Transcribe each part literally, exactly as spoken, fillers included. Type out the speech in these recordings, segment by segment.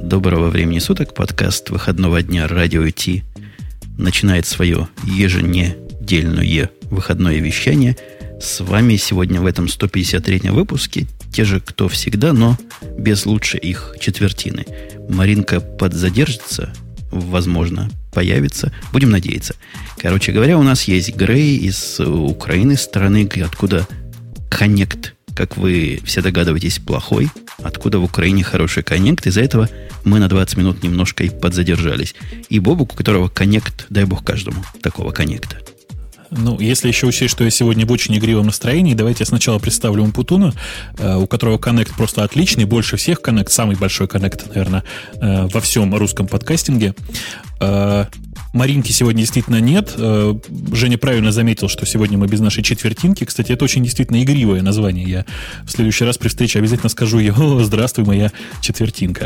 Доброго времени суток. Подкаст выходного дня Радио Ти начинает свое еженедельное выходное вещание. С вами сегодня в этом сто пятьдесят третьем выпуске те же, кто всегда, но без лучшей их четвертины. Маринка подзадержится, возможно, появится. Будем надеяться. Короче говоря, у нас есть Грей из Украины, страны, откуда коннект, как вы все догадываетесь, плохой. Откуда в Украине хороший коннект. Из-за этого мы на двадцать минут немножко и подзадержались. И Бобук, у которого коннект, дай бог каждому такого коннекта. Ну, если еще учесть, что я сегодня в очень игривом настроении, давайте я сначала представлю Умпутуна, у которого коннект просто отличный, больше всех коннект, самый большой коннект, наверное, во всем русском подкастинге. Маринки сегодня действительно нет. Женя правильно заметил, что сегодня мы без нашей четвертинки. Кстати, это очень действительно игривое название. Я в следующий раз при встрече обязательно скажу ей: «О, здравствуй, моя четвертинка».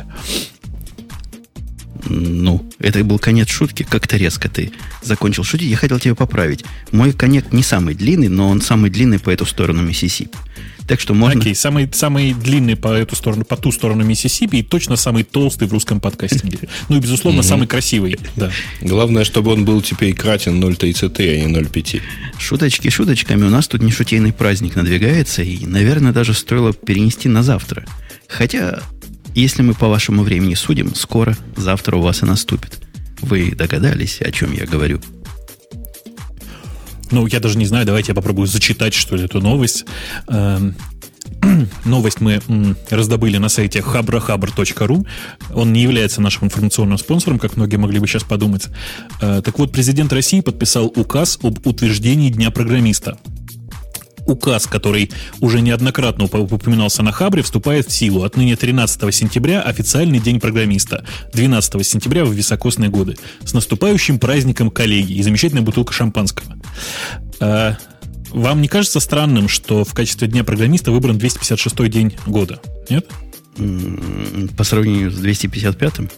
Ну, это был конец шутки. Как-то резко ты закончил шутить. Я хотел тебя поправить. Мой коннект не самый длинный, но он самый длинный по эту сторону Миссисипи. Так что можно... Окей, самый, самый длинный по эту сторону, по ту сторону Миссисипи и точно самый толстый в русском подкастинге. Ну и, безусловно, самый красивый. Да. Главное, чтобы он был теперь кратен ноль тридцать три, а не ноль пять. Шуточки шуточками. У нас тут не шутейный праздник надвигается, и, наверное, даже стоило перенести на завтра. Хотя, если мы по вашему времени судим, скоро завтра у вас и наступит. Вы догадались, о чем я говорю? Ну, я даже не знаю, давайте я попробую зачитать, что ли, эту новость. Эм, новость мы м, раздобыли на сайте хабрахабр точка ру. Он не является нашим информационным спонсором, как многие могли бы сейчас подумать. Э, так вот, президент России подписал указ об утверждении Дня программиста. Указ, который уже неоднократно упоминался на Хабре, вступает в силу. Отныне тринадцатого сентября официальный день программиста. двенадцатого сентября в високосные годы. С наступающим праздником, коллеги. И замечательная бутылка шампанского. А, вам не кажется странным, что в качестве Дня программиста выбран двести пятьдесят шестой день года? Нет? По сравнению с двести пятьдесят пятым?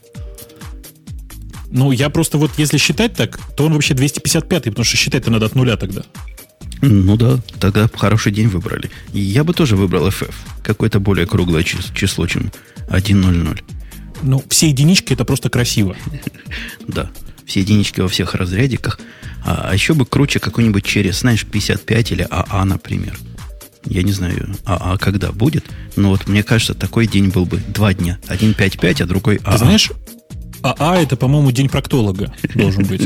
Ну, я просто вот, если считать так, то он вообще двести пятьдесят пятый, потому что считать-то надо от нуля тогда. Ну да, тогда хороший день выбрали. Я бы тоже выбрал эф эф. Какое-то более круглое число, чем сто ноль. Ну, все единички — это просто красиво. Да, все единички во всех разрядиках. А, а еще бы круче какой-нибудь через, знаешь, пятьдесят пять или АА, например. Я не знаю, АА когда будет, но вот мне кажется, такой день был бы два дня. Один пять пять, а другой АА. Ты знаешь... АА — это, по-моему, день проктолога должен быть.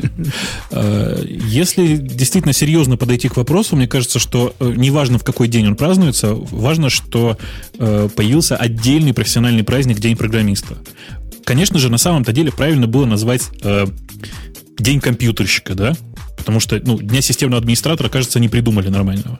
Если действительно серьезно подойти к вопросу, мне кажется, что неважно, в какой день он празднуется, важно, что появился отдельный профессиональный праздник — День программиста. Конечно же, на самом-то деле правильно было назвать День компьютерщика, да? Потому что, ну, Дня системного администратора, кажется, не придумали нормального.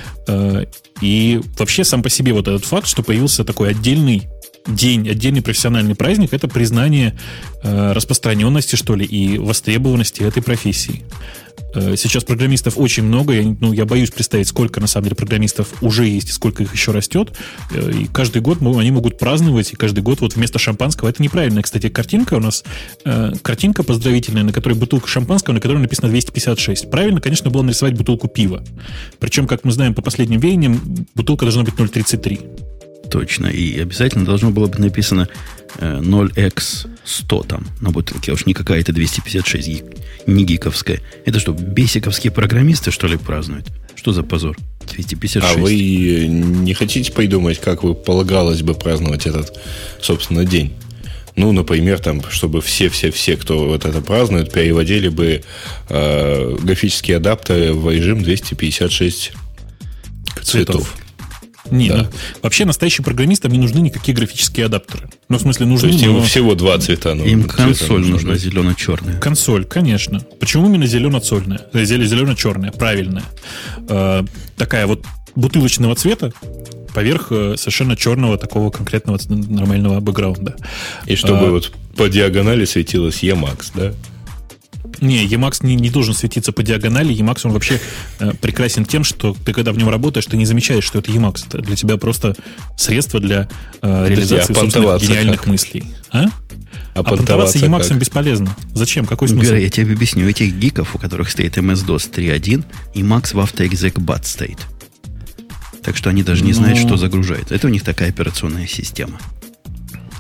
И вообще сам по себе вот этот факт, что появился такой отдельный день, отдельный профессиональный праздник, это признание э, распространенности, что ли, и востребованности этой профессии. Э, сейчас программистов очень много. Я, ну, я боюсь представить, сколько на самом деле программистов уже есть и сколько их еще растет. Э, и каждый год мы, они могут праздновать, и каждый год вот вместо шампанского. Это неправильная, кстати, картинка у нас. Э, картинка поздравительная, на которой бутылка шампанского, на которой написано двести пятьдесят шесть. Правильно, конечно, было нарисовать бутылку пива. Причем, как мы знаем по последним веяниям, бутылка должна быть ноль тридцать три. Точно. И обязательно должно было быть написано э, ноль икс сто там на бутылке. А уж не какая-то двести пятьдесят шесть, гик, не гиковская. Это что, бесиковские программисты, что ли, празднуют? Что за позор? двести пятьдесят шесть. А вы не хотите придумать, как вы полагалось бы праздновать этот, собственно, день? Ну, например, там, чтобы все-все-все, кто вот это празднует, переводили бы э, графические адаптеры в режим двести пятьдесят шесть цветов. цветов. Не, да. ну, вообще настоящим программистам не нужны никакие графические адаптеры. Ну, в смысле, нужны... То есть но... им всего два цвета. Ну, им консоль нужна зелено-черная. Консоль, конечно. Почему именно зелено-цольная? Зелено-черная, правильная. Э, такая вот бутылочного цвета поверх совершенно черного такого конкретного нормального бэкграунда. И чтобы а, вот по диагонали светилось Emacs, да? Не, Emacs не, не должен светиться по диагонали. Emacs, он вообще э, прекрасен тем, что ты, когда в нем работаешь, ты не замечаешь, что это Emacs. Это для тебя просто средство для э, реализации собственных гениальных как? мыслей. А? А, а понтоваться Emacs бесполезно. Зачем? Какой смысл? Гера, я тебе объясню. У этих гиков, у которых стоит эм эс дос три точка один, Emacs в AutoExec.bat стоит. Так что они даже не знают, ну... что загружает. Это у них такая операционная система.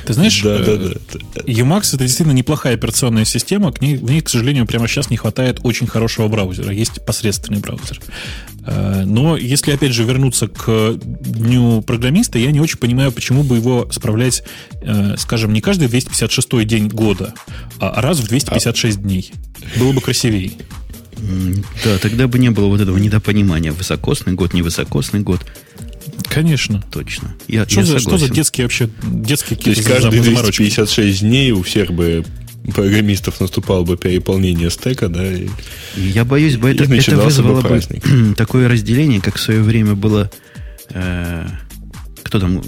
Ты знаешь, да, да, да. Emacs — это действительно неплохая операционная система. К ней, в ней, к сожалению, прямо сейчас не хватает очень хорошего браузера. Есть посредственный браузер. Но если, опять же, вернуться к дню программиста, я не очень понимаю, почему бы его справлять, скажем, не каждый двести пятьдесят шестой день года, а раз в двести пятьдесят шесть а. дней. Было бы красивее. Да, тогда бы не было вот этого недопонимания. Высокосный год, невысокосный год. Конечно. Точно. Я, что, я за, что за детские вообще детские какие-то заморочки? То есть каждые двести пятьдесят шесть дней у всех бы программистов наступало бы переполнение стека, да? И, я боюсь, бы это, это вызвало бы, бы такое разделение, как в свое время было э, кто там,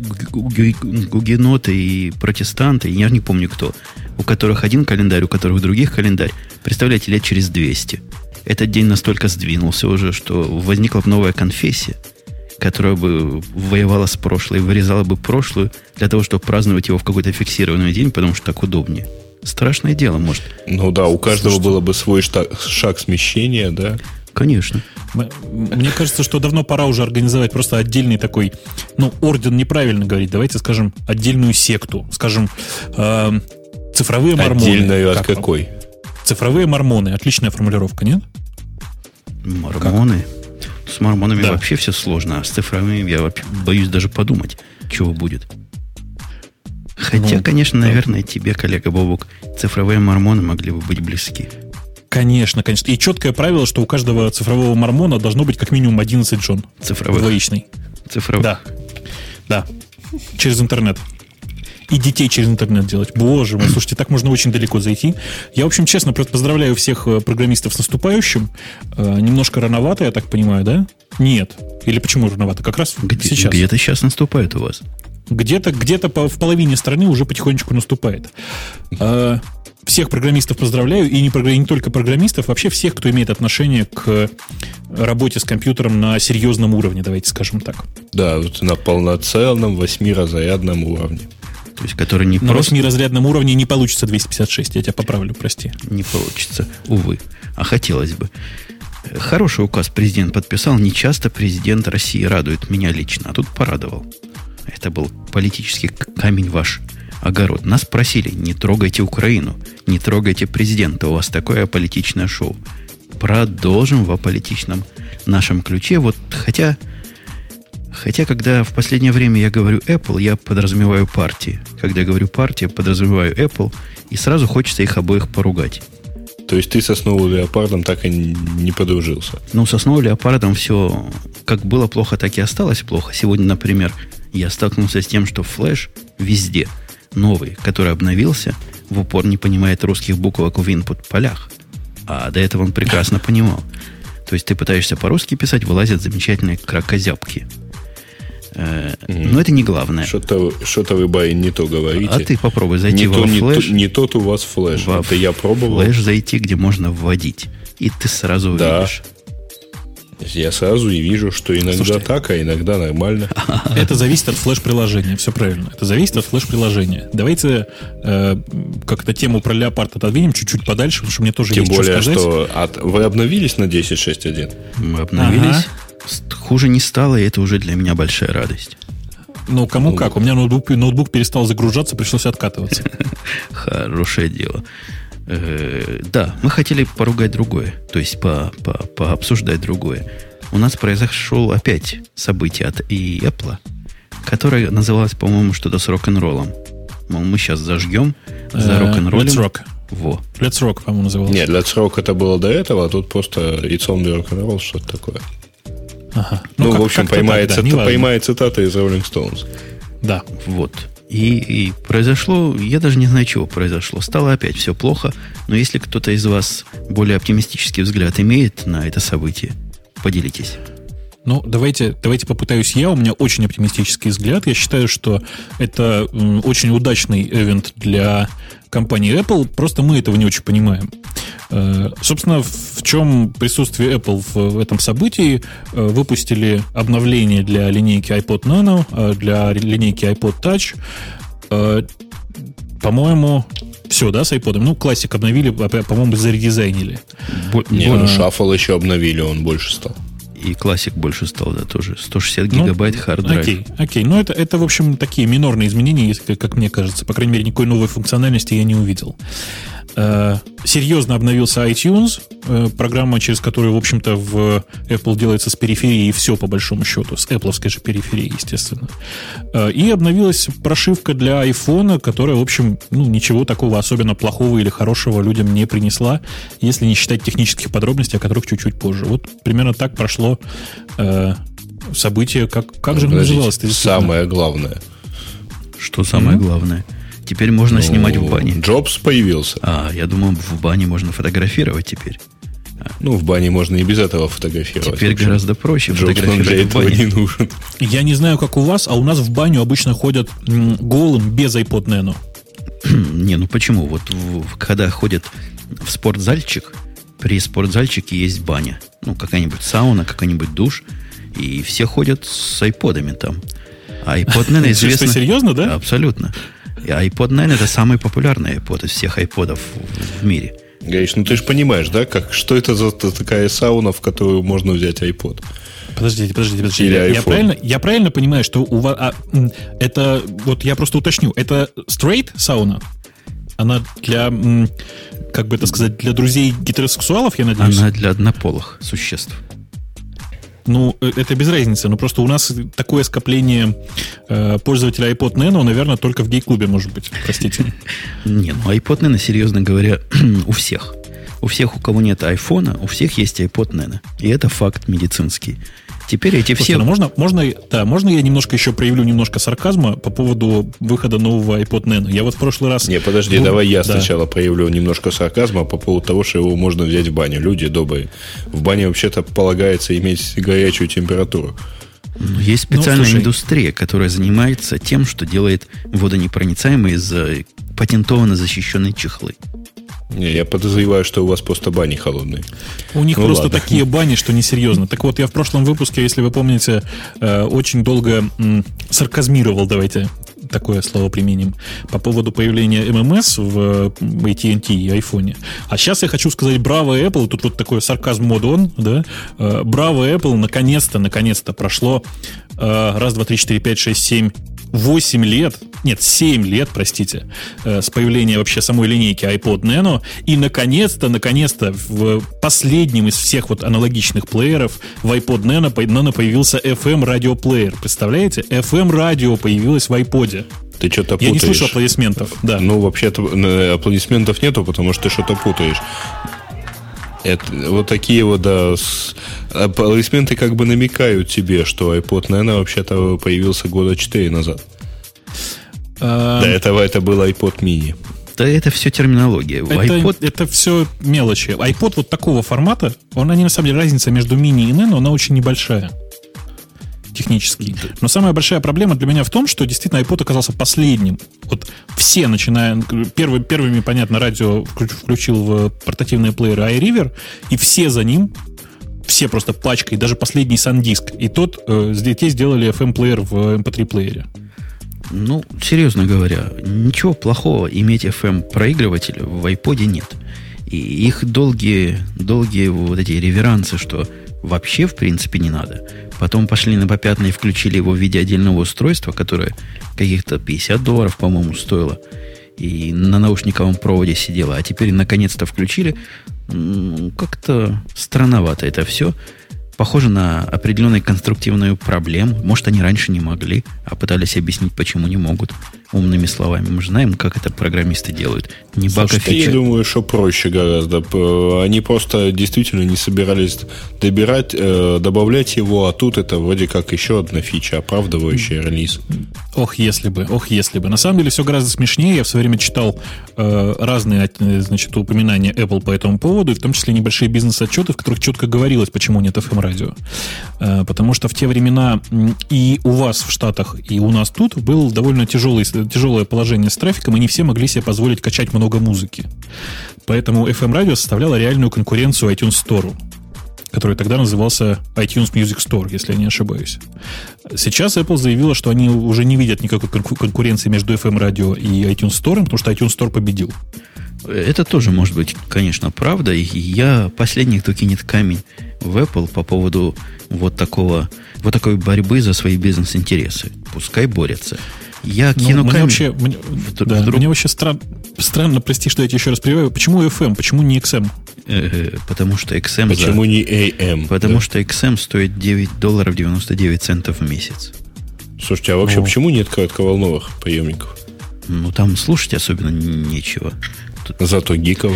гугеноты и протестанты, я не помню кто, у которых один календарь, у которых других календарь. Представляете, лет через двести. Этот день настолько сдвинулся уже, что возникла бы новая конфессия, которая бы воевала с прошлой, вырезала бы прошлую для того, чтобы праздновать его в какой-то фиксированный день, потому что так удобнее. Страшное дело, может. Ну да, у каждого Слушайте, было бы свой шаг смещения, да? Конечно. Мне кажется, что давно пора уже организовать просто отдельный такой, ну, орден неправильно говорить, давайте скажем, отдельную секту. Скажем, э, цифровые мормоны. Отдельную от как какой? Вам? Цифровые мормоны. Отличная формулировка, нет? Мормоны? Как? С мормонами да. вообще все сложно, а с цифровыми я вообще боюсь даже подумать, чего будет. Хотя, ну, конечно, да. наверное, тебе, коллега Бобук, цифровые мормоны могли бы быть близки. Конечно, конечно. И четкое правило, что у каждого цифрового мормона должно быть как минимум одиннадцать джон. Цифровых. Двоичный. Цифровых. Да. Да. Через интернет. И детей через интернет делать. Боже мой, слушайте, так можно очень далеко зайти. Я, в общем, честно поздравляю всех программистов с наступающим. Немножко рановато, я так понимаю, да? Нет. Или почему рановато? Как раз где, сейчас. Где-то сейчас наступает у вас. Где-то, где-то по, в половине страны уже потихонечку наступает. А, всех программистов поздравляю, и не, и не только программистов, вообще всех, кто имеет отношение к работе с компьютером на серьезном уровне, давайте скажем так. Да, вот на полноценном восьмиразрядном уровне. То есть, который не на просто... восьмиразрядном уровне не получится двести пятьдесят шесть, я тебя поправлю, прости. Не получится, увы. А хотелось бы. Хороший указ президент подписал. Нечасто президент России радует меня лично, а тут порадовал. Это был политический камень ваш огород. Нас просили, не трогайте Украину, не трогайте президента, у вас такое аполитичное шоу. Продолжим в аполитичном нашем ключе. Вот хотя, хотя, когда в последнее время я говорю Apple, я подразумеваю партии. Когда я говорю партия, подразумеваю Apple, и сразу хочется их обоих поругать. То есть ты со Сноу Леопардом так и не подружился? Ну, со Сноу Леопардом все как было плохо, так и осталось плохо. Сегодня, например, я столкнулся с тем, что флеш везде новый, который обновился, в упор не понимает русских буквок в input полях. А до этого он прекрасно понимал. То есть ты пытаешься по-русски писать, вылазят замечательные кракозябки. Mm-hmm. Но это не главное. Что-то, что-то вы, Барин, не то говорите. А ты попробуй зайти не во то, флеш. Не, то, не тот у вас флеш. Во это я пробовал. Флеш зайти, где можно вводить. И ты сразу увидишь. Да. Я сразу и вижу, что иногда Слушайте, так, а иногда нормально. Это зависит от флеш-приложения. Все правильно. Это зависит от флеш-приложения. Давайте э, как-то тему про Леопард отодвинем чуть-чуть подальше, потому что мне тоже Тем есть более, что сказать. что от... вы обновились на десять шесть один? Мы обновились. Ага. Хуже не стало, и это уже для меня большая радость. Ну, кому ну, как. У меня ноутбук, ноутбук перестал загружаться, пришлось откатываться. Хорошее дело. Да, мы хотели поругать другое, то есть по, по, пообсуждать другое. У нас произошло опять событие от и Apple, которое называлось, по-моему, что-то с рок-н-роллом. Мол, мы сейчас зажгем за рок-н-роллем. Let's Rock. Во. Let's Rock, по-моему, называлось. Нет, Let's Rock это было до этого, а тут просто It's Only Rock-н-Roll, что-то такое. Ага. Ну, ну как, в общем, поймает, так, да, цитата, поймает цитаты из Rolling Stones. Да. Вот. И, и произошло, я даже не знаю, чего произошло. Стало опять все плохо. Но если кто-то из вас более оптимистический взгляд имеет на это событие, поделитесь. Ну, давайте, давайте попытаюсь я. У меня очень оптимистический взгляд. Я считаю, что это м, очень удачный ивент для компании Apple. Просто мы этого не очень понимаем. Э, собственно, в чем присутствие Apple в, в этом событии? Э, выпустили обновление для линейки iPod Nano, э, для линейки iPod Touch. Э, по-моему, все, да, с iPod? Ну, классик обновили, по-моему, заредизайнили. Не, ну, Shuffle еще обновили, он больше стал. И классик больше стал, да, тоже. сто шестьдесят гигабайт ну, hard drive. Окей, окей. Но это, это, в общем, такие минорные изменения, если, как мне кажется. По крайней мере, никакой новой функциональности я не увидел. Э, серьезно обновился iTunes, э, программа, через которую, в общем-то, в Apple делается с периферии все, по большому счету, с Apple'овской же периферии, естественно. Э, и обновилась прошивка для iPhone, которая, в общем, ну, ничего такого особенно плохого или хорошего людям не принесла, если не считать технических подробностей, о которых чуть-чуть позже. Вот примерно так прошло э, событие. Как, как же оно называлось? Самое главное. Что самое mm-hmm. главное? Теперь можно ну, снимать в бане. Джобс появился. А, я думал, в бане можно фотографировать теперь. Ну, в бане можно и без этого фотографировать. Теперь общем, гораздо проще Джобс фотографировать для этого в бане. не нужен. Я не знаю, как у вас, а у нас в баню обычно ходят м, голым без iPod Nano. Не, ну почему? Вот в, когда ходят в спортзальчик, при спортзальчике есть баня. Ну, какая-нибудь сауна, какой-нибудь душ. И все ходят с айподами там. А iPod Nano известно... Что, серьезно, да? Абсолютно. И iPod Nano это самый популярный iPod из всех айподов в мире. Гаиш, ну ты же понимаешь, да, как, что это за такая сауна, в которую можно взять iPod? Подождите, подождите, подождите. Я, я, правильно, я правильно понимаю, что у вас... А, это, вот я просто уточню, это straight сауна? Она для, как бы это сказать, для друзей гетеросексуалов, я надеюсь? Она для однополых существ. Ну, это без разницы. Но просто у нас такое скопление э, пользователей iPod Nano, наверное, только в гей-клубе, может быть. Простите. Не, ну iPod Nano, серьезно говоря, у всех. У всех, у кого нет айфона, у всех есть iPod Nano. И это факт медицинский. Теперь эти Слушайте, все... ну можно, можно, да, можно я немножко еще проявлю немножко сарказма по поводу выхода нового iPod Nano? Я вот в прошлый раз... Не, подожди, ну, давай я да. сначала проявлю немножко сарказма по поводу того, что его можно взять в баню. Люди добрые. В бане вообще-то полагается иметь горячую температуру. Есть специальная ну, индустрия, которая занимается тем, что делает водонепроницаемые за патентованно защищенные чехлы. Не, я подозреваю, что у вас просто бани холодные. У них ну, просто ладно. такие бани, что несерьезно. Так вот, я в прошлом выпуске, если вы помните, очень долго сарказмировал, давайте такое слово применим, по поводу появления эм эм эс в эй ти энд ти и айфоне. А сейчас я хочу сказать браво Apple, тут вот такой сарказм мод он, да, браво Apple, наконец-то, наконец-то прошло раз, два, три, четыре, пять, шесть, семь, восемь лет, нет, семь лет, простите, с появления вообще самой линейки iPod Nano, и наконец-то, наконец-то в последнем из всех вот аналогичных плееров в iPod Nano, Nano появился эф эм радиоплеер. Представляете? эф эм радио появилось в iPod'е. Ты что-то путаешь. Я не слышу аплодисментов, да. Ну, вообще-то аплодисментов нету, потому что ты что-то путаешь. Это, вот такие вот, да, с, аплодисменты как бы намекают тебе, что iPod Nano вообще-то появился года четыре назад. А... До этого это был iPod mini. Да это все терминология. Это, iPod... это все мелочи. iPod вот такого формата, он, они на самом деле, разница между мини и Nano, она очень небольшая. Технически. Но самая большая проблема для меня в том, что действительно iPod оказался последним. Вот все, начиная... Первый, первыми, понятно, радио включил в портативные плееры iRiver, и все за ним, все просто пачкой, даже последний SanDisk. И тот, э, те сделали эф эм-плеер в эм пи три-плеере. Ну, серьезно говоря, ничего плохого иметь эф эм-проигрыватель в iPod нет. И их долгие, долгие вот эти реверансы, что вообще, в принципе, не надо. Потом пошли на попятные и включили его в виде отдельного устройства, которое каких-то пятьдесят долларов, по-моему, стоило. И на наушниковом проводе сидело. А теперь наконец-то включили. Ну, как-то странновато это все. Похоже на определенную конструктивную проблему. Может, они раньше не могли, а пытались объяснить, почему не могут умными словами. Мы же знаем, как это программисты делают. Не баг, а фича. Я думаю, что проще гораздо. Они просто действительно не собирались добирать, добавлять его, а тут это вроде как еще одна фича, оправдывающая релиз. Ох, если бы, ох, если бы. На самом деле все гораздо смешнее. Я в свое время читал э, разные, значит, упоминания Apple по этому поводу, и в том числе небольшие бизнес-отчеты, в которых четко говорилось, почему нет эф эм-радио. Э, потому что в те времена и у вас в Штатах, и у нас тут был довольно тяжелый, тяжелое положение с трафиком, и не все могли себе позволить качать много музыки. Поэтому эф эм-радио составляло реальную конкуренцию iTunes Store, который тогда назывался iTunes Music Store, если я не ошибаюсь. Сейчас Apple заявила, что они уже не видят никакой конкуренции между эф эм-радио и iTunes Store, потому что iTunes Store победил. Это тоже может быть, конечно, правда. И я последний, кто кинет камень в Apple по поводу вот такого, вот такой борьбы за свои бизнес-интересы. Пускай борются. Я ну, кину мне камень. Вообще, мне, в, да, вдруг... мне вообще стран, странно, прости, что я тебе еще раз прививаю. Почему эф эм, почему не икс эм? Э-э, потому что икс эм... Почему за... не эй эм? Потому да? что икс эм стоит девять долларов девяносто девять центов в месяц. Слушайте, а вообще О. почему нет коротковолновых приемников? Ну, там слушать особенно нечего. Тут... Зато гиково.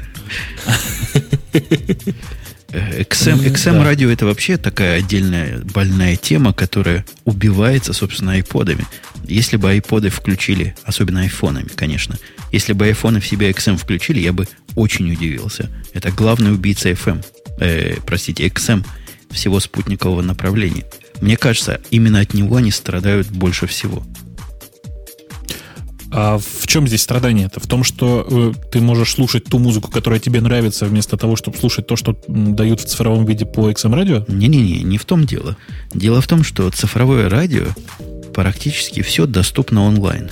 икс эм, икс эм да. радио это вообще такая отдельная больная тема, которая убивается, собственно, айподами. Если бы айподы включили, особенно айфонами, конечно, если бы айфоны в себя икс эм включили, я бы очень удивился. Это главный убийца эф эм, э, простите, икс эм всего спутникового направления. Мне кажется, именно от него они страдают больше всего. А в чем здесь страдание-то? В том, что э, ты можешь слушать ту музыку, которая тебе нравится, вместо того, чтобы слушать то, что дают в цифровом виде по икс эм-радио? Не-не-не, не в том дело. Дело в том, что цифровое радио практически все доступно онлайн.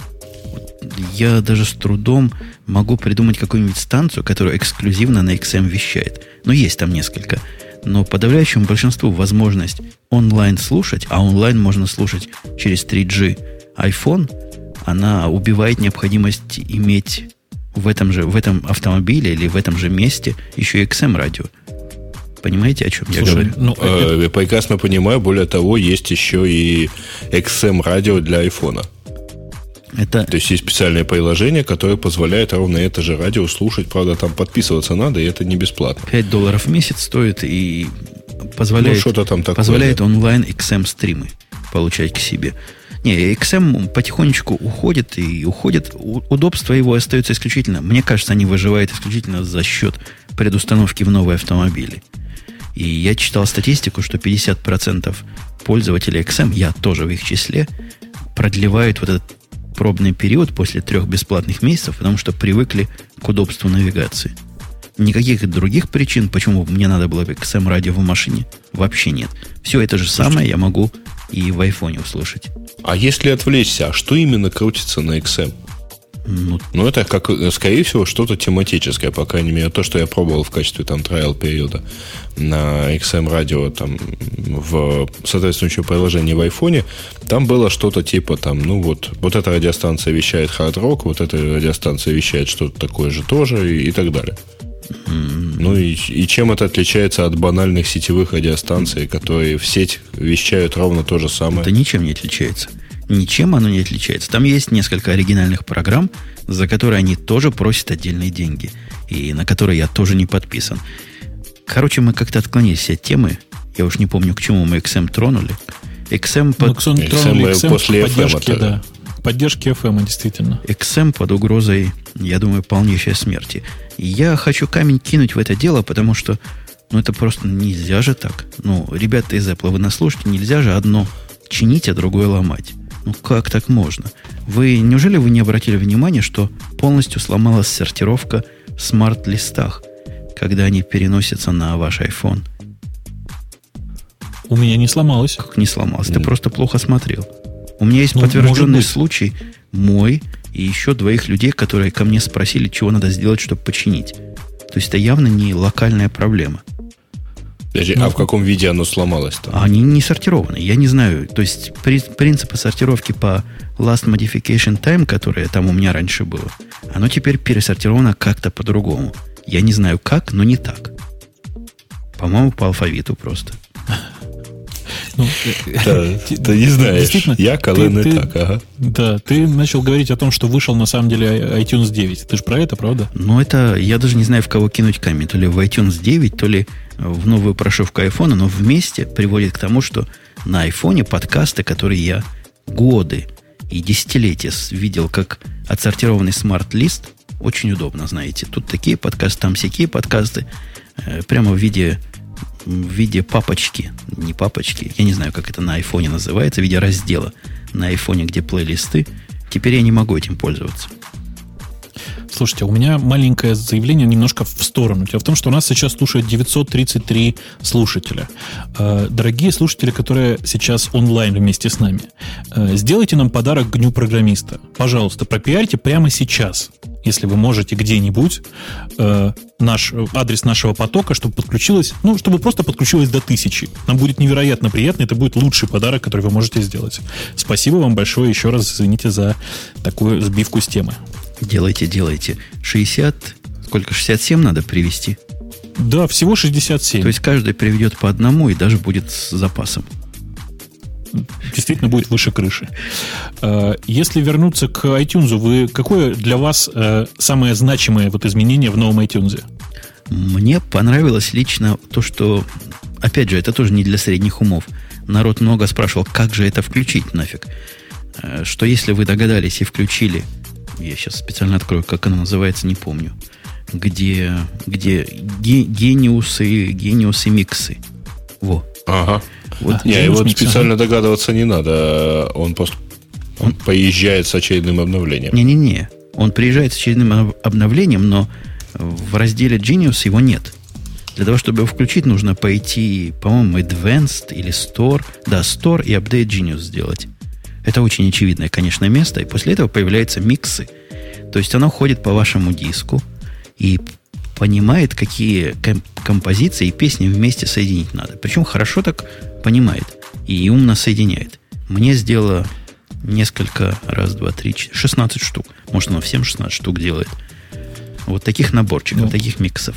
Я даже с трудом могу придумать какую-нибудь станцию, которая эксклюзивно на икс эм вещает. Ну, есть там несколько. Но подавляющему большинству возможность онлайн слушать, а онлайн можно слушать через три джи iPhone, она убивает необходимость иметь в этом же, в этом автомобиле или в этом же месте еще и икс эм-радио. Понимаете, о чем Слушай, я говорю? Ну, э, я прекрасно понимаю. Более того, есть еще и икс эм-радио для айфона. Это... То есть есть специальное приложение, которое позволяет ровно это же радио слушать. Правда, там подписываться надо, и это не бесплатно. пять долларов в месяц стоит и позволяет, ну, что-то там такое, позволяет да. онлайн икс эм-стримы получать к себе. Не, икс эм потихонечку уходит и уходит. Удобство его остается исключительно. Мне кажется, они выживают исключительно за счет предустановки в новые автомобили. И я читал статистику, что пятьдесят процентов пользователей икс эм, я тоже в их числе, продлевают вот этот пробный период после трех бесплатных месяцев, потому что привыкли к удобству навигации. Никаких других причин, почему мне надо было икс эм-радио в машине, вообще нет. Все это же самое я могу и в айфоне услышать. А если отвлечься, а что именно крутится на икс эм? Ну, ну, это, как, скорее всего, что-то тематическое, по крайней мере, то, что я пробовал в качестве там трайл периода на икс эм-радио там, в соответствующем приложении в айфоне, там было что-то типа там, ну вот, вот эта радиостанция вещает хард-рок, вот эта радиостанция вещает что-то такое же тоже и, и так далее. Mm-hmm. Ну и, и чем это отличается от банальных сетевых радиостанций, mm-hmm. которые в сеть вещают ровно то же самое? Это ничем не отличается. Ничем оно не отличается. Там есть несколько оригинальных программ, за которые они тоже просят отдельные деньги. И на которые я тоже не подписан. Короче, мы как-то отклонились от темы. Я уж не помню, к чему мы икс эм тронули. икс эм под... икс эм тронули икс эм после поддержки, да. Поддержки эф эм, действительно. икс эм под угрозой, я думаю, полнейшей смерти. И я хочу камень кинуть в это дело, потому что ну, это просто нельзя же так. Ну, ребята из Apple, вы нас слушаете, нельзя же одно чинить, а другое ломать. Ну, как так можно? Вы, неужели вы не обратили внимания, что полностью сломалась сортировка в смарт-листах, когда они переносятся на ваш iPhone? У меня не сломалось. Как не сломалось? Ты mm. просто плохо смотрел. У меня есть ну, подтвержденный случай, мой и еще двоих людей, которые ко мне спросили, чего надо сделать, чтобы починить. То есть это явно не локальная проблема. Подожди, ну, а в каком виде оно сломалось-то? Они не сортированы. Я не знаю. То есть при, принципы сортировки по Last Modification Time, которое там у меня раньше было, оно теперь пересортировано как-то по-другому. Я не знаю как, но не так. По-моему, по алфавиту просто. Ну, да, ты не знаешь. Я, коли не так. Ага. Да, ты начал говорить о том, что вышел на самом деле iTunes девять. Ты же про это, правда? Ну, это я даже не знаю, в кого кинуть камень. То ли в iTunes девять, то ли в новую прошивку айфона, но вместе приводит к тому, что на айфоне подкасты, которые я годы и десятилетия видел как отсортированный смарт-лист, очень удобно, знаете. Тут такие подкасты, там всякие подкасты, э, прямо в виде, в виде папочки, не папочки, я не знаю, как это на айфоне называется, в виде раздела на айфоне, где плейлисты. Теперь я не могу этим пользоваться. Слушайте, у меня маленькое заявление немножко в сторону. Дело в том, что у нас сейчас слушает девятьсот тридцать три слушателя. Дорогие слушатели, которые сейчас онлайн вместе с нами, сделайте нам подарок к Дню программиста. Пожалуйста, пропиарьте прямо сейчас. если вы можете где-нибудь, э, наш, адрес нашего потока, чтобы подключилось, ну, чтобы просто подключилось до тысячи. Нам будет невероятно приятно, это будет лучший подарок, который вы можете сделать. Спасибо вам большое еще раз, извините за такую сбивку с темы. Делайте, делайте. шестьдесят, сколько, шестьдесят семь надо привести? Да, всего шестьдесят семь. То есть каждый приведет по одному и даже будет с запасом. Действительно будет выше крыши. Если вернуться к iTunes, вы, какое для вас самое значимое вот изменение в новом iTunes? Мне понравилось лично то, что, опять же, это тоже не для средних умов. Народ много спрашивал, как же это включить нафиг. Что если вы догадались и включили, я сейчас специально открою, как оно называется, не помню, где, где гениусы, гениусы миксы. Во. Ага. Вот, не, его микс, специально ага. догадываться не надо. Он просто он поезжает с очередным обновлением. Не-не-не. Он приезжает с очередным обновлением, но в разделе Genius его нет. Для того, чтобы его включить, нужно пойти, по-моему, Advanced или Store. Да, Store и Update Genius сделать. Это очень очевидное, конечно, место. И после этого появляются миксы. То есть оно ходит по вашему диску и понимает, какие комп- композиции и песни вместе соединить надо. Причем хорошо так понимает и умно соединяет. Мне сделало несколько, раз, два, три, четыре, шестнадцать штук. Может, оно всем шестнадцать штук делает. Вот таких наборчиков, ну, таких миксов.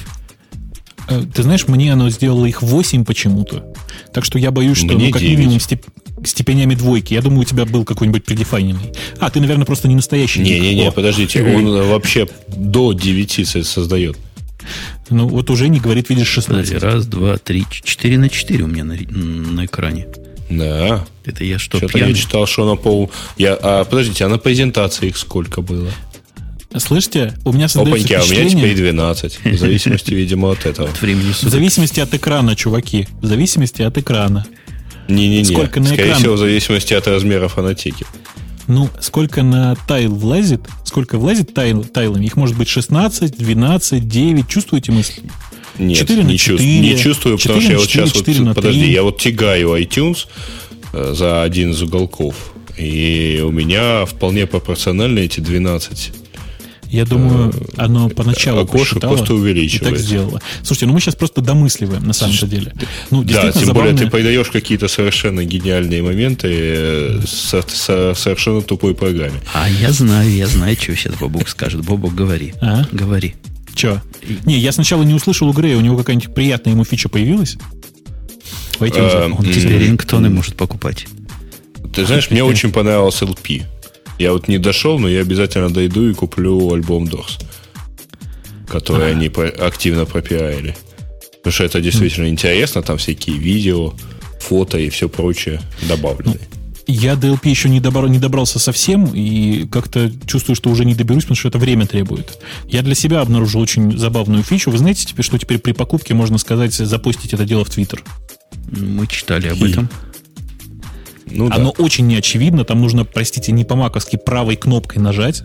Ты знаешь, мне оно сделало их восемь почему-то. Так что я боюсь, что, мне ну, как девять. минимум степ- степенями двойки. Я думаю, у тебя был какой-нибудь предефайненный. А, ты, наверное, просто не настоящий. Не-не-не, подождите. Он вообще до девяти создает. Ну, вот уже не говорит, видишь, шестнадцать. Подожди, раз, два, три, четыре на четыре у меня на, на экране. Да. Это я что, Что-то пьяный? я читал, что на пол... Я... А, подождите, а на презентации их сколько было? Слышите, у меня создается Опаньки, а у меня впечатление... теперь двенадцать. В зависимости, видимо, от этого. От времени В суток. зависимости от экрана, чуваки. В зависимости от экрана. Не-не-не. Сколько на Скорее экран? всего, в зависимости от размера фонотеки. Ну, сколько на тайл влазит, сколько влазит тайл, тайлами, их может быть шестнадцать, двенадцать, девять. Чувствуете мысль? Нет, четыре на не, чувств- четыре, не чувствую, потому четыре что я на вот четыре, сейчас... четыре Вот, на подожди, три. я вот тягаю iTunes э, за один из уголков, и у меня вполне пропорционально эти двенадцать. Я думаю, оно поначалу окошко посчитало просто и так увеличивается. сделало. Слушайте, ну мы сейчас просто домысливаем, на самом деле. Ну, Да, действительно тем забавное... более ты передаешь какие-то совершенно гениальные моменты э, со, со совершенно тупой программе. А я знаю, я знаю, что сейчас Бобук скажет. Бобук, говори. А? Говори. Че? Не, я сначала не услышал у Грея, у него какая-нибудь приятная ему фича появилась? В iTunes. Эм, Он теперь рингтоны может покупать. Ты знаешь, мне очень понравился эл пи. Я вот не дошел, но я обязательно дойду и куплю альбом Doors, который А. они по- активно пропиарили. Потому что это действительно интересно, там всякие видео, фото и все прочее добавлены. Я до эл пи еще не, добра- не добрался совсем, и как-то чувствую, что уже не доберусь, потому что это время требует. Я для себя обнаружил очень забавную фичу. Вы знаете, теперь, что теперь при покупке можно сказать, запостить это дело в Твиттер? Мы читали об И- этом. Ну, да. Оно очень неочевидно. Там нужно, простите, не по-маковски правой кнопкой нажать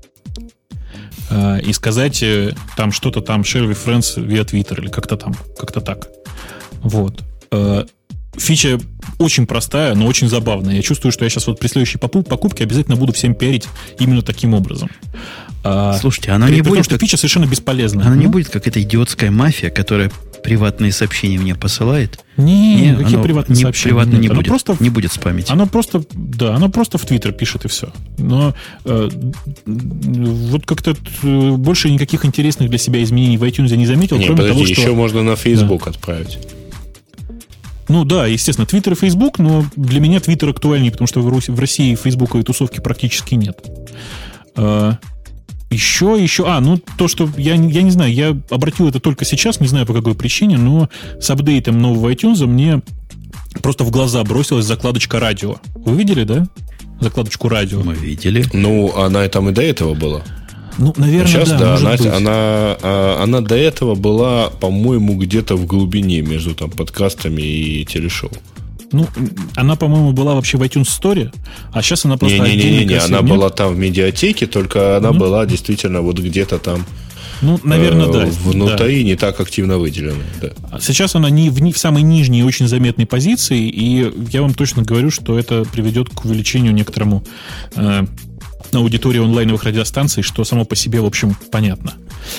э, и сказать э, там что-то там share with friends via Twitter или как-то там, как-то так. Вот. Э, фича очень простая, но очень забавная. Я чувствую, что я сейчас вот при следующей попу- покупке обязательно буду всем пиарить именно таким образом. А, Слушайте, она при, не при том, будет что как- фича совершенно бесполезная. Она не Ну, будет как эта идиотская мафия, которая приватные сообщения мне посылает. Не, Не, какие оно приватные не, сообщения? приватно Нет, не оно будет. просто Не будет спамить. Оно просто, да, оно просто в Твиттер пишет и все. Но э, вот как-то э, больше никаких интересных для себя изменений в iTunes я не заметил, Не, кроме подожди, того, что... еще можно на Facebook отправить. Ну да, естественно, Твиттер и Фейсбук, но для меня Твиттер актуальнее, потому что в Руси- в России фейсбуковой тусовки практически нет. Э, Еще, еще, а, ну то, что я, я не знаю, я обратил это только сейчас, не знаю по какой причине, но с апдейтом нового iTunes мне просто в глаза бросилась закладочка радио. Вы видели, да? Закладочку радио. Мы видели. Ну, она там и до этого была. Ну, наверное, Сейчас, да, да, может она, быть. она, а, она до этого была, по-моему, где-то в глубине между там подкастами и телешоу. Ну, она, по-моему, была вообще в iTunes Store, а сейчас она просто отдельный Не-не-не, она кассет, нет? была там в медиатеке, только она Мгм. была действительно вот где-то там Ну, наверное, э, да. внутри, не так активно выделена. Да. Да. Сейчас она не в, ни- в самой нижней очень заметной позиции, и я вам точно говорю, что это приведет к увеличению некоторому э, аудитория онлайновых радиостанций, что само по себе, в общем, понятно.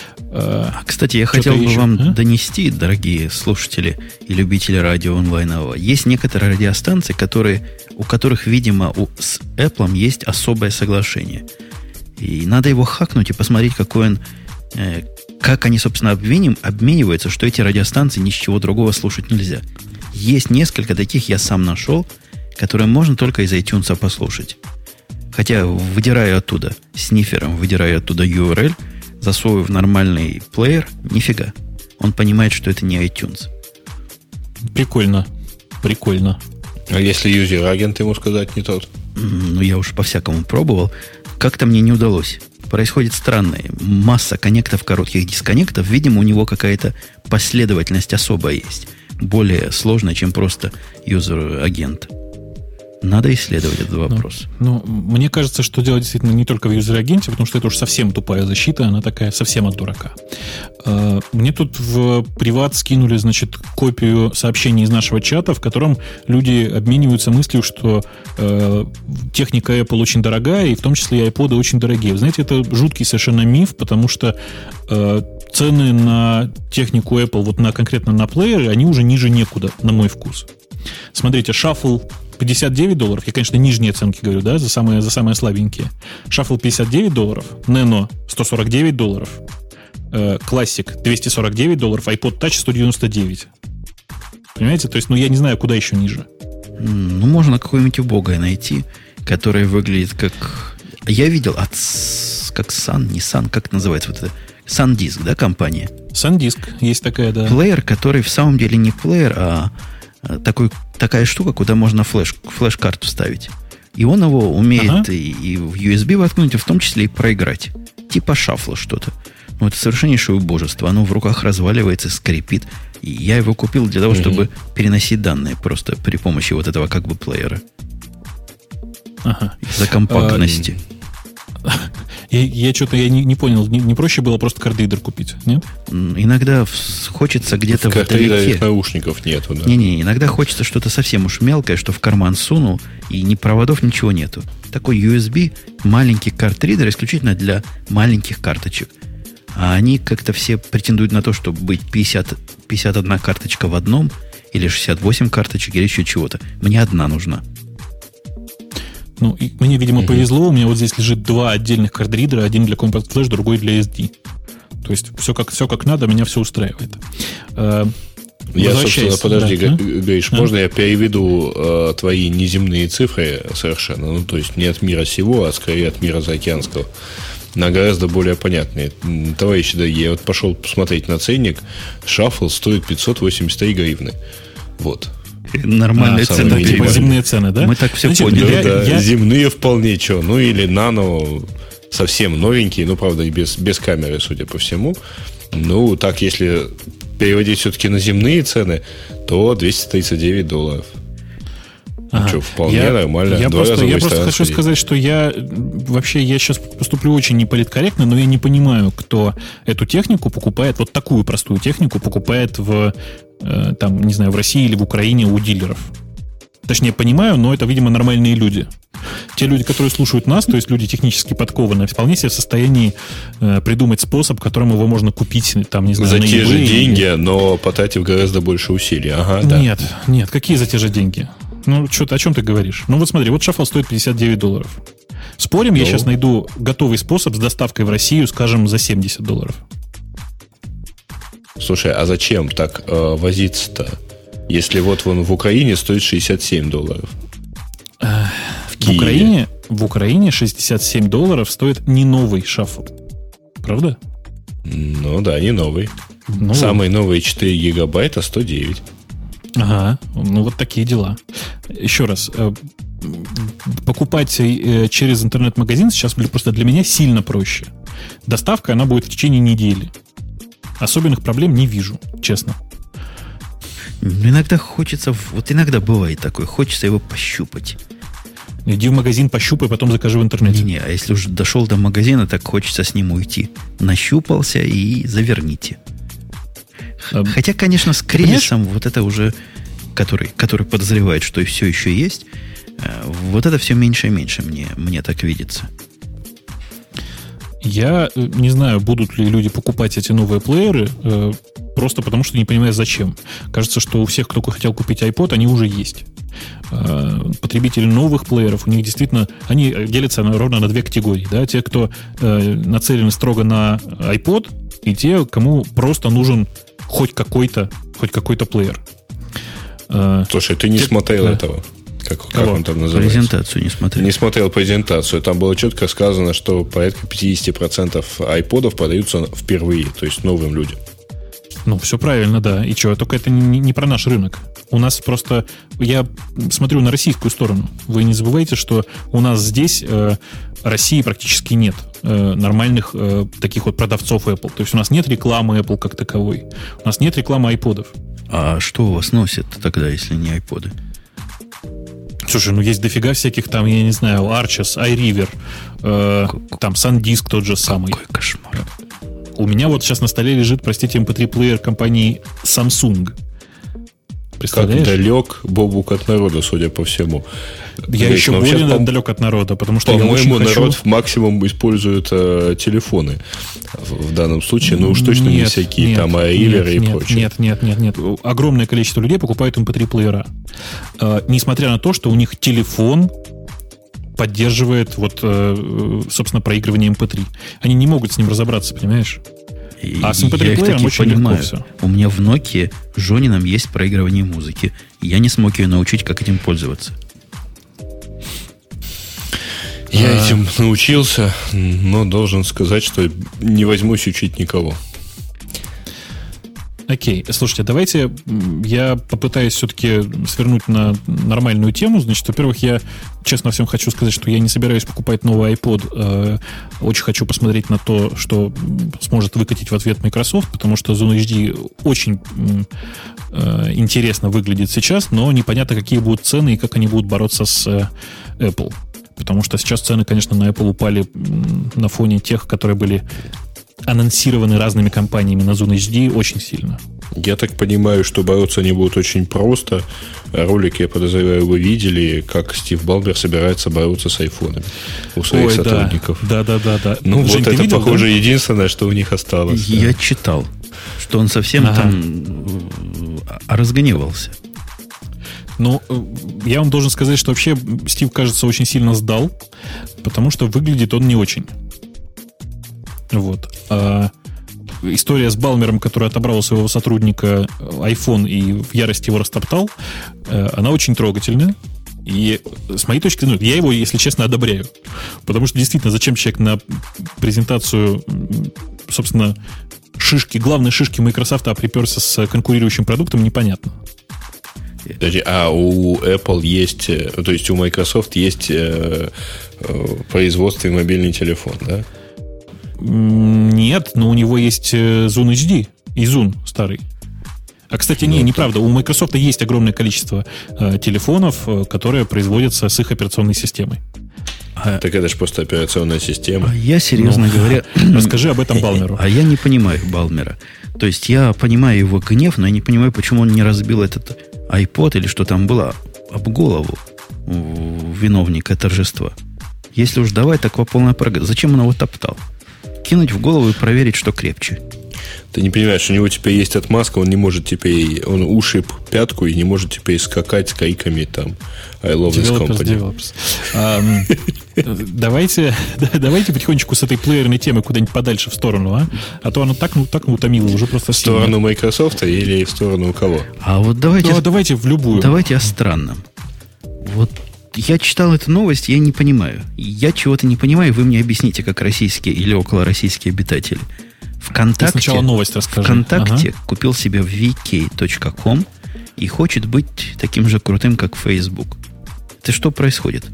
Кстати, я хотел бы еще? вам а? донести, дорогие слушатели и любители радио онлайнового. Есть некоторые радиостанции, которые, у которых, видимо, у, с Apple есть особое соглашение. И надо его хакнуть и посмотреть, какой он, э, как они, собственно, обвиним, обмениваются, что эти радиостанции ни с чего другого слушать нельзя. Есть несколько таких, я сам нашел, которые можно только из iTunes послушать. Хотя, выдираю оттуда, снифером выдираю оттуда ю ар эл, засовываю в нормальный плеер, нифига. Он понимает, что это не iTunes. Прикольно. Прикольно. А если юзер-агент ему сказать не тот? Ну, я уж по-всякому пробовал. Как-то мне не удалось. Происходит странное. Масса коннектов, коротких дисконнектов. Видимо, у него какая-то последовательность особая есть. Более сложная, чем просто юзер-агент. Надо исследовать этот вопрос. Ну, ну, мне кажется, что дело действительно не только в юзер-агенте, потому что это уж совсем тупая защита, она такая совсем от дурака. Мне тут в приват скинули, значит, копию сообщений из нашего чата, в котором люди обмениваются мыслью, что э, техника Apple очень дорогая, и в том числе и iPod очень дорогие. Вы знаете, это жуткий совершенно миф, потому что э, цены на технику Apple, вот на, конкретно на плееры, они уже ниже некуда, на мой вкус. Смотрите, Shuffle пятьдесят девять долларов. Я, конечно, нижние оценки говорю, да, за самые, за самые слабенькие. Shuffle пятьдесят девять долларов, Nano сто сорок девять долларов, э, Classic двести сорок девять долларов, iPod Touch сто девяносто девять. Понимаете? То есть, ну, я не знаю, куда еще ниже. Ну, можно какое-нибудь убогое найти, которое выглядит как... Я видел от... Как Sun, не Sun, как это называется? Вот это? SanDisk, да, компания? SanDisk, есть такая, да. Плеер, который в самом деле не плеер, а такой, такая штука, куда можно флеш, флеш-карту вставить. И он его умеет ага. и, и в ю эс би воткнуть, и в том числе и проиграть. Типа шафла что-то. Ну, это совершеннейшее убожество. Оно в руках разваливается, скрипит. И я его купил для того, mm-hmm. чтобы переносить данные просто при помощи вот этого как бы плеера. Ага. Из-за компактности. Я, я что-то я не, не понял, не, не проще было просто картридер купить, нет? Иногда хочется где-то в вдалеке. Наушников нету, да. Не-не, иногда хочется что-то совсем уж мелкое, что в карман сунул, и ни проводов, ничего нету. Такой ю эс би, маленький картридер, исключительно для маленьких карточек. А они как-то все претендуют на то, чтобы быть пятьдесят, пятьдесят одна карточка в одном, или шестьдесят восемь карточек, или еще чего-то. Мне одна нужна. Ну, и мне, видимо, uh-huh. повезло. У меня вот здесь лежит два отдельных картридера. Один для Compact Flash, другой для эс ди. То есть все как, все как надо, меня все устраивает. Я, собственно, подожди, да, Гриш, а? можно я переведу э, твои неземные цифры совершенно? Ну, то есть не от мира сего, а скорее от мира заокеанского. На гораздо более понятные. Товарищи дорогие, я вот пошел посмотреть на ценник. Shuffle стоит пятьсот восемьдесят три гривны. Вот. Нормальные а, цены. Типа земные цены, да? Мы так все Значит, поняли. Я, да, я... Земные вполне что. Ну, или нано совсем новенькие. Ну, правда, без, без камеры, судя по всему. Ну, так, если переводить все-таки на земные цены, то двести тридцать девять долларов. Ага. Что, вполне я, нормально. Я Два просто, я просто хочу сходить. сказать, что я вообще я сейчас поступлю очень неполиткорректно, но я не понимаю, кто эту технику покупает, вот такую простую технику покупает в, э, там, не знаю, в России или в Украине у дилеров. Точнее, понимаю, но это, видимо, нормальные люди. Те люди, которые слушают нас, то есть люди технически подкованные, вполне себе в состоянии э, придумать способ, которым его можно купить, там, не знаю, за на те eBay же или... деньги, но потратив гораздо больше усилий. Ага, нет, да. нет, какие за те же деньги? Ну, что-то, о чем ты говоришь? Ну, вот смотри, вот Shuffle стоит пятьдесят девять долларов. Спорим, ну. я сейчас найду готовый способ с доставкой в Россию, скажем, за семьдесят долларов. Слушай, а зачем так э, возиться-то? Если вот вон в Украине стоит шестьдесят семь долларов. В, в, Украине, в Украине шестьдесят семь долларов стоит не новый Shuffle. Правда? Ну да, не новый. Ну, Самый новый четыре гигабайта сто девять. Ага, ну вот такие дела. Еще раз, покупать через интернет-магазин сейчас просто для меня сильно проще. Доставка, она будет в течение недели. Особенных проблем не вижу, честно. Иногда хочется, вот иногда бывает такое, хочется его пощупать. Иди в магазин, пощупай, потом закажи в интернете. Не-не, а если уже дошел до магазина, так хочется с ним уйти. Нащупался и заверните. Хотя, конечно, с кризисом Понимаешь? вот это уже, который, который подозревает, что и все еще есть, вот это все меньше и меньше мне, мне так видится. Я не знаю, будут ли люди покупать эти новые плееры, просто потому что не понимаю, зачем. Кажется, что у всех, кто хотел купить iPod, они уже есть. Потребители новых плееров, у них действительно, они делятся ровно на две категории. Да? Те, кто нацелены строго на iPod, и те, кому просто нужен хоть какой-то, хоть какой-то плеер. Слушай, ты не те... смотрел да. этого? Как, как он там называется? Презентацию не смотрел. Не смотрел презентацию. Там было четко сказано, что порядка пятьдесят процентов айподов продаются впервые, то есть новым людям. Ну, все правильно, да. И что, только это не, не про наш рынок. У нас просто... Я смотрю на российскую сторону. Вы не забывайте, что у нас здесь э, России практически нет э, нормальных э, таких вот продавцов Apple. То есть у нас нет рекламы Apple как таковой. У нас нет рекламы айподов. А что у вас носят тогда, если не айподы? Слушай, ну есть дофига всяких там, я не знаю, Arches, iRiver, э, там SanDisk тот же самый. Какой кошмар. У меня вот сейчас на столе лежит, простите, эм пи три плеер компании Samsung. Как далек Бобук от народа, судя по всему. Я Ведь, еще более сейчас, далек от народа, потому что я очень хочу... народ максимум использует э, телефоны в, в данном случае, но уж точно нет, не всякие нет, там iRiver и нет, прочее. Нет, нет, нет, нет. Огромное количество людей покупают эм пи три плеера. Э, несмотря на то, что у них телефон поддерживает вот, э, собственно, проигрывание эм пи три. Они не могут с ним разобраться, понимаешь? А с эм пи три плеером очень понимаю. Легко все. У меня в Nokia Жонином есть проигрывание музыки. Я не смог ее научить, как этим пользоваться. Я а... этим научился, но должен сказать, что не возьмусь учить никого. Окей, слушайте, давайте я попытаюсь все-таки свернуть на нормальную тему. Значит, во-первых, я честно всем хочу сказать, что я не собираюсь покупать новый iPod. Очень хочу посмотреть на то, что сможет выкатить в ответ Microsoft, потому что Zune эйч ди очень интересно выглядит сейчас, но непонятно, какие будут цены и как они будут бороться с Apple. Потому что сейчас цены, конечно, на Apple упали на фоне тех, которые были анонсированы разными компаниями на Zune эйч ди очень сильно. Я так понимаю, что бороться они будут очень просто. Ролик, я подозреваю, вы видели, как Стив Балмер собирается бороться с айфонами у своих Ой, сотрудников. Да, да, да, да. Ну, Жень, вот это, видел, похоже, да? единственное, что у них осталось. Я да. читал, что он совсем ага. там разгневался. Ну, я вам должен сказать, что вообще Стив, кажется, очень сильно сдал, потому что выглядит он не очень. Вот. А история с Балмером, который отобрал у своего сотрудника iPhone и в ярости его растоптал, она очень трогательная. И с моей точки зрения, я его, если честно, одобряю. Потому что действительно, зачем человек на презентацию, собственно, шишки, главной шишки Microsoft приперся с конкурирующим продуктом, непонятно. Подожди, а у Apple есть, то есть у Microsoft есть э, э, производство и мобильный телефон, да? Нет, но у него есть Zune эйч ди и Zune старый. А, кстати, не, неправда. У Microsoft есть огромное количество э, телефонов, которые производятся с их операционной системой. А, так это же просто операционная система. А я, серьезно ну, говоря... Расскажи об этом Балмеру. А я не понимаю Балмера. То есть я понимаю его гнев, но я не понимаю, почему он не разбил этот iPod или что там было об голову виновника торжества. Если уж давай, так по полной программе. Зачем он его топтал? Кинуть в голову и проверить, что крепче. Ты не понимаешь, у него теперь есть отмазка, он не может теперь, он ушиб пятку и не может теперь скакать с криками там I love this company. Давайте, давайте потихонечку с этой плеерной темы куда-нибудь подальше в сторону, а? А то она так, ну, так утомила уже просто. В сторону Microsoft или в сторону кого? А вот давайте, ну, давайте в любую. Давайте о странном. Вот я читал эту новость, я не понимаю. Я чего-то не понимаю, вы мне объясните, как российские или около российские обитатели. ВКонтакте, сначала новость расскажи. ВКонтакте ага. купил себе ви кей точка ком и хочет быть таким же крутым, как Facebook. Это что происходит?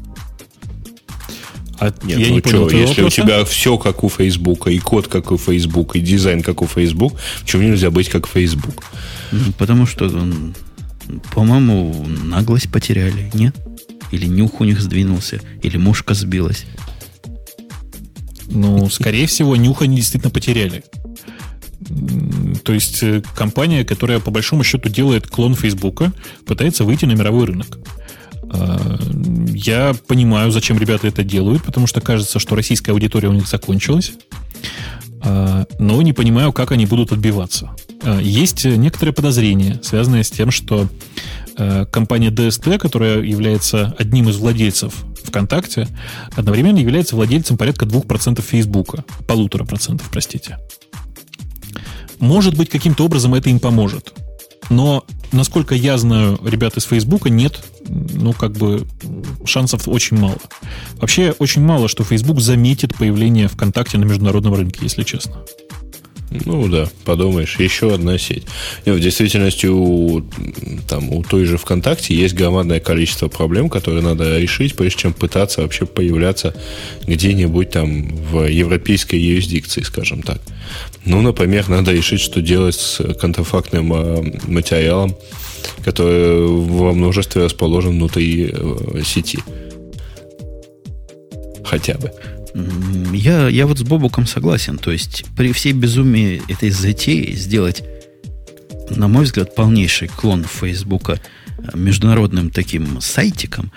А Нет, я ну не что, понял, если у тебя все как у Facebook, и код как у Facebook, и дизайн как у Facebook, почему нельзя быть как Facebook? Ну, потому что, по-моему, наглость потеряли, нет? Или нюх у них сдвинулся, или мушка сбилась. Ну, скорее всего, нюх они действительно потеряли. То есть компания, которая по большому счету делает клон Фейсбука, пытается выйти на мировой рынок. я понимаю, зачем ребята это делают, потому что кажется, что российская аудитория у них закончилась. Но не понимаю, как они будут отбиваться. Есть некоторые подозрения, связанные с тем, что компания ди эс ти, которая является одним из владельцев ВКонтакте, одновременно является владельцем порядка двух процентов Фейсбука. Полутора процентов, простите. Может быть, каким-то образом это им поможет. Но, насколько я знаю, ребят из Фейсбука, нет, ну, как бы, шансов очень мало. Вообще, очень мало, что Facebook заметит появление ВКонтакте на международном рынке, если честно. Ну да, подумаешь, еще одна сеть. Нет, в действительности у, там, у той же ВКонтакте есть громадное количество проблем, которые надо решить, прежде чем пытаться вообще появляться где-нибудь там в европейской юрисдикции, скажем так. Ну, например, надо решить, что делать с контрафактным материалом, который во множестве расположен внутри сети. Хотя бы. Я, я вот с Бобуком согласен. То есть при всей безумии этой затеи сделать, на мой взгляд, полнейший клон Фейсбука международным таким сайтиком,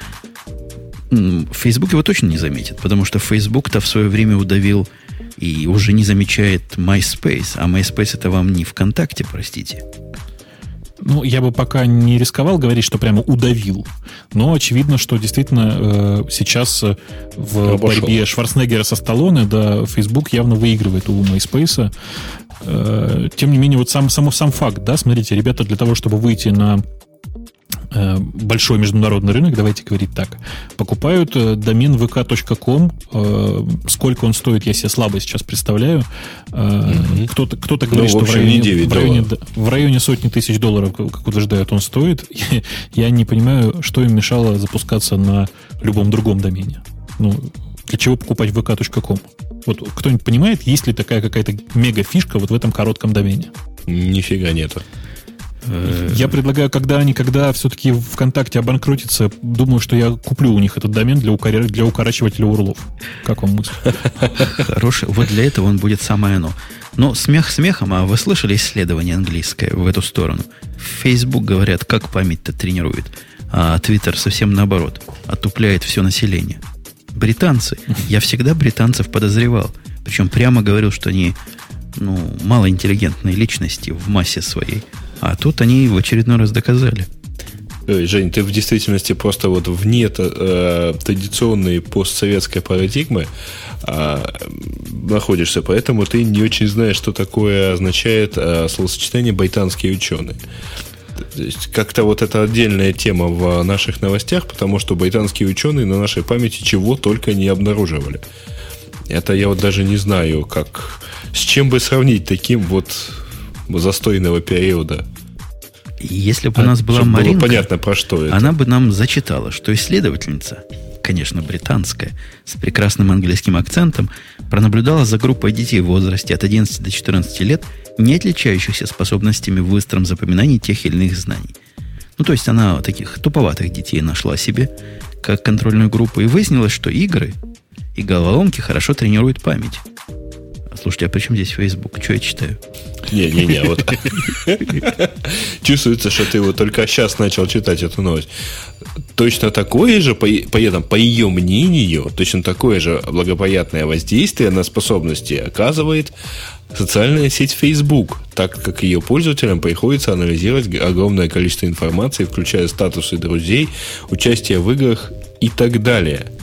Фейсбук его точно не заметит, потому что Фейсбук-то в свое время удавил и уже не замечает MySpace, а MySpace это вам не ВКонтакте, простите. Ну, я бы пока не рисковал говорить, что прямо удавил. Но очевидно, что действительно э, сейчас в Обошел. борьбе Шварценеггера со Сталлоне, да, Facebook явно выигрывает у MySpace. Э, тем не менее, вот сам, сам, сам факт, да, смотрите, ребята, для того, чтобы выйти на э, большой международный рынок, давайте говорить так, покупают э, домен ви ка точка ком. Э, сколько он стоит, я себе слабо сейчас представляю. Э, mm-hmm. Кто-то, кто-то говорит, ну, что в районе, в, районе, в районе сотни тысяч долларов, как утверждают, он стоит. Я, я не понимаю, что им мешало запускаться на любом другом домене. Ну, для чего покупать ви ка точка ком? Вот кто-нибудь понимает, есть ли такая какая-то мега-фишка вот в этом коротком домене? Нифига нету. Я предлагаю, когда они, когда все-таки ВКонтакте обанкротится, думаю, что я куплю у них этот домен для, укор... для укорачивателя урлов. Как вам мысль? Хороший. Вот для этого он будет самое оно. Но смех смехом, а вы слышали исследование английское в эту сторону? Facebook, говорят, как память-то тренирует, а Twitter совсем наоборот, отупляет все население. Британцы. Я всегда британцев подозревал. Причем прямо говорил, что они, ну, малоинтеллигентные личности в массе своей. А тут они в очередной раз доказали. Ой, Жень, ты в действительности просто вот вне э, традиционной постсоветской парадигмы э, находишься, поэтому ты не очень знаешь, что такое означает э, словосочетание «британские ученые». То есть как-то вот это отдельная тема в наших новостях, потому что британские ученые на нашей памяти чего только не обнаруживали. Это я вот даже не знаю, как, с чем бы сравнить таким вот застойного периода. Если бы у нас была Маринка, было понятно, про что это. Она бы нам зачитала, что исследовательница, конечно, британская, с прекрасным английским акцентом, пронаблюдала за группой детей в возрасте от одиннадцати до четырнадцати лет, не отличающихся способностями в быстром запоминании тех или иных знаний. Ну, то есть она таких туповатых детей нашла себе как контрольную группу, и выяснилось, что игры и головоломки хорошо тренируют память. Слушайте, а при чем здесь Facebook? Что я читаю? Не-не-не, вот чувствуется, что ты вот только сейчас начал читать эту новость. Точно такое же, по, по, по ее мнению, точно такое же благоприятное воздействие на способности оказывает социальная сеть Facebook, так как ее пользователям приходится анализировать огромное количество информации, включая статусы друзей, участие в играх и так далее.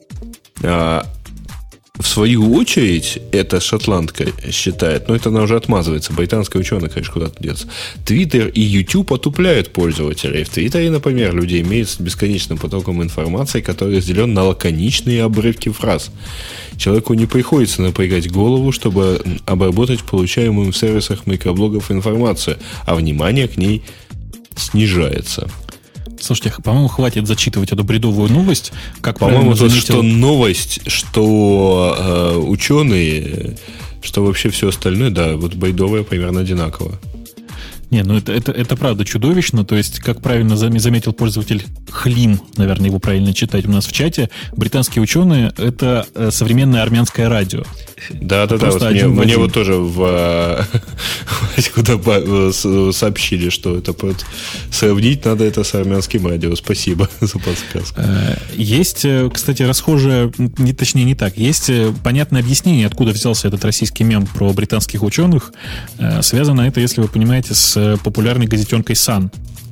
А в свою очередь, эта шотландка считает, но это она уже отмазывается, британская ученая, конечно, куда-то деться. Твиттер и YouTube отупляют пользователей. В Твиттере, например, люди имеют с бесконечным потоком информации, который разделен на лаконичные обрывки фраз. Человеку не приходится напрягать голову, чтобы обработать получаемую в сервисах микроблогов информацию, а внимание к ней снижается. Слушайте, по-моему, хватит зачитывать эту бредовую новость. Как по-моему, то, заметил... что новость, что э, ученые, что вообще все остальное, да, вот бредовая примерно одинаково. Не, ну это, это, это правда чудовищно. То есть, как правильно заметил пользователь Хлим, наверное, его правильно читать у нас в чате, британские ученые — это современное армянское радио. Да, да, да. Вот мне, мне вот тоже в, куда сообщили, что это сравнить надо это с армянским радио. Спасибо за подсказку. Есть, кстати, расхожее, не, точнее не так, есть понятное объяснение, откуда взялся этот российский мем про британских ученых. Связано это, если вы понимаете, с популярной газетенкой Sun.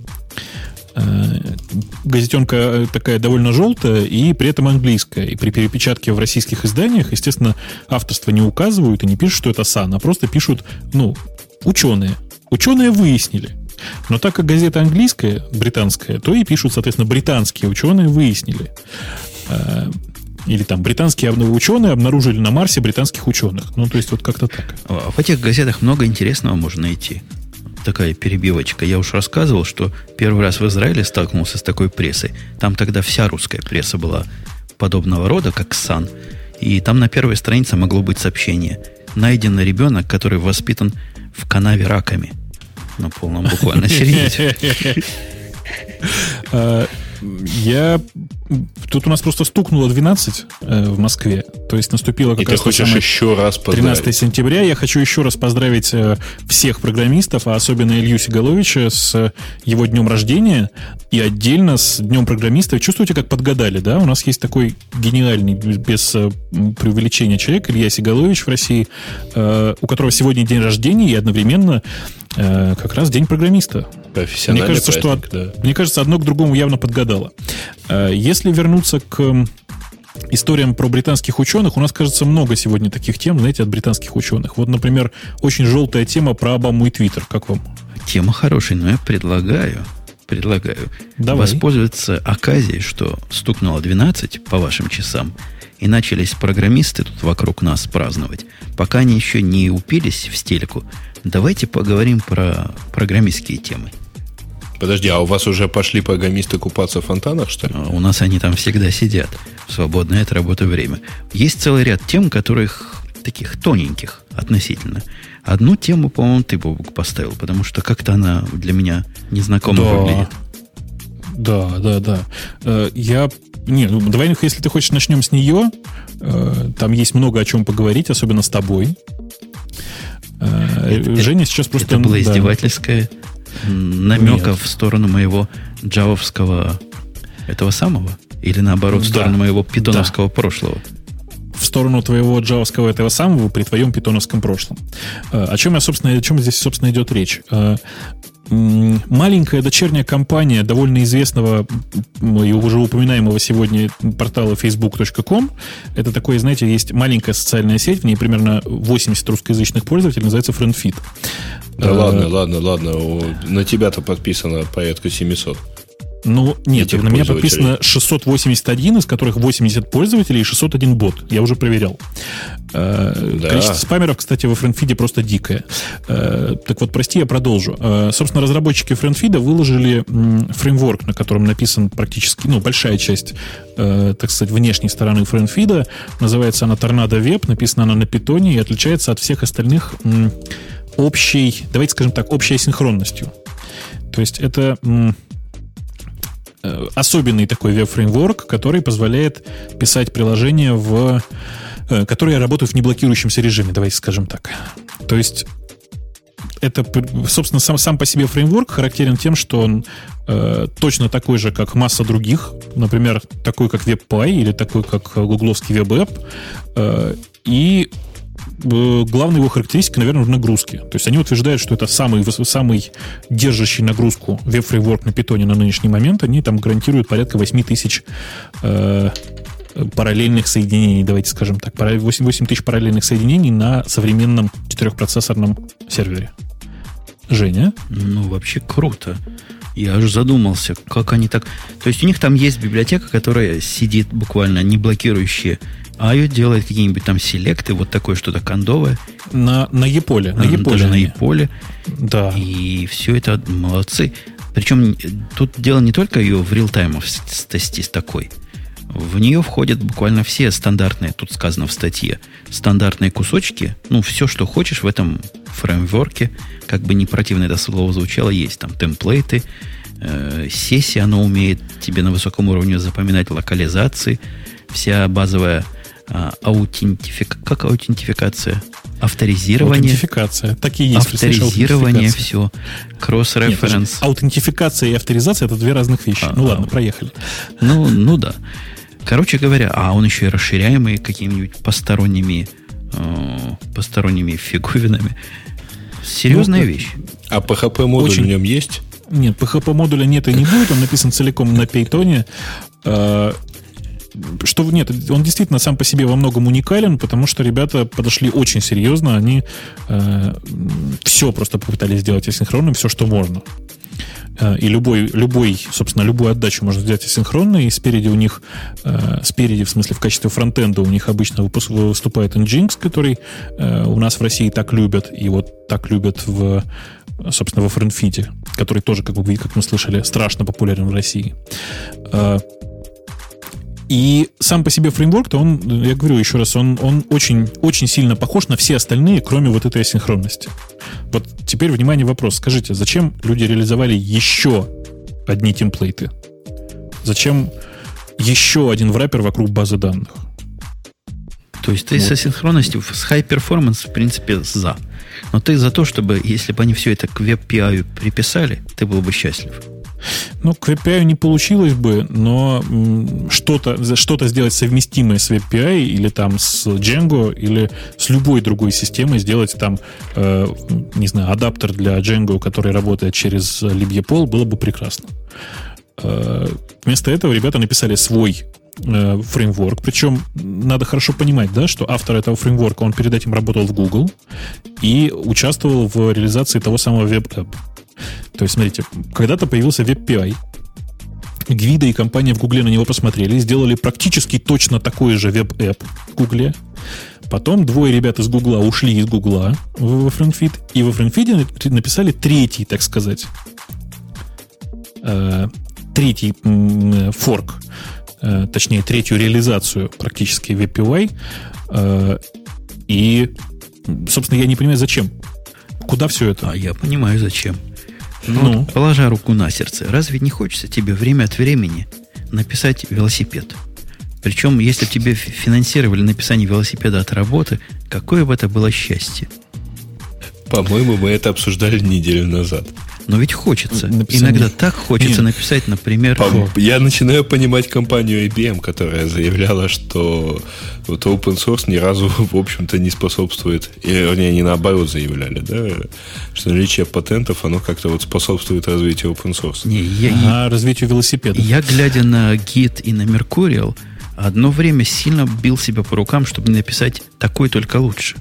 Газетенка такая довольно желтая и при этом английская. И при перепечатке в российских изданиях, естественно, авторство не указывают и не пишут, что это Sun, а просто пишут, ну, ученые. Ученые выяснили. Но так как газета английская, британская, то и пишут, соответственно, британские ученые выяснили. Или там британские ученые обнаружили на Марсе британских ученых. Ну, то есть вот как-то так. В этих газетах много интересного можно найти. Такая перебивочка. Я уж рассказывал, что первый раз в Израиле столкнулся с такой прессой. Там тогда вся русская пресса была подобного рода, как Сан. И там на первой странице могло быть сообщение. Найден ребенок, который воспитан в канаве раками. На полном буквально серьезе. Я... Тут у нас просто стукнуло двенадцать э, в Москве. То есть наступило как и раз ты хочешь еще раз поздравить. тринадцатое сентября. Я хочу еще раз поздравить э, всех программистов, а особенно Илью Сигаловича с его днем рождения и отдельно с днем программиста. Чувствуете, как подгадали, да? У нас есть такой гениальный, без э, преувеличения человек, Илья Сигалович в России, э, у которого сегодня день рождения и одновременно э, как раз день программиста. Мне кажется, праздник, что, да. Мне кажется, одно к другому явно подгадало. Если вернуться к историям про британских ученых, у нас, кажется, много сегодня таких тем, знаете, от британских ученых. Вот, например, очень желтая тема про Обаму и Твиттер. Как вам? Тема хорошая, но я предлагаю, предлагаю Давай. воспользоваться оказией, что стукнуло двенадцать по вашим часам, и начались программисты тут вокруг нас праздновать. Пока они еще не упились в стельку, давайте поговорим про программистские темы. Подожди, а у вас уже пошли программисты купаться в фонтанах, что ли? У нас они там всегда сидят в свободное от работы время. Есть целый ряд тем, которых таких тоненьких относительно. Одну тему, по-моему, ты, Бобук, поставил, потому что как-то она для меня незнакомо да. выглядит. Да, да, да. Я... Не, ну, давай, если ты хочешь, начнем с нее. Там есть много о чем поговорить, особенно с тобой. Это, Женя сейчас просто... Это было да. издевательское намека Нет. в сторону моего джавовского этого самого? Или наоборот, в сторону да. моего питоновского да. прошлого? В сторону твоего джавовского этого самого при твоем питоновском прошлом. О чем, я, собственно, о чем здесь, собственно, идет речь? Маленькая дочерняя компания довольно известного и уже упоминаемого сегодня портала фейсбук точка ком. Это такое, знаете, есть маленькая социальная сеть, в ней примерно восемьдесят русскоязычных пользователей, называется FriendFeed. Да а, ладно, ладно, ладно. На тебя-то подписано порядка семьсот. Ну, нет, на меня подписано шестьсот восемьдесят один, из которых восемьдесят пользователей и шестьсот один бот. Я уже проверял. Да. Количество спамеров, кстати, во FriendFeed просто дикое. Так вот, прости, я продолжу. Собственно, разработчики FriendFeed выложили фреймворк, на котором написан практически, ну, большая часть, так сказать, внешней стороны FriendFeed. Называется она Tornado Web, написана она на питоне и отличается от всех остальных общей, давайте скажем так, общей асинхронностью. То есть это... особенный такой веб-фреймворк, который позволяет писать приложения, в, которые работают в неблокирующемся режиме, давайте скажем так. То есть это, собственно, сам, сам по себе фреймворк характерен тем, что он э, точно такой же, как масса других, например, такой, как WebPy или такой, как гугловский WebApp, э, и главная его характеристика, наверное, в нагрузке. То есть они утверждают, что это самый, самый держащий нагрузку веб-фреймворк на питоне на нынешний момент. Они там гарантируют порядка восемь тысяч э, параллельных соединений, давайте скажем так, восемь тысяч параллельных соединений на современном четырехпроцессорном сервере. Женя? Ну, вообще круто. Я аж задумался, как они так... То есть у них там есть библиотека, которая сидит буквально не блокирующая ай о, делает какие-нибудь там селекты, вот такое что-то кондовое. На, на Еполе. На Еполе. Даже на Еполе. Да. И все это молодцы. Причем тут дело не только ее в реалтаймовости с такой. В нее входят буквально все стандартные, тут сказано в статье, стандартные кусочки. Ну, все, что хочешь в этом фреймворке, как бы не противно это слово звучало, есть там темплейты, э, сессии, оно умеет тебе на высоком уровне запоминать локализации, вся базовая а, аутентифик... как аутентификация? Авторизирование. Аутентификация. Так и есть. Авторизирование, все. Кросс-референс. Аутентификация и авторизация – это две разных вещи. А, ну, ладно, проехали. Ну, ну да. Короче говоря, а он еще и расширяемый какими-нибудь посторонними, э, посторонними фиговинами. Серьезная ну, вещь. А пи эйч пи-модуль Очень... в нем есть? Нет, пи эйч пи-модуля нет и не будет. Он написан целиком на Python. Что нет, он действительно сам по себе во многом уникален, потому что ребята подошли очень серьезно. Они э, все просто попытались сделать асинхронным, все, что можно. И любой, любой, собственно, любую отдачу можно сделать асинхронной. И спереди у них, э, спереди, в смысле, в качестве фронтенда у них обычно выступает Nginx, который э, у нас в России так любят, и вот так любят в, собственно, во FriendFeed, который тоже, как вы, как мы слышали, страшно популярен в России. Э, И сам по себе фреймворк-то, он, я говорю еще раз, он, он очень, очень сильно похож на все остальные, кроме вот этой асинхронности. Вот теперь, внимание, вопрос. Скажите, зачем люди реализовали еще одни темплейты? Зачем еще один враппер вокруг базы данных? То есть ты вот. С асинхронностью, с high performance, в принципе, за. Но ты за то, чтобы, если бы они все это к веб-пи ай приписали, ты был бы счастлив. Ну, к веб-пи ай не получилось бы, но м, что-то, что-то сделать совместимое с веб-пи ай или там с Django, или с любой другой системой, сделать там, э, не знаю, адаптер для Django, который работает через libgpol, было бы прекрасно. Э, вместо этого ребята написали свой э, фреймворк, причем надо хорошо понимать, да, что автор этого фреймворка, он перед этим работал в Google и участвовал в реализации того самого веб-эп. То есть, смотрите, когда-то появился веб-пи ай. Гвида и компания в Гугле на него посмотрели, сделали практически точно такой же веб-эп в Гугле. Потом двое ребят из Гугла ушли из Гугла во FriendFeed, и во FriendFeed написали третий, так сказать, э, третий э, форк, э, точнее, третью реализацию практически веб-пи ай. Э, и, собственно, я не понимаю, зачем. Куда все это? А я понимаю, зачем. Ну, ну. Вот, положа руку на сердце, разве не хочется тебе время от времени написать велосипед? Причем, если тебе финансировали написание велосипеда от работы, какое бы это было счастье? По-моему, мы это обсуждали неделю назад. Но ведь хочется. Написание... Иногда так хочется Нет. написать, например... По- я начинаю понимать компанию ай би эм, которая заявляла, что вот open source ни разу, в общем-то, не способствует, или, вернее, они наоборот заявляли, да, что наличие патентов, оно как-то вот способствует развитию open source. Не, я, а, развитию велосипеда. Я, глядя на Git и на Mercurial, одно время сильно бил себя по рукам, чтобы не написать такой, только лучше.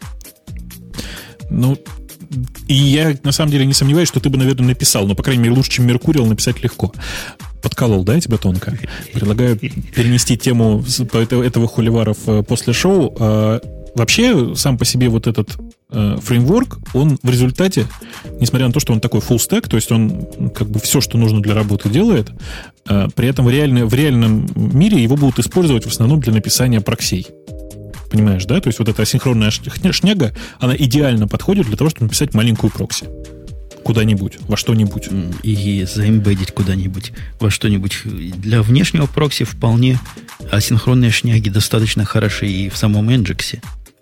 Ну... И я, на самом деле, не сомневаюсь, что ты бы, наверное, написал, но, по крайней мере, лучше, чем Mercurial, написать легко. Подколол, да, я тебя тонко? Предлагаю перенести тему этого холиваров после шоу. Вообще, сам по себе вот этот фреймворк, он в результате, несмотря на то, что он такой full stack, то есть он как бы все, что нужно для работы, делает, при этом в, реальной, в реальном мире его будут использовать в основном для написания проксей. Понимаешь, да? То есть вот эта асинхронная шняга, она идеально подходит для того, чтобы написать маленькую прокси. Куда-нибудь, во что-нибудь. И заэмбедить куда-нибудь, во что-нибудь. Для внешнего прокси вполне асинхронные шняги достаточно хороши и в самом Nginx.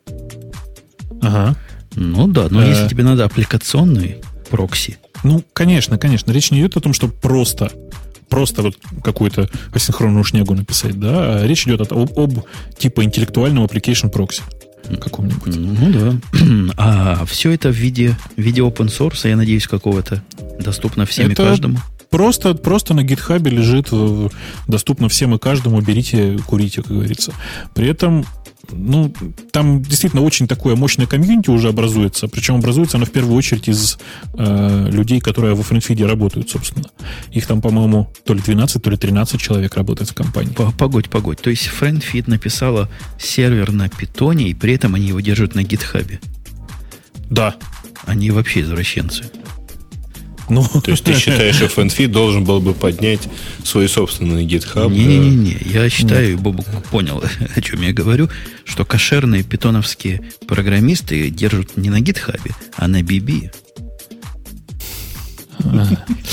Ага. Ну да, но а... если тебе надо аппликационный прокси. Ну, конечно, конечно. Речь не идет о том, что просто... просто вот какую-то асинхронную шнягу написать, да, а речь идет об, об типа интеллектуальном application proxy каком-нибудь. Ну да. А все это в виде, в виде open source, я надеюсь, какого-то доступно всем это и каждому. Просто, просто на GitHub лежит, доступно всем и каждому, берите, курите, как говорится. При этом, ну, там действительно очень такое мощное комьюнити уже образуется, причем образуется оно в первую очередь из э, людей, которые во FriendFeed работают, собственно. Их там, по-моему, то ли двенадцать, то ли тринадцать человек работает в компании. Погодь, погодь. То есть FriendFeed написала сервер на питоне, и при этом они его держат на GitHub? Да. Они вообще извращенцы. Ну, то есть ты считаешь, что FriendFeed должен был бы поднять свой собственный GitHub? Не-не-не, я считаю, Бобук понял, о чем я говорю, что кошерные питоновские программисты держат не на GitHub, а на би би.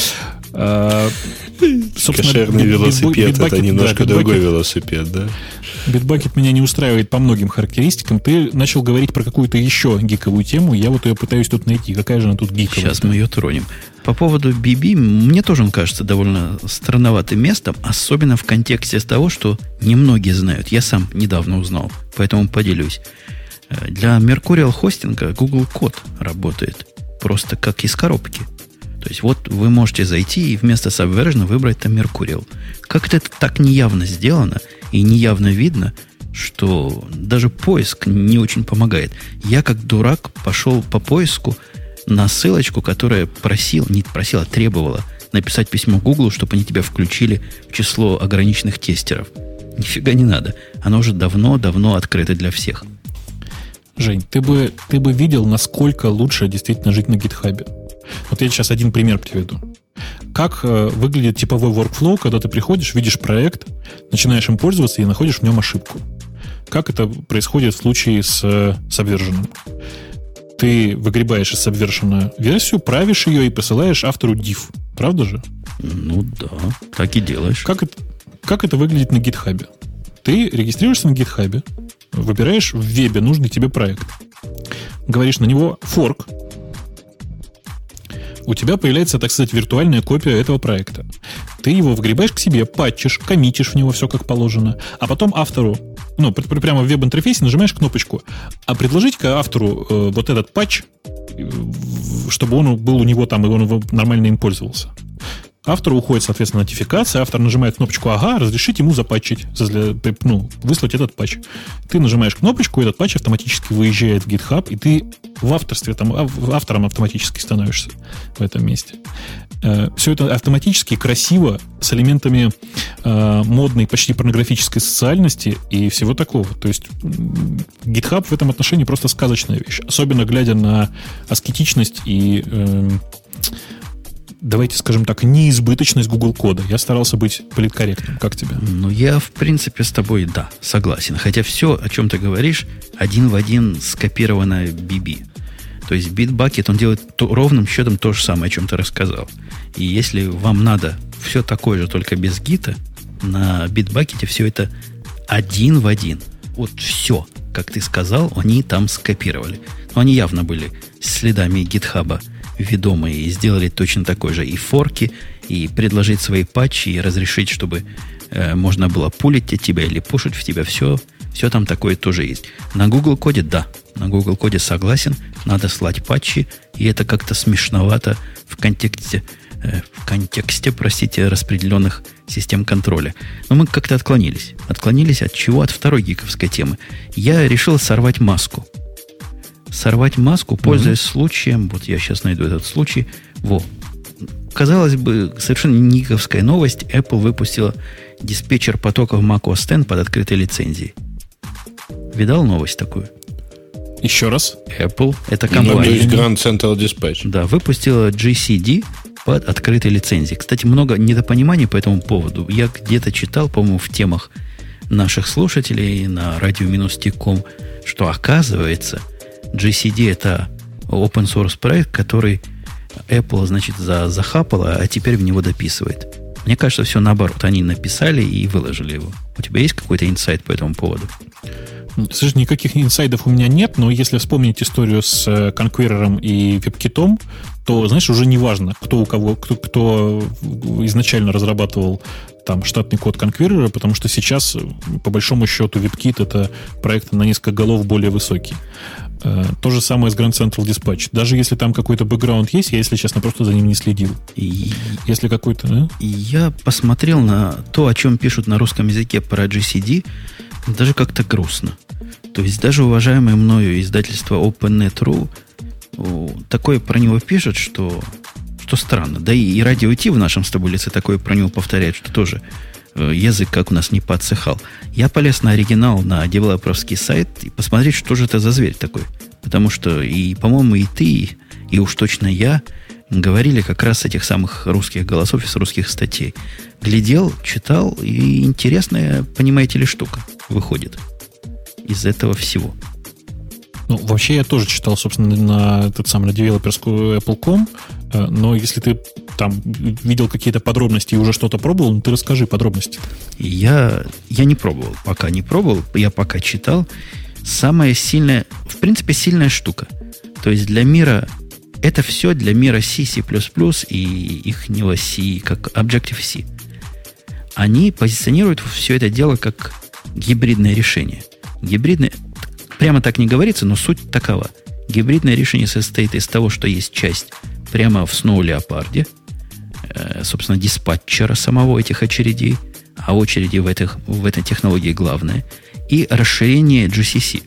Кошерный велосипед — это немножко другой велосипед, да? Bitbucket меня не устраивает по многим характеристикам. Ты начал говорить про какую-то еще гиковую тему. Я вот ее пытаюсь тут найти. Какая же она тут гиковая? Сейчас мы ее тронем. По поводу би би, мне тоже он кажется довольно странноватым местом, особенно в контексте того, что немногие знают. Я сам недавно узнал, поэтому поделюсь. Для Mercurial хостинга Google код работает просто как из коробки. То есть вот вы можете зайти и вместо Subversion выбрать там Mercurial. Как это так неявно сделано и неявно видно, что даже поиск не очень помогает. Я как дурак пошел по поиску на ссылочку, которая просила, не просила, требовала написать письмо Google, чтобы они тебя включили в число ограниченных тестеров. Нифига не надо. Оно уже давно-давно открыто для всех. Жень, ты бы, ты бы видел, насколько лучше действительно жить на GitHub. Вот я сейчас один пример приведу. Как э, выглядит типовой workflow, когда ты приходишь, видишь проект, начинаешь им пользоваться и находишь в нем ошибку. Как это происходит в случае с э, Subversion? Ты выгребаешь из Subversion версию, правишь ее и посылаешь автору diff. Правда же? Ну да, так и делаешь. Как это, как это выглядит на GitHub? Ты регистрируешься на GitHub, выбираешь в вебе нужный тебе проект, говоришь на него fork, у тебя появляется, так сказать, виртуальная копия этого проекта. Ты его вгребаешь к себе, патчишь, коммитишь в него все как положено, а потом автору, ну, прямо в веб-интерфейсе нажимаешь кнопочку, а предложить-ка автору э, вот этот патч, чтобы он был у него там, и он его нормально им пользовался. Автору уходит, соответственно, нотификация, автор нажимает кнопочку «Ага», разрешить ему запатчить, ну, выслать этот патч. Ты нажимаешь кнопочку, этот патч автоматически выезжает в GitHub, и ты в авторстве, там, автором автоматически становишься в этом месте. Все это автоматически, красиво, с элементами э, модной, почти порнографической социальности и всего такого. То есть GitHub в этом отношении просто сказочная вещь. Особенно глядя на аскетичность и... Э, давайте скажем так, неизбыточность Google кода. Я старался быть политкорректным. Как тебе? Ну, я, в принципе, с тобой, да, согласен. Хотя все, о чем ты говоришь, один в один скопировано би би. То есть Bitbucket, он делает то, ровным счетом то же самое, о чем ты рассказал. И если вам надо все такое же, только без гита, на Bitbucket все это один в один. Вот все, как ты сказал, они там скопировали. Но они явно были следами GitHub ведомые и сделали точно такой же и форки, и предложить свои патчи, и разрешить, чтобы э, можно было пулить от тебя или пушить в тебя. Все, все там такое тоже есть. На Google коде, да, на Google коде согласен, надо слать патчи, и это как-то смешновато в контексте, э, в контексте, простите, распределенных систем контроля. Но мы как-то отклонились. Отклонились от чего? От второй гиковской темы. Я решил сорвать маску. Сорвать маску, пользуясь mm-hmm. случаем, вот я сейчас найду этот случай, во. Казалось бы, совершенно никовская новость, Apple выпустила диспетчер потоков macOS десять под открытой лицензией. Видал новость такую? Еще раз. Apple, это компания. Ну, то есть Grand Central Dispatch. Да, выпустила джи си ди под открытой лицензией. Кстати, много недопониманий по этому поводу. Я где-то читал, по-моему, в темах наших слушателей на радио ти точка ком, что оказывается... джи си ди это open source проект, который Apple, значит, за, захапала, а теперь в него дописывает. Мне кажется, все наоборот. Они написали и выложили его. У тебя есть какой-то инсайт по этому поводу? Слушай, никаких инсайдов у меня нет, но если вспомнить историю с Conqueror и WebKit, то, знаешь, уже не важно, кто у кого, кто, кто изначально разрабатывал там штатный код Conqueror, потому что сейчас, по большому счету, WebKit это проект на несколько голов более высокий. То же самое с Grand Central Dispatch. Даже если там какой-то бэкграунд есть, я, если честно, просто за ним не следил. И если какой-то... Да? Я посмотрел на то, о чем пишут на русском языке про джи си ди, даже как-то грустно. То есть даже уважаемое мною издательство OpenNet точка ру такое про него пишет, что, что странно. Да и, и Радио Ти в нашем с тобой лице такое про него повторяет, что тоже язык как у нас не подсыхал. Я полез на оригинал, на девелоперский сайт и посмотреть, что же это за зверь такой. Потому что, и, по-моему, и ты, и уж точно я говорили как раз с этих самых русских голосов и с русских статей. Глядел, читал, и интересная, понимаете ли, штука выходит из этого всего. Ну, вообще я тоже читал, собственно, на этот самый на девелоперскую Apple точка ком, но если ты там видел какие-то подробности и уже что-то пробовал, ну ты расскажи подробности. Я, я не пробовал, пока не пробовал, я пока читал. Самая сильная, в принципе, сильная штука. То есть для мира, это все для мира C, C++ и ихнего C, как Objective-C. Они позиционируют все это дело как гибридное решение. Гибридное, прямо так не говорится, но суть такова. Гибридное решение состоит из того, что есть часть прямо в Snow Leopard, э, собственно, диспатчера самого этих очередей, а очереди в, этих, в этой технологии главное, и расширение джи си си.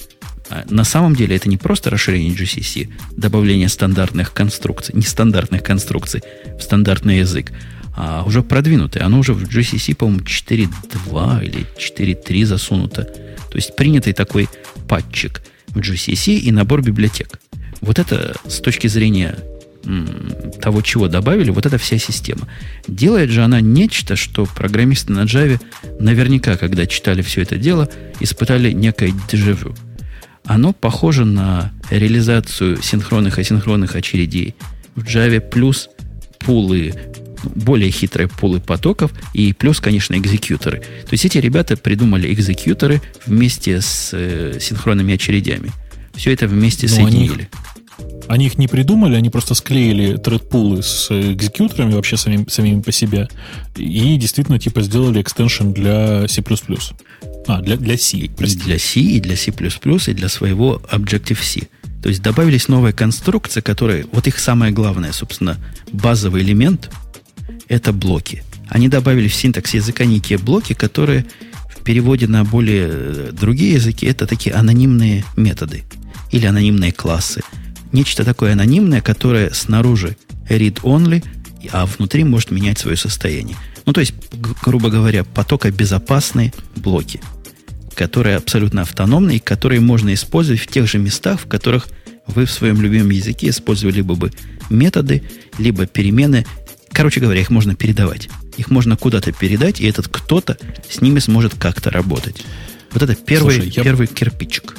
На самом деле это не просто расширение джи си си, добавление стандартных конструкций, нестандартных конструкций в стандартный язык, а уже продвинутое. Оно уже в джи си си, по-моему, четыре точка два или четыре точка три засунуто. То есть принятый такой патчик в джи си си и набор библиотек. Вот это с точки зрения м, того, чего добавили, вот эта вся система. Делает же она нечто, что программисты на Java наверняка, когда читали все это дело, испытали некое дежавю. Оно похоже на реализацию синхронных и асинхронных очередей в Java плюс пулы, более хитрые пулы потоков и плюс, конечно, экзекьюторы. То есть эти ребята придумали экзекьюторы вместе с э, синхронными очередями. Все это вместе Но соединили. Они их, они их не придумали, они просто склеили тредпулы с экзекьюторами вообще самим, самими по себе и действительно типа сделали экстеншн для C++. А, для, для C. Простите. Для C, и для C++, и для своего Objective-C. То есть добавились новые конструкции, которые... Вот их самое главное, собственно, базовый элемент — это блоки. Они добавили в синтакс языка некие блоки, которые в переводе на более другие языки — это такие анонимные методы или анонимные классы. Нечто такое анонимное, которое снаружи read-only, а внутри может менять свое состояние. Ну, то есть, грубо говоря, потокобезопасные блоки, которые абсолютно автономны и которые можно использовать в тех же местах, в которых вы в своем любимом языке использовали бы методы, либо перемены. Короче говоря, их можно передавать. Их можно куда-то передать, и этот кто-то с ними сможет как-то работать. Вот это первый, Слушай, я... первый кирпичик.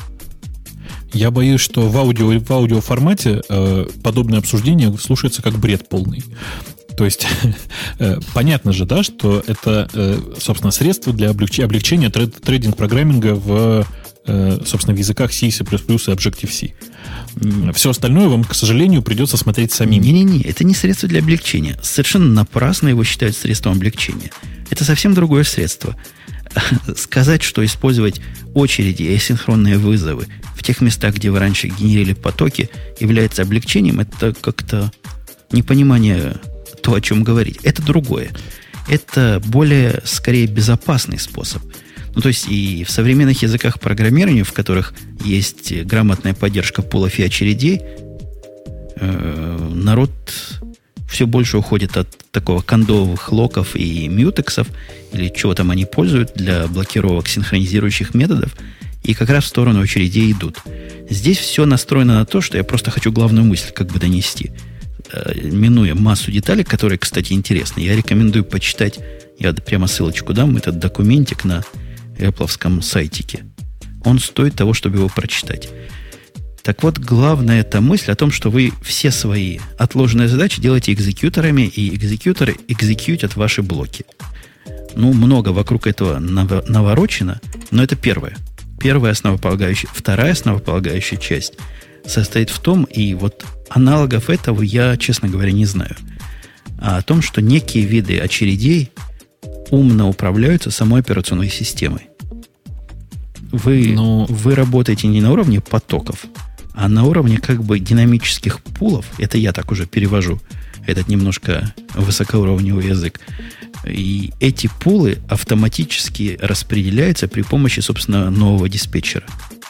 Я боюсь, что в аудио, в аудиоформате э, подобное обсуждение слушается как бред полный. То есть, э, понятно же, да, что это, э, собственно, средство для облегч- облегчения тред- трейдинг-программинга в, э, собственно, в языках C, C++ и Objective-C. Все остальное вам, к сожалению, придется смотреть самим. Не-не-не, это не средство для облегчения. Совершенно напрасно его считают средством облегчения. Это совсем другое средство. Сказать, что использовать очереди и асинхронные вызовы в тех местах, где вы раньше генерили потоки, является облегчением, это как-то непонимание то, о чем говорить. Это другое. Это более, скорее, безопасный способ. Ну, то есть и в современных языках программирования, в которых есть грамотная поддержка пулов и очередей, э, народ все больше уходит от такого кондовых локов и мьютексов, или чего там они пользуют для блокировок синхронизирующих методов, и как раз в сторону очередей идут. Здесь все настроено на то, что я просто хочу главную мысль как бы донести. Минуя массу деталей, которые, кстати, интересны, я рекомендую почитать, я прямо ссылочку дам, этот документик на Apple-овском сайтике. Он стоит того, чтобы его прочитать. Так вот, главная эта мысль о том, что вы все свои отложенные задачи делаете экзекьюторами, и экзекьюторы экзекьютят ваши блоки. Ну, много вокруг этого наворочено, но это первое. Первая основополагающая. Вторая основополагающая часть состоит в том, и вот аналогов этого я, честно говоря, не знаю, а о том, что некие виды очередей умно управляются самой операционной системой. Вы, Но... вы работаете не на уровне потоков, а на уровне как бы динамических пулов. Это я так уже перевожу этот немножко высокоуровневый язык. И эти пулы автоматически распределяются при помощи, собственно, нового диспетчера.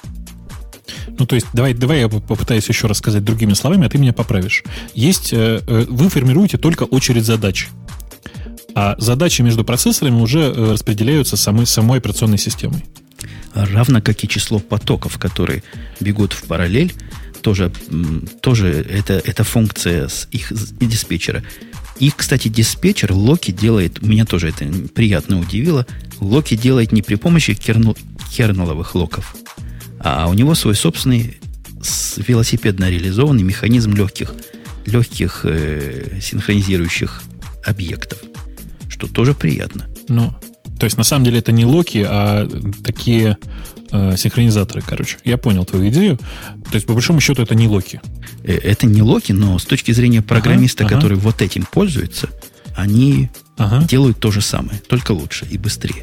Ну, то есть, давай, давай я попытаюсь еще раз сказать другими словами, а ты меня поправишь. Есть, э, вы формируете только очередь задач, а задачи между процессорами уже распределяются самой, самой операционной системой. Равно как и число потоков, которые бегут в параллель, тоже, тоже это, это функция с их диспетчера. И, кстати, диспетчер Локи делает, меня тоже это приятно удивило, Локи делает не при помощи кернел, кернеловых локов, а у него свой собственный велосипедно реализованный механизм легких, легких э, синхронизирующих объектов, что тоже приятно. Ну, то есть, на самом деле, это не локи, а такие э, синхронизаторы, короче. Я понял твою идею. То есть, по большому счету, это не локи. Это не локи, но с точки зрения программиста, ага, который ага. вот этим пользуется, они ага. делают то же самое, только лучше и быстрее.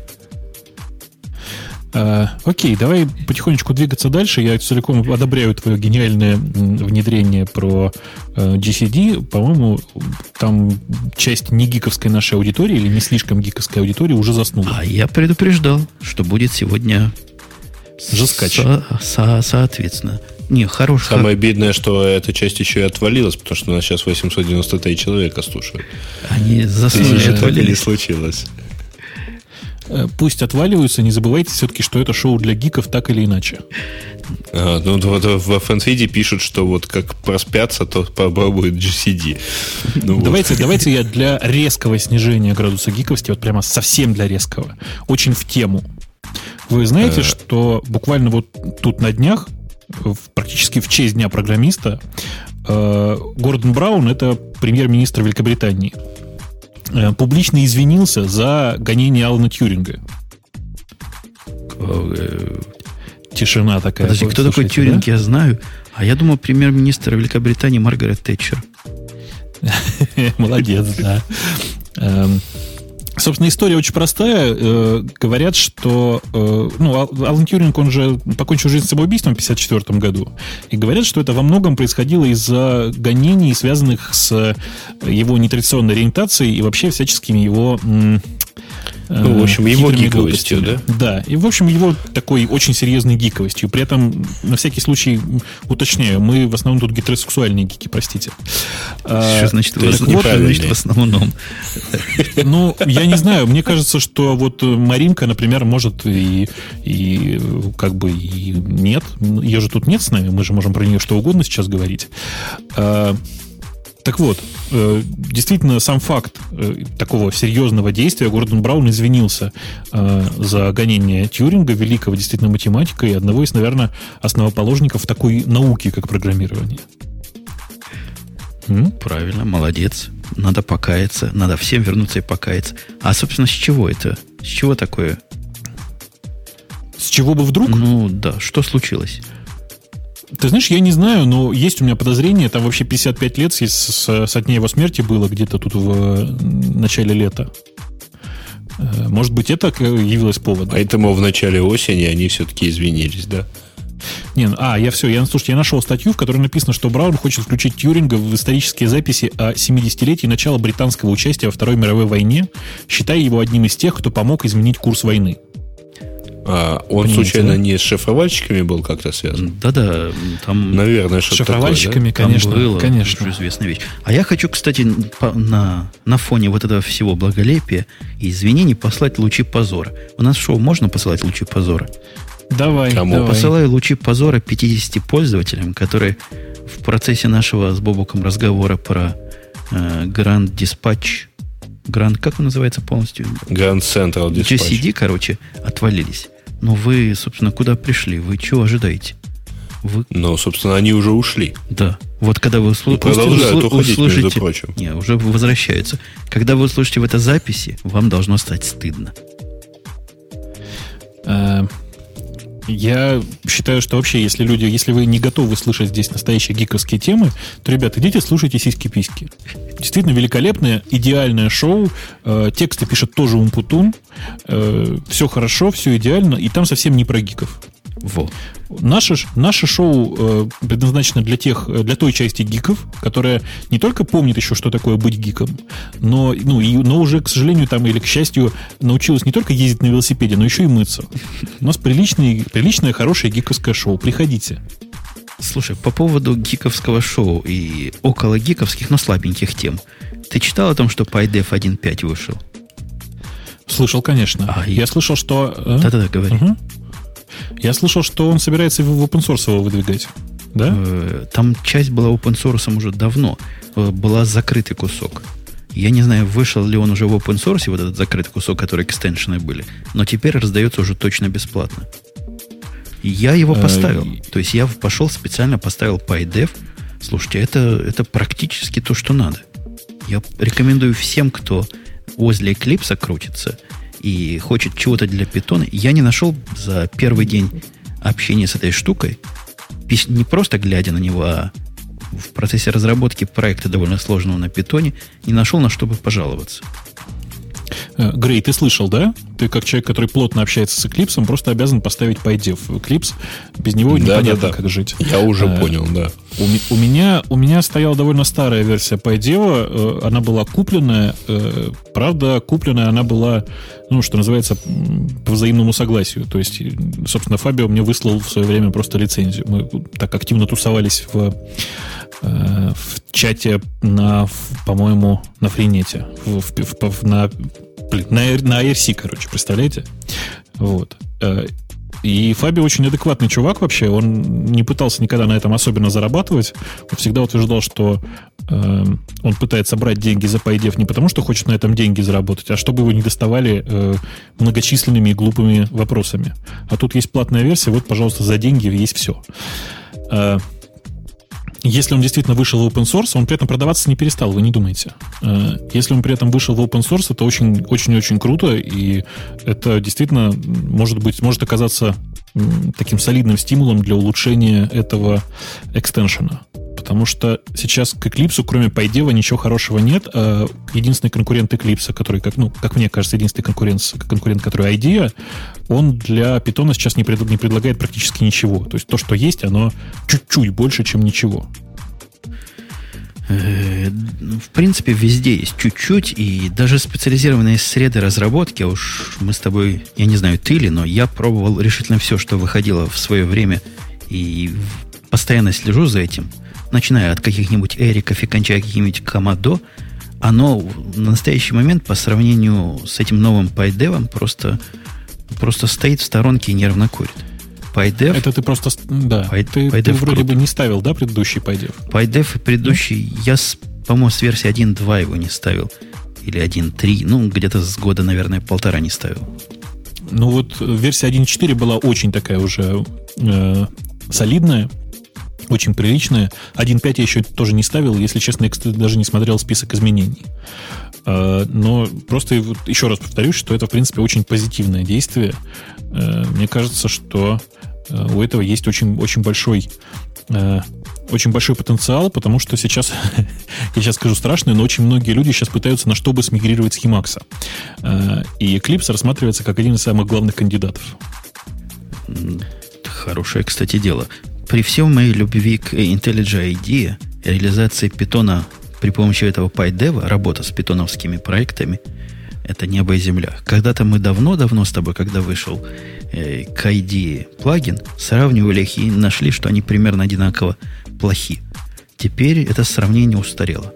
Uh, окей, давай потихонечку двигаться дальше. Я целиком одобряю твое гениальное внедрение про uh, джи си ди. По-моему, там часть не гиковской нашей аудитории или не слишком гиковской аудитории уже заснула. А я предупреждал, что будет сегодня жескач. Со- со- соответственно. Не, хорош. Самое обидное, что эта часть еще и отвалилась, потому что у нас сейчас восемьсот девяносто три человека слушают. Они заснули. Этого не случилось. Пусть отваливаются, не забывайте все-таки, что это шоу для гиков так или иначе. А, ну, вот в фэнфиде пишут, что вот как проспятся, то попробует джи си ди. Ну, давайте, вот. давайте я для резкого снижения градуса гиковости, вот прямо совсем для резкого, очень в тему. Вы знаете, а... что буквально вот тут на днях, практически в честь Дня программиста, Гордон Браун, это премьер-министр Великобритании, публично извинился за гонение Алана Тьюринга. Тишина такая. Подожди, кто такой Тьюринг, да? Я знаю. А я думал, премьер-министр Великобритании Маргарет Тэтчер. Молодец, да. Собственно, история очень простая. Говорят, что... Ну, Алан Тьюринг, он же покончил жизнь самоубийством в тысяча девятьсот пятьдесят четвёртом году. И говорят, что это во многом происходило из-за гонений, связанных с его нетрадиционной ориентацией и вообще всяческими его... Ну, в общем, его гиковостью, да? Да, и, в общем, его такой очень серьезной гиковостью. При этом, на всякий случай, уточняю, мы в основном тут гетеросексуальные гики, простите. Что значит, вот, значит в основном? Ну, я не знаю, мне кажется, что вот Маринка, например, может и, и как бы и нет. Ее же тут нет с нами, мы же можем про нее что угодно сейчас говорить. Так вот, действительно, сам факт такого серьезного действия, Гордон Браун извинился за гонение Тьюринга, великого действительно математика и одного из, наверное, основоположников такой науки, как программирование. М? Правильно, молодец. Надо покаяться, надо всем вернуться и покаяться. А, собственно, с чего это? С чего такое? С чего бы вдруг? Ну, да, что случилось? Ты знаешь, я не знаю, но есть у меня подозрение, там вообще пятьдесят пять лет с, с, со дня его смерти было где-то тут в начале лета. Может быть, это явилось поводом. Поэтому в начале осени они все-таки извинились, да? Не, а, я все, я, слушайте, я нашел статью, в которой написано, что Браун хочет включить Тьюринга в исторические записи о семидесятилетии начала британского участия во Второй мировой войне, считая его одним из тех, кто помог изменить курс войны. А он, понимаете, случайно, да? Не с шифровальщиками был как-то связан? Да-да, там... Наверное, что-то с шифровальщиками, такое, да? Конечно, там было, конечно. Известная вещь. А я хочу, кстати, по, на, на фоне вот этого всего благолепия и извинений послать лучи позора. У нас в шоу можно посылать лучи позора? Давай, Кому? давай. Посылаю лучи позора пятидесяти пользователям, которые в процессе нашего с Бобуком разговора про э, Grand Dispatch, Grand, как он называется полностью? Grand Central Dispatch. джи си ди, короче, отвалились. Но вы, собственно, куда пришли? Вы чего ожидаете? Вы... Ну, собственно, они уже ушли. Да. Вот когда вы услу... продолжают услу... уходить, услышите... между прочим. Не, уже возвращаются. Когда вы услышите в этой записи, вам должно стать стыдно. Я считаю, что вообще, если люди, если вы не готовы слышать здесь настоящие гиковские темы, то, ребята, идите слушайте сиськи-письки. Действительно великолепное, идеальное шоу. Э, тексты пишет тоже Умпутун. Э, все хорошо, все идеально. И там совсем не про гиков. Во. Наше, наше шоу э, предназначено для тех, для той части гиков, которая не только помнит еще, что такое быть гиком, но, ну, и, но уже, к сожалению, там, или к счастью, научилась не только ездить на велосипеде, но еще и мыться. У нас приличный, приличное, хорошее гиковское шоу. Приходите. Слушай, по поводу гиковского шоу и около гиковских, но слабеньких тем. Ты читал о том, что PyDev один точка пять вышел? Слышал, конечно. А, Я и... слышал, что... Да-да-да, говори. Угу. Я слышал, что он собирается в open source его выдвигать. Да? Там часть была open source уже давно. Была закрытый кусок. Я не знаю, вышел ли он уже в open source, вот этот закрытый кусок, который экстеншены были. Но теперь раздается уже точно бесплатно. Я его поставил. То есть я пошел специально поставил PyDev Слушайте, это, это практически то, что надо. Я рекомендую всем, кто возле Eclipse крутится и хочет чего-то для Python. Я не нашел за первый день общения с этой штукой, не просто глядя на него, а в процессе разработки проекта довольно сложного на Python, не нашел на что бы пожаловаться. Грей, ты слышал, да? Ты как человек, который плотно общается с Eclipse, просто обязан поставить PyDev в Eclipse. Без него да, непонятно, да, да. как жить. Я уже а, понял, да. У, у, меня, у меня стояла довольно старая версия PyDev. Она была купленная. Правда, купленная она была, ну, что называется, по взаимному согласию. То есть, собственно, Фабио мне выслал в свое время просто лицензию. Мы так активно тусовались в, в чате на, по-моему, на Фринете. В, в, в, на На, на эй ар си, короче, представляете? Вот. И Фабио очень адекватный чувак вообще. Он не пытался никогда на этом особенно зарабатывать. Он всегда утверждал, что э, он пытается брать деньги за PyDev не потому, что хочет на этом деньги заработать, а чтобы его не доставали э, многочисленными и глупыми вопросами. А тут есть платная версия, вот, пожалуйста, за деньги есть все. Э, Если он действительно вышел в open source, он при этом продаваться не перестал, вы не думаете. Если он при этом вышел в open source, это очень-очень круто, и это действительно может быть, может оказаться таким солидным стимулом для улучшения этого экстеншена. Потому что сейчас к Eclipse, кроме PyDev, ничего хорошего нет. А единственный конкурент Eclipse, который, как, ну, как мне кажется, единственный конкурент, конкурент, который IDEA, он для Python сейчас не, пред, не предлагает практически ничего. То есть то, что есть, оно чуть-чуть больше, чем ничего. В принципе, везде есть чуть-чуть, и даже специализированные среды разработки, а уж мы с тобой, я не знаю, ты ли, но я пробовал решительно все, что выходило в свое время, и постоянно слежу за этим, начиная от каких-нибудь Эриков и кончая каким-нибудь Комодо, оно на настоящий момент по сравнению с этим новым PyDev просто, просто стоит в сторонке и нервно курит. PyDev... Это ты просто... Да, Py, ты, ты вроде круто. бы не ставил, да, предыдущий PyDev? PyDev и предыдущий... Ну? Я, по-моему, с версии один точка два его не ставил. Или один точка три. Ну, где-то с года, наверное, полтора не ставил. Ну, вот версия один точка четыре была очень такая уже э, солидная, очень приличная. один точка пять я еще тоже не ставил. Если честно, я, кстати, даже не смотрел список изменений. Э, но просто еще раз повторюсь, что это, в принципе, очень позитивное действие. Э, мне кажется, что у этого есть очень, очень большой э, очень большой потенциал, потому что сейчас, я сейчас скажу страшное, но очень многие люди сейчас пытаются на что бы смигрировать с Emacs. Э, и Eclipse рассматривается как один из самых главных кандидатов. Хорошее, кстати, дело. При всем моей любви к IntelliJ IDEA, реализация питона при помощи этого PyDev, работа с питоновскими проектами, это небо и земля. Когда-то мы давно-давно с тобой, когда вышел э, к ай ди и плагин, сравнивали их и нашли, что они примерно одинаково плохи. Теперь это сравнение устарело.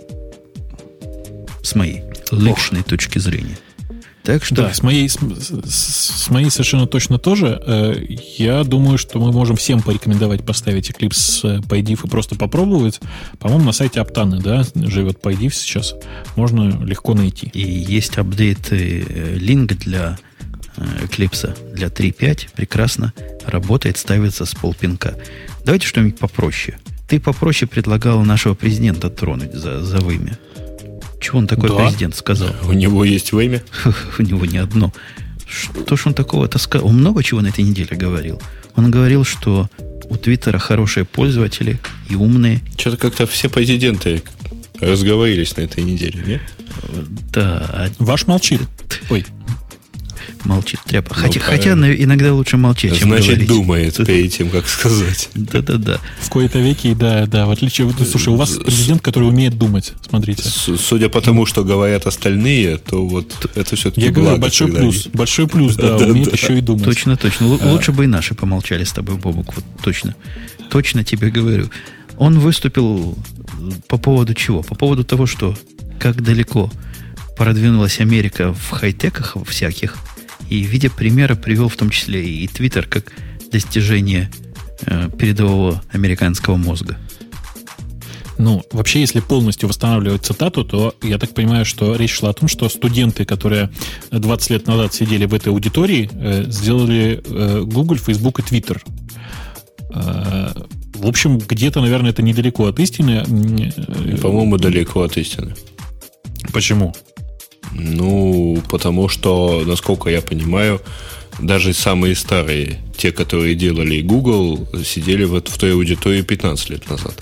С моей личной точки зрения. Так что... Да, с моей, с, с моей совершенно точно тоже. Я думаю, что мы можем всем порекомендовать поставить Eclipse PyDev и просто попробовать. По-моему, на сайте Aptana, да, живет PyDev сейчас. Можно легко найти. И есть апдейт, линк для Eclipse для три точка пять. Прекрасно работает, ставится с полпинка. Давайте что-нибудь попроще. Ты попроще предлагал нашего президента тронуть за, за вымя. Чего он такой, да. Президент, сказал? У него есть вымя? У него не одно. Что ж он такого-то сказал? Он много чего на этой неделе говорил. Он говорил, что у Твиттера хорошие пользователи и умные. Что-то как-то все президенты разговорились на этой неделе, нет? Да. Ваш молчит. Ой. Молчит тряпа. Ну, хотя, хотя иногда лучше молчать, чем значит, говорить. Значит, думает перед тем, как сказать. Да-да-да. В кои-то веки, да, да. В отличие... Слушай, у вас президент, который умеет думать. Смотрите. Судя по тому, что говорят остальные, то вот это все-таки Я благо. говорю, большой плюс. Они... Большой плюс, да, да умеет да, еще да. и думать. Точно, точно. Л- а. Лучше бы и наши помолчали с тобой, Бобук. Вот точно. Точно тебе говорю. Он выступил по поводу чего? По поводу того, что как далеко продвинулась Америка в хай-теках всяких. И в виде примера привел в том числе и Твиттер как достижение э, передового американского мозга. Ну, вообще, если полностью восстанавливать цитату, то я так понимаю, что речь шла о том, что студенты, которые двадцать лет назад сидели в этой аудитории, э, сделали э, Google, Facebook и Twitter. Э, В общем, где-то, наверное, это недалеко от истины. По-моему, далеко от истины. Почему? Ну, потому что, насколько я понимаю, даже самые старые, те, которые делали Google, сидели вот в той аудитории пятнадцать лет назад.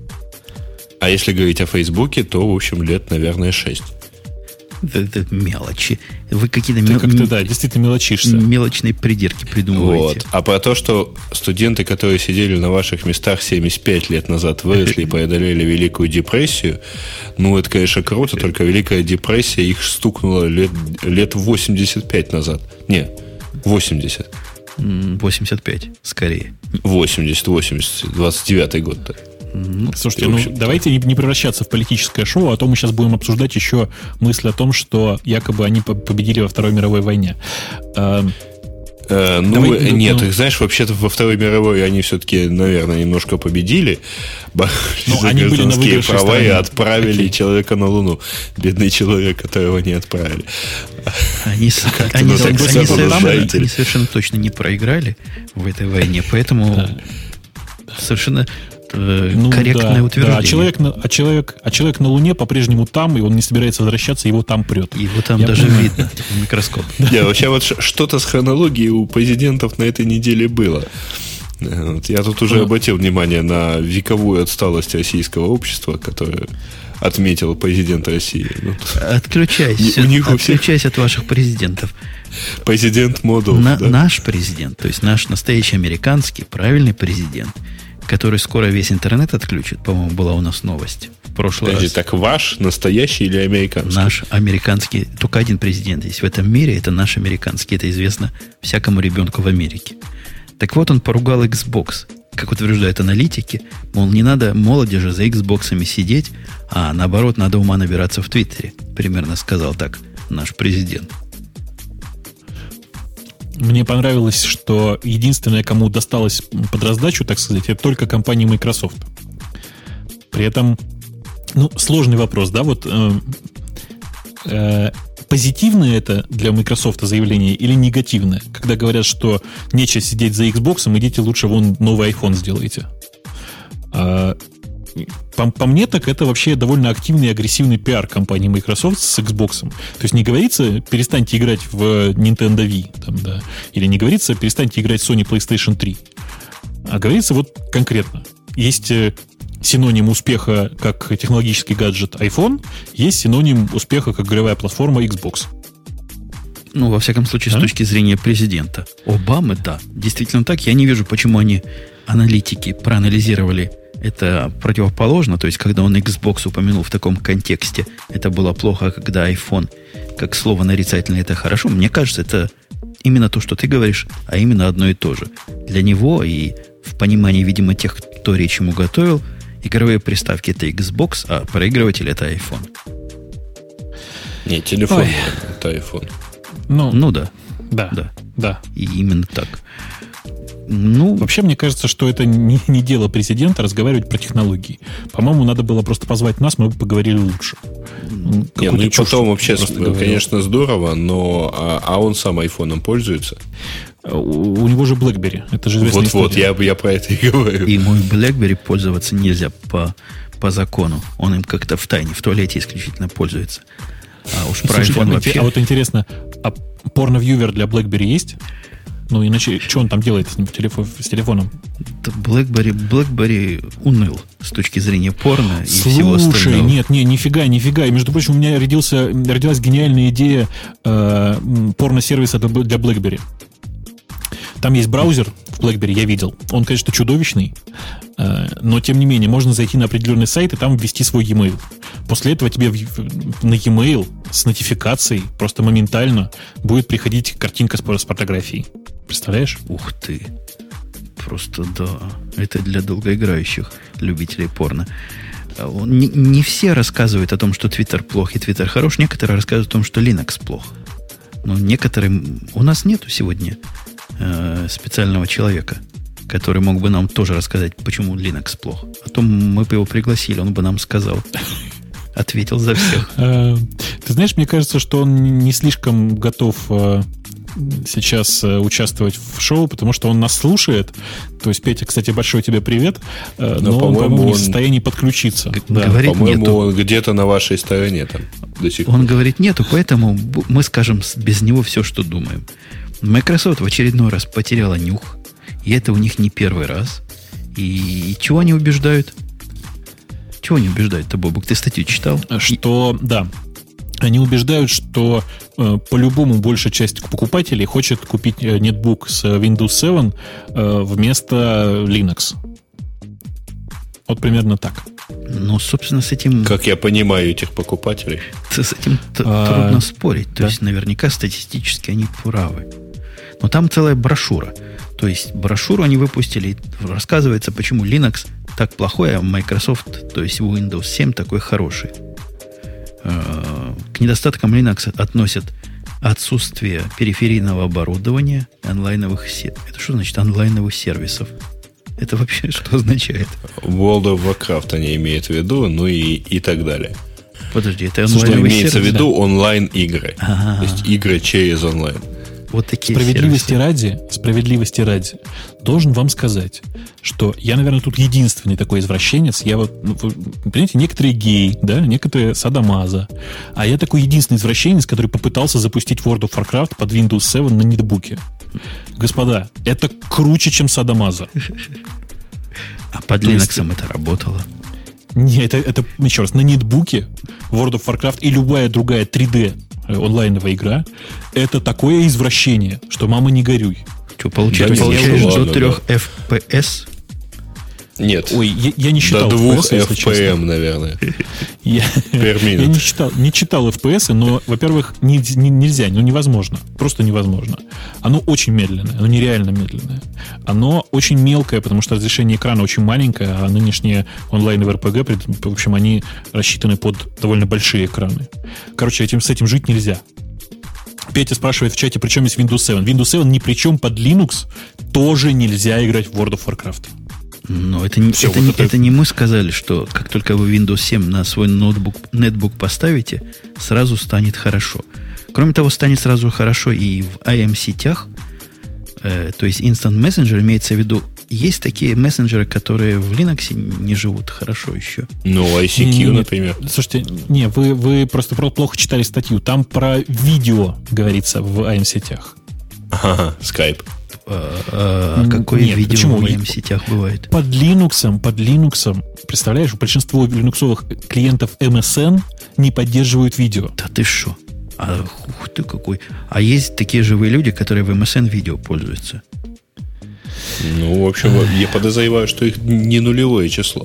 А если говорить о Фейсбуке, то, в общем, лет, наверное, шесть. Это, это мелочи. Вы какие-то Ты мел... как-то, да, действительно мелочишься. Мелочные придирки придумываете. Вот. А про то, что студенты, которые сидели на ваших местах семьдесят пять лет назад, выросли и преодолели Великую депрессию, ну, это, конечно, круто, только Великая депрессия их стукнула лет, лет восемьдесят пять назад. Не, восемьдесят. восемьдесят пять, скорее. восемьдесят, восемьдесят, двадцать девятый год-то. Ну, слушайте, ну, давайте не, не превращаться в политическое шоу, а то мы сейчас будем обсуждать еще мысль о том, что якобы они победили во Второй мировой войне. А, э, ну, Давай, нет, ну, их, знаешь, вообще-то во Второй мировой они все-таки, наверное, немножко победили. Ну, они были на выигрышной права стороне. И отправили okay. человека на Луну. Бедный человек, которого не отправили. Они, они, они, они, они совершенно точно не проиграли в этой войне, поэтому да. совершенно... Ну, корректное да, утверждение. Да, а, человек на, а, человек, а человек на Луне по-прежнему там, и он не собирается возвращаться, его там прет. Его там Я даже понимаю. видно в микроскоп. Да, вообще вот что-то с хронологией у президентов на этой неделе было. Я тут уже обратил внимание на вековую отсталость российского общества, которое отметил президент России. Отключайся, отключайся от ваших президентов. Президент модул. На, да? Наш президент, то есть наш настоящий американский правильный президент, который скоро весь интернет отключит. По-моему, была у нас новость в прошлый Подожди, раз. Так ваш настоящий или американский? Наш американский. Только один президент есть в этом мире. Это наш американский. Это известно всякому ребенку в Америке. Так вот, он поругал Xbox. Как утверждают аналитики, мол, не надо молодежи за Xbox'ами сидеть, а наоборот, надо ума набираться в Твиттере. Примерно сказал так наш президент. Мне понравилось, что единственное, кому досталось под раздачу, так сказать, это только компания Microsoft. При этом, ну, сложный вопрос, да, вот э, э, позитивное это для Microsoft заявление или негативное? Когда говорят, что нечего сидеть за Xbox, идите лучше вон новый iPhone сделайте. А, по, по мне, так это вообще довольно активный и агрессивный пиар компании Microsoft с Xbox. То есть не говорится, перестаньте играть в Nintendo Wii, там, да, или не говорится, перестаньте играть в Sony PlayStation три. А говорится вот конкретно. Есть синоним успеха как технологический гаджет iPhone, есть синоним успеха как игровая платформа Xbox. Ну, во всяком случае, а? с точки зрения президента. Обамы, да. Действительно так. Я не вижу, почему они, аналитики, проанализировали это противоположно. То есть, когда он Xbox упомянул в таком контексте, это было плохо, а когда iPhone, как слово нарицательное, это хорошо. Мне кажется, это именно то, что ты говоришь, а именно одно и то же. Для него и в понимании, видимо, тех, кто речь ему готовил, игровые приставки это Xbox, а проигрыватель это iPhone. Не, телефон это iPhone. Ну, ну да. Да, да. Да. И именно так. Ну, вообще, мне кажется, что это не, не дело президента разговаривать про технологии. По-моему, надо было просто позвать нас, мы бы поговорили лучше. Не, ну и потом вообще, конечно, здорово, но а, а он сам айфоном пользуется? У, у него же BlackBerry. Это же известная Вот-вот, я, я про это и говорю. И мой BlackBerry пользоваться нельзя по, по закону. Он им как-то в тайне, в туалете исключительно пользуется. А уж про iPhone вообще... А вот интересно, а порно-вьювер для BlackBerry есть? Ну, иначе, что он там делает с, ним, телефон, с телефоном? BlackBerry, BlackBerry уныл с точки зрения порно и Слушай, всего остального. Слушай, нет, не, нифига, нифига. И, между прочим, у меня родился, родилась гениальная идея э, порно-сервиса для BlackBerry. Там есть браузер в BlackBerry, я видел. Он, конечно, чудовищный, э, но, тем не менее, можно зайти на определенный сайт и там ввести свой e-mail. После этого тебе в, на e-mail с нотификацией просто моментально будет приходить картинка с, с фотографией. Представляешь? Ух ты. Просто да. Это для долгоиграющих любителей порно. Не, не все рассказывают о том, что Twitter плох и Twitter хорош. Некоторые рассказывают о том, что Linux плох. Но некоторые... У нас нету сегодня э, специального человека, который мог бы нам тоже рассказать, почему Linux плох. А то мы бы его пригласили, он бы нам сказал. Ответил за всех. Ты знаешь, мне кажется, что он не слишком готов сейчас участвовать в шоу, потому что он нас слушает. То есть, Петя, кстати, большой тебе привет. Но, но он, по-моему, не в состоянии подключиться. Г- да. Говорит, по-моему, нету. он где-то на вашей стороне там до сих пор. Он говорит нету, поэтому мы скажем без него все, что думаем. Microsoft в очередной раз потеряла нюх. И это у них не первый раз. И, и чего они убеждают? Чего они убеждают-то, Бобук? Ты статью читал? Что, да, они убеждают, что э, по-любому большая часть покупателей хочет купить э, нетбук с Windows семь э, вместо Linux. Вот примерно так. Ну, собственно, с этим... Как я понимаю этих покупателей. С этим т- А, трудно спорить. То да. есть, наверняка, статистически они правы. Но там целая брошюра. То есть, брошюру они выпустили. Рассказывается, почему Linux так плохой, а Microsoft, то есть Windows семь, такой хороший. К недостаткам Linux относят отсутствие периферийного оборудования, онлайновых сервисов. Это что значит онлайновых сервисов? Это вообще что означает? World of Warcraft они имеют в виду, ну и, и так далее. Подожди, это Что онлайновый сервис? имеется в виду онлайн-игры. Ага. То есть игры через онлайн. Вот такие Справедливости сервисы. ради, справедливости ради, должен вам сказать, что я, наверное, тут единственный такой извращенец. Я вот, ну, вы понимаете, некоторые геи, да, некоторые садомаза. А я такой единственный извращенец, который попытался запустить World of Warcraft под Windows семь на нетбуке. Господа, это круче, чем садомаза. А под То Linux есть- это работало. Не, это, это, еще раз, на нетбуке World of Warcraft и любая другая три дэ онлайновая игра, это такое извращение, что мама не горюй. Что, получается, Да, получаешь нет, до ладно, трех эф пи эс? Нет. Ой, я, я не считал До двух эф пи эс, если эф пи честно. эм, наверное. Я, Per я minute. не читал, не читал эф пи эс, но, во-первых, не- не- нельзя, ну невозможно. Просто невозможно. Оно очень медленное, оно нереально медленное. Оно очень мелкое, потому что разрешение экрана очень маленькое, а нынешние онлайновые эр пи джи, пред- в общем, они рассчитаны под довольно большие экраны. Короче, этим, с этим жить нельзя. Петя спрашивает в чате, при чем есть Windows семь. Windows семь ни при чем под Linux тоже нельзя играть в World of Warcraft. Но это, не, Всё, это, вот не- это- это не мы сказали, что как только вы Windows семь на свой ноутбук, нетбук поставите, сразу станет хорошо. Кроме того, станет сразу хорошо и в ай эм-сетях, э, то есть Instant Messenger, имеется в виду, есть такие мессенджеры, которые в Linux не живут хорошо еще. Ну, ай си кью, Не-не-не. например. Слушайте, не, вы, вы просто про- плохо читали статью. Там про видео говорится в эй эм-сетях. Ага, Skype. А, а М, какое нет, видео почему? в ай эм-сетях бывает? Под Linux, под Linux, представляешь, большинство линуксовых клиентов эм эс эн не поддерживают видео. Да ты что? А, ух ты какой. А есть такие живые люди, которые в эм эс эн видео пользуются. Ну, в общем, я подозреваю, что их не нулевое число.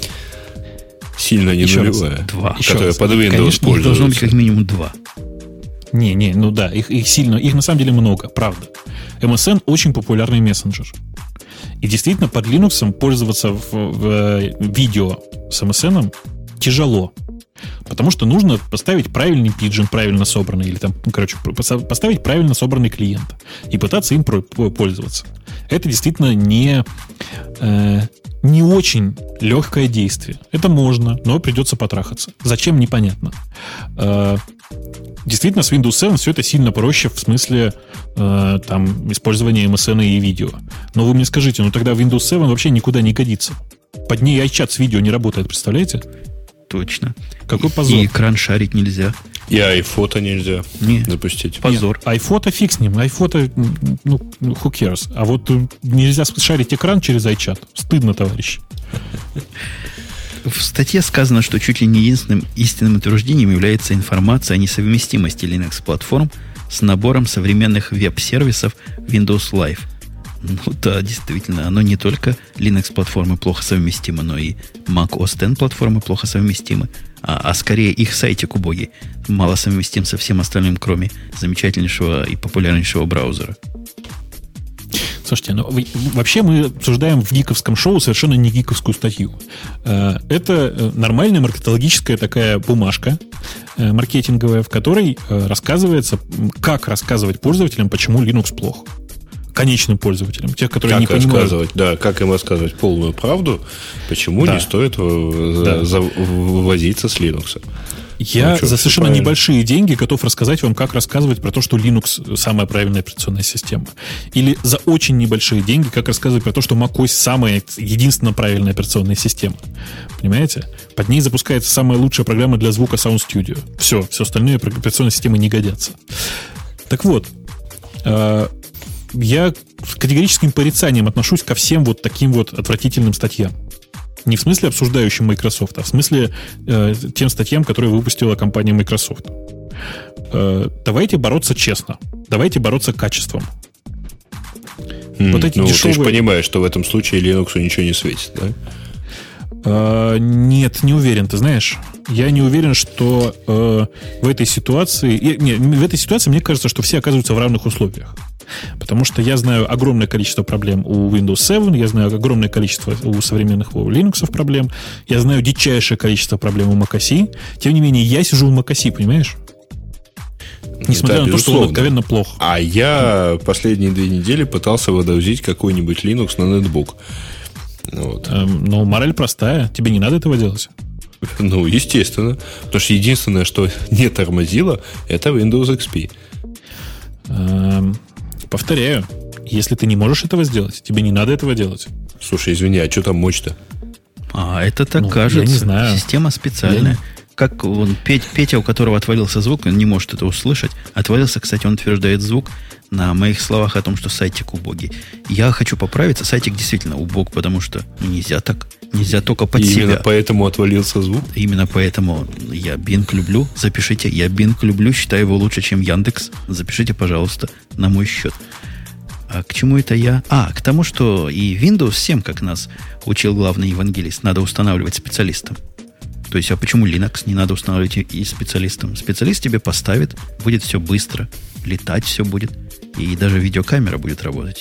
Сильно не Еще раз. нулевое. Два. Еще Которое раз. под Windows Конечно, Их должно быть как пользуется. минимум два. Не, не, ну да, их, их сильно, их на самом деле много, правда. эм эс эн очень популярный мессенджер. И действительно, под Linux пользоваться в, в видео с эм эс эн тяжело. Потому что нужно поставить правильный пиджин, правильно собранный, или там, ну, короче, поса- поставить правильно собранный клиент и пытаться им про- по- пользоваться. Это действительно не, э, не очень легкое действие. Это можно, но придется потрахаться. Зачем, непонятно. Э, Действительно, с Windows семь все это сильно проще в смысле э, там, использования эм эс эн и видео. Но вы мне скажите, ну тогда Windows семь вообще никуда не годится. Под ней iChat с видео не работает, представляете? Точно. Какой И- позор. И экран шарить нельзя. И iPhoto нельзя Не. запустить. Позор. Айфото фиг с ним. Айфото, ну, who cares. А вот э, нельзя шарить экран через iChat. Стыдно, товарищ. В статье сказано, что чуть ли не единственным истинным утверждением является информация о несовместимости Linux-платформ с набором современных веб-сервисов Windows Live. Ну да, действительно, оно не только Linux-платформы плохо совместимы, но и Mac о эс X платформы плохо совместимы, а, а скорее их сайтик убогий мало совместим со всем остальным, кроме замечательнейшего и популярнейшего браузера. Слушайте, ну вы- вообще мы обсуждаем в гиковском шоу совершенно не гиковскую статью. Э, Это э, нормальная маркетологическая такая бумажка э, маркетинговая, в которой э, рассказывается, м, как рассказывать пользователям, почему Linux плох. конечным пользователям, тех, которые как не понимают. Рассказывать, да, как им рассказывать полную правду, почему да. не стоит да. возиться с Linux. Я ну, что, за совершенно правильно. небольшие деньги готов рассказать вам, как рассказывать про то, что Linux самая правильная операционная система. Или за очень небольшие деньги, как рассказывать про то, что macOS самая единственная правильная операционная система. Понимаете? Под ней запускается самая лучшая программа для звука Sound Studio. Все, все остальные операционные системы не годятся. Так вот, я с категорическим порицанием отношусь ко всем вот таким вот отвратительным статьям. Не в смысле обсуждающим Microsoft, а в смысле э, тем статьям, которые выпустила компания Microsoft. Э, давайте бороться честно. Давайте бороться качеством. Mm, вот эти ну, дешевые... ты же понимаешь, что в этом случае Linux ничего не светит, да? Э, нет, не уверен, ты знаешь. Я не уверен, что э, в этой ситуации... Я, не, в этой ситуации мне кажется, что все оказываются в равных условиях. Потому что я знаю огромное количество проблем у Windows семь, я знаю огромное количество у современных Linux проблем, я знаю дичайшее количество проблем у macOS. Тем не менее, я сижу в macOS, понимаешь? Несмотря да, на то, что он откровенно плох. А я последние две недели пытался выдавить какой-нибудь Linux на нетбук. Вот. Эм, но мораль простая. Тебе не надо этого делать. Ну, естественно. Потому что единственное, что не тормозило, это Windows икс пи. Эм... Повторяю, если ты не можешь этого сделать, тебе не надо этого делать. Слушай, извини, а что там мочь-то? А, это так ну, кажется. Я не знаю. Система специальная. Я... Как он, Петя, Петя, у которого отвалился звук, он не может это услышать. Отвалился, кстати, он утверждает звук на моих словах о том, что сайтик убогий. Я хочу поправиться. Сайтик действительно убог, потому что нельзя так. Нельзя только под И себя. Именно поэтому отвалился звук? Именно поэтому я Bing люблю. Запишите, я Bing люблю, считаю его лучше, чем Яндекс. Запишите, пожалуйста, на мой счет. А к чему это я? А, к тому, что и Windows семь, как нас учил главный евангелист, надо устанавливать специалистам. То есть, а почему Linux не надо устанавливать и специалистам? Специалист тебе поставит, будет все быстро, летать все будет, и даже видеокамера будет работать.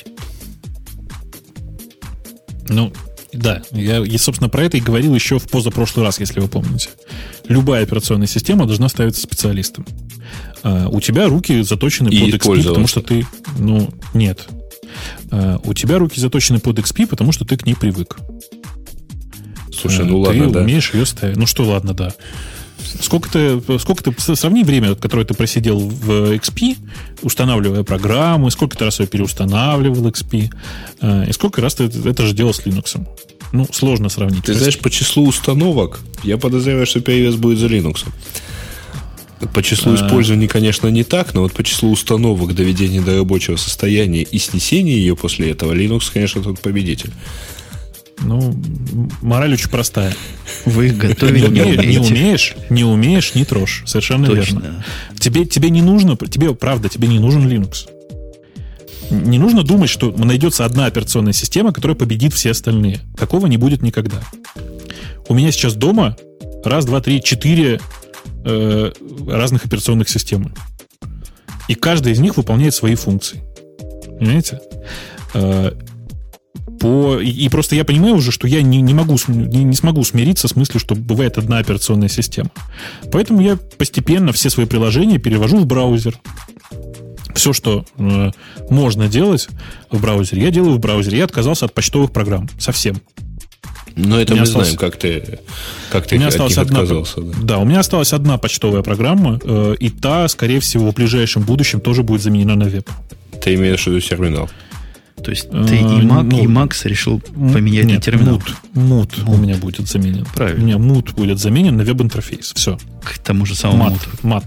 Ну, да, я, я, собственно, про это и говорил еще в позапрошлый раз, если вы помните. Любая операционная система должна ставиться специалистом. А, у тебя руки заточены и под икс пи, потому что ты... Ну, нет. А, у тебя руки заточены под икс пи, потому что ты к ней привык. Слушай, ну ты ладно, да. Ты умеешь ее ставить. Ну что, ладно, да. Сколько ты, сколько ты, сравни время, которое ты просидел в икс пи, устанавливая программу, и сколько ты раз ее переустанавливал икс пи, и сколько раз ты это же делал с Linux. Ну, сложно сравнить. Ты знаешь, по числу установок, я подозреваю, что перевес будет за Linux. По числу а... использования, конечно, не так, но вот по числу установок, доведения до рабочего состояния и снесения ее после этого, Linux, конечно, тут победитель. Ну, мораль очень простая. Вы готовить не, не умеете. Не умеешь, не умеешь, не трожь. Совершенно Точно. верно. Тебе, тебе не нужно, тебе, правда, тебе не нужен Linux. Не нужно думать, что найдется одна операционная система, которая победит все остальные. Такого не будет никогда. У меня сейчас дома раз, два, три, четыре э, разных операционных системы. И каждая из них выполняет свои функции. Понимаете? Э, По, и, и просто я понимаю уже, что я не, не, могу, не, не смогу смириться с мыслью, что бывает одна операционная система. Поэтому я постепенно все свои приложения перевожу в браузер. Все, что э, можно делать в браузере, я делаю в браузере. Я отказался от почтовых программ. Совсем. Но это мы осталось, знаем, как ты, как ты у меня от осталась них одна, отказался. Да. да, у меня осталась одна почтовая программа, э, и та, скорее всего, в ближайшем будущем тоже будет заменена на веб. Ты имеешь в виду терминал? То есть ты и Mac, ну, и Max решил поменять нет, на терминал? Мут, мут у меня будет заменен. Правильно. У меня мут будет заменен на веб-интерфейс. Все. К тому же самому мат, мат.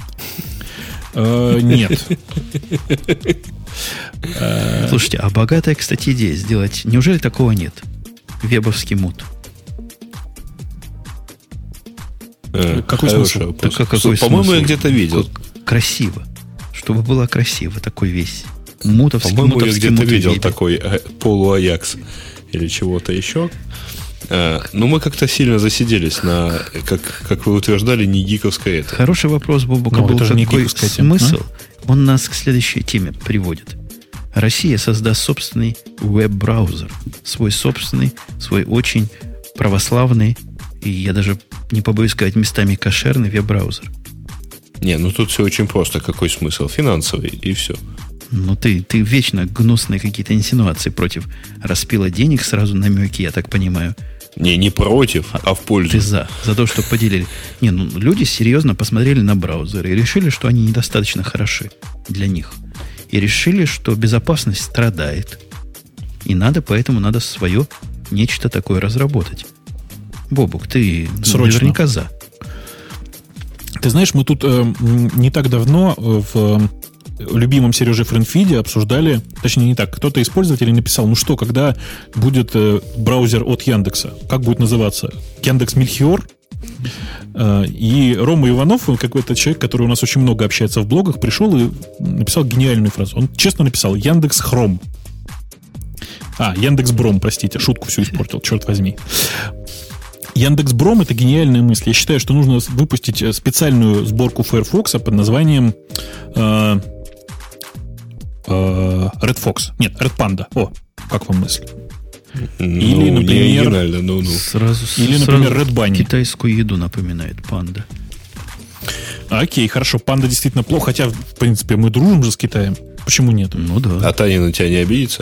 Нет. Слушайте, а богатая, кстати, идея сделать... Неужели такого нет? Вебовский мут. Какой смысл? По-моему, я где-то видел. Красиво. Чтобы было красиво. Такой весь... Мутовский, По-моему, мутовский, я где-то мутовский видел веб. такой полуаякс или чего-то еще. Но мы как-то сильно засиделись на, как, как вы утверждали, не гиковское это. Хороший вопрос, Бобука, ну, был. Какой смысл? А? Он нас к следующей теме приводит. Россия создаст собственный веб-браузер. Свой собственный, свой очень православный, и я даже не побоюсь сказать, местами кошерный веб-браузер. Не, ну тут все очень просто. Какой смысл? Финансовый, и все. Ну, ты, ты вечно гнусные какие-то инсинуации против распила денег, сразу намеки, я так понимаю. Не, не против, а, а в пользу. Ты за, за то, что поделили. Не, ну, люди серьезно посмотрели на браузеры и решили, что они недостаточно хороши для них. И решили, что безопасность страдает. И надо, поэтому надо свое нечто такое разработать. Бобук, ты Срочно. Наверняка за. Ты знаешь, мы тут э, не так давно в любимом Сереже френдфиде обсуждали, точнее не так, кто-то из пользователей написал, ну что, когда будет э, браузер от Яндекса, как будет называться? Яндекс Мельхиор? Э, и Рома Иванов, он какой-то человек, который у нас очень много общается в блогах, пришел и написал гениальную фразу. Он честно написал Яндекс Хром. А, Яндекс Бром, простите, шутку всю испортил, черт возьми. Яндекс.Бром — это гениальная мысль. Я считаю, что нужно выпустить специальную сборку Firefox под названием э, э, Red Fox. Нет, Red Panda. О, как вам мысль? Или, ну, например, ну, ну. Сразу, или, сразу например, Red Bunny. Китайскую еду напоминает панда. Окей, хорошо, панда действительно плохо, хотя, в принципе, мы дружим же с Китаем. Почему нет? Ну да. А Таня на тебя не обидится?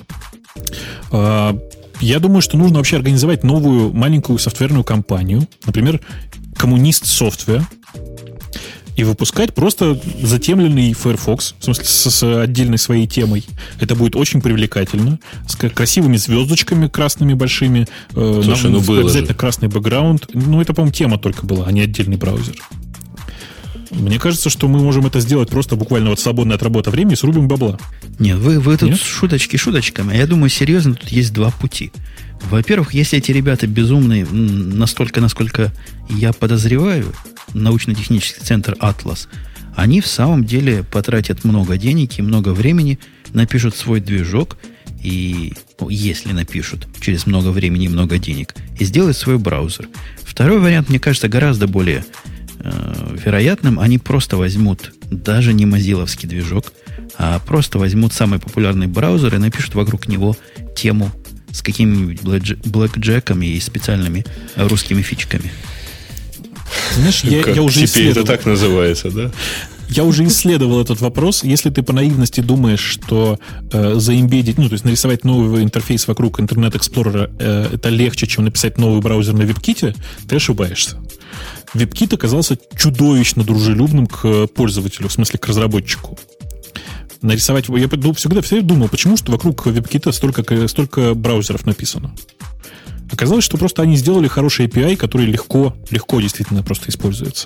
А, я думаю, что нужно вообще организовать новую маленькую софтверную компанию, например, Коммунист Софтвер, и выпускать просто затемленный Firefox, в смысле с, с отдельной своей темой. Это будет очень привлекательно, с красивыми звездочками красными большими. Слушай, Нам ну было обязательно же. красный бэкграунд. Ну, это, по-моему, тема только была, а не отдельный браузер. Мне кажется, что мы можем это сделать просто буквально вот свободное от работы время и срубим бабла. Нет, вы, вы тут Нет? шуточки шуточками. Я думаю, серьезно, тут есть два пути. Во-первых, если эти ребята безумные, настолько, насколько я подозреваю, научно-технический центр «Атлас», они в самом деле потратят много денег и много времени, напишут свой движок, и ну, если напишут через много времени и много денег, и сделают свой браузер. Второй вариант, мне кажется, гораздо более э, вероятным. Они просто возьмут даже не мозиловский движок, а просто возьмут самый популярный браузер и напишут вокруг него тему с какими-нибудь блэкджеками и специальными русскими фичками. Знаешь, я, Как я уже теперь исследовал. это так называется, да? Я уже исследовал этот вопрос. Если ты по наивности думаешь, что э, заимбедить, ну, то есть нарисовать новый интерфейс вокруг Internet Explorer э, это легче, чем написать новый браузер на WebKit, ты ошибаешься. WebKit оказался чудовищно дружелюбным к пользователю, в смысле к разработчику. Нарисовать его... Я всегда, всегда думал, почему что вокруг WebKit столько, столько браузеров написано. Оказалось, что просто они сделали хороший эй пи ай, который легко, легко действительно просто используется.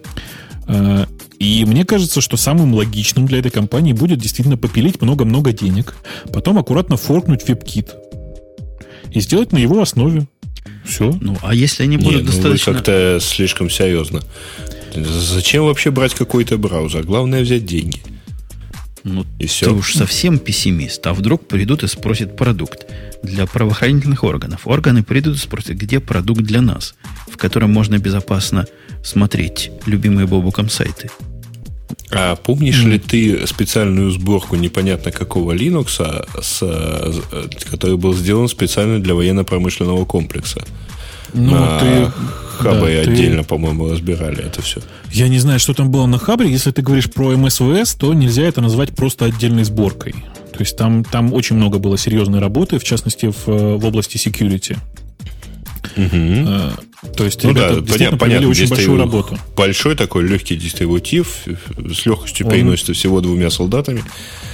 И мне кажется, что самым логичным для этой компании будет действительно попилить много-много денег, потом аккуратно форкнуть WebKit и сделать на его основе. Все. Ну, а если они будут Не, достаточно... ну вы как-то слишком серьезно. Зачем вообще брать какой-то браузер? Главное взять деньги. Ну, и ты все. уж совсем пессимист. А вдруг придут и спросят продукт для правоохранительных органов. Органы придут и спросят, где продукт для нас, в котором можно безопасно смотреть любимые Бобуком сайты. А помнишь mm. ли ты специальную сборку непонятно какого Linux, с, который был сделан специально для военно-промышленного комплекса? Ну, на ты... Хабре да, отдельно, ты... по-моему, разбирали это все. Я не знаю, что там было на Хабре. Если ты говоришь про эм эс ви эс, то нельзя это назвать просто отдельной сборкой. То есть там, там очень много было серьезной работы, в частности, в, в области security. Угу. А, то есть ну ребята да, действительно понятно, провели очень большую работу. Большой такой легкий дистрибутив с легкостью Он... переносится всего двумя солдатами.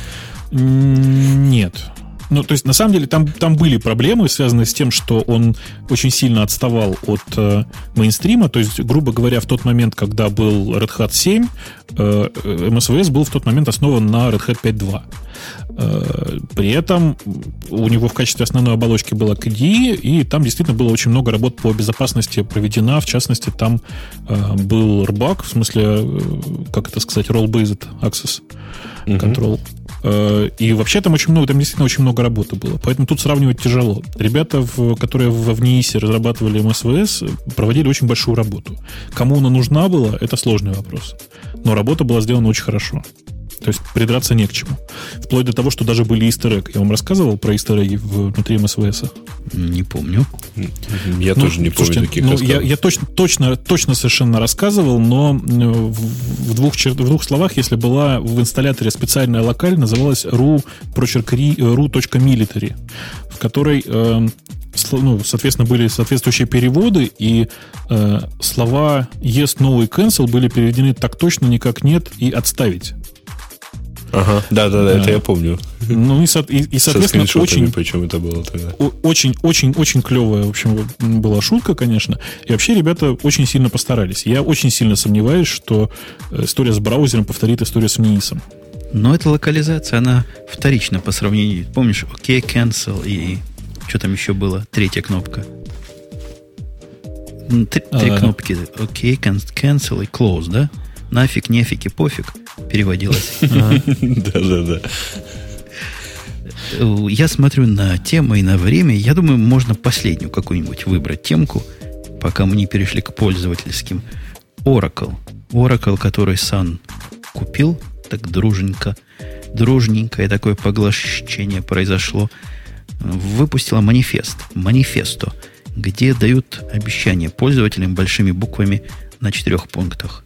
Нет. Ну, то есть, на самом деле, там, там были проблемы, связанные с тем, что он очень сильно отставал от э, мейнстрима. То есть, грубо говоря, в тот момент, когда был Red Hat семь, э, эм эс ви эс был в тот момент основан на Red Hat пять точка два. Э, при этом у него в качестве основной оболочки была кей ди и, и там действительно было очень много работ по безопасности проведена. В частности, там э, был эр баг, в смысле, э, как это сказать, Role-Based Access Control. Mm-hmm. И вообще там очень много, там действительно очень много работы было. Поэтому тут сравнивать тяжело. Ребята, в, которые в, в НИИСе разрабатывали эм эс ви эс, проводили очень большую работу. Кому она нужна была, это сложный вопрос. Но работа была сделана очень хорошо. То есть придраться не к чему. Вплоть до того, что даже были истер-эгги. Я вам рассказывал про истер-эгги внутри эм эс ви эс? Не помню. Я ну, тоже не помню слушайте, таких ну, я, я точно, точно, точно совершенно рассказывал, но в, в, двух, в двух словах, если была в инсталляторе специальная локаль, называлась ru, ru.military, в которой... Э, ну, соответственно, были соответствующие переводы, и э, слова yes, no и cancel были переведены так точно, никак нет и отставить. Ага, да-да-да, это я помню. Ну и, и, и соответственно, очень, причем это было тогда. Очень, очень, очень клевая, в общем, была шутка, конечно. И вообще ребята очень сильно постарались. Я очень сильно сомневаюсь, что история с браузером повторит историю с НИИСом. Но эта локализация, она вторична по сравнению. Помнишь, OK, cancel и что там еще было? Третья кнопка. Три, три а, кнопки. OK, cancel и close, да? Нафиг, нефиг и пофиг переводилось. Да-да-да. Я смотрю на тему и на время. Я думаю, можно последнюю какую-нибудь выбрать темку, пока мы не перешли к пользовательским. Oracle. Oracle, который Sun купил, так дружненько, дружненькое такое поглощение произошло, выпустила манифест, манифесто, где дают обещания пользователям большими буквами на четырех пунктах.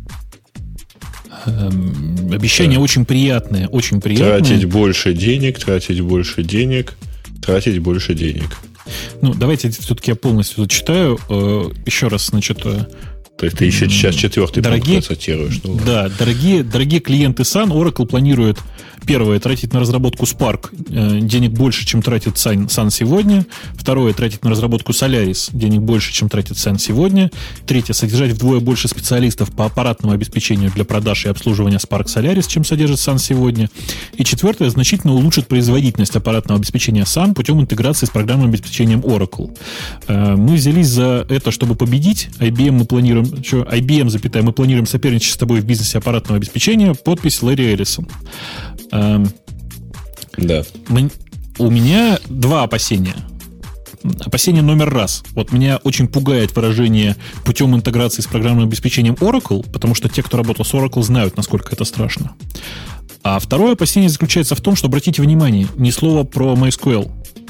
Эм, обещания да. очень приятные, очень приятные. Тратить больше денег, тратить больше денег, тратить больше денег. Ну, давайте все-таки я полностью зачитаю. Э, еще раз, значит... То есть ты еще сейчас четвертый дорогие, пункт процитируешь. Ну, да, дорогие, дорогие клиенты Sun, Oracle планирует, первое, тратить на разработку Spark э, денег больше, чем тратит Sun, Sun сегодня. Второе, тратить на разработку Solaris денег больше, чем тратит Sun сегодня. Третье, содержать вдвое больше специалистов по аппаратному обеспечению для продаж и обслуживания Spark Solaris, чем содержит Sun сегодня. И четвертое, значительно улучшит производительность аппаратного обеспечения Sun путем интеграции с программным обеспечением Oracle. Э, мы взялись за это, чтобы победить. ай би эм мы планируем Что, ай би эм, запятая, мы планируем соперничать с тобой в бизнесе аппаратного обеспечения. Подпись Лэри Эллисон. Эм, да. Мы, у меня два опасения. Опасение номер раз. Вот меня очень пугает выражение путем интеграции с программным обеспечением Oracle, потому что те, кто работал с Oracle, знают, насколько это страшно. А второе опасение заключается в том, что, обратите внимание, ни слова про MySQL.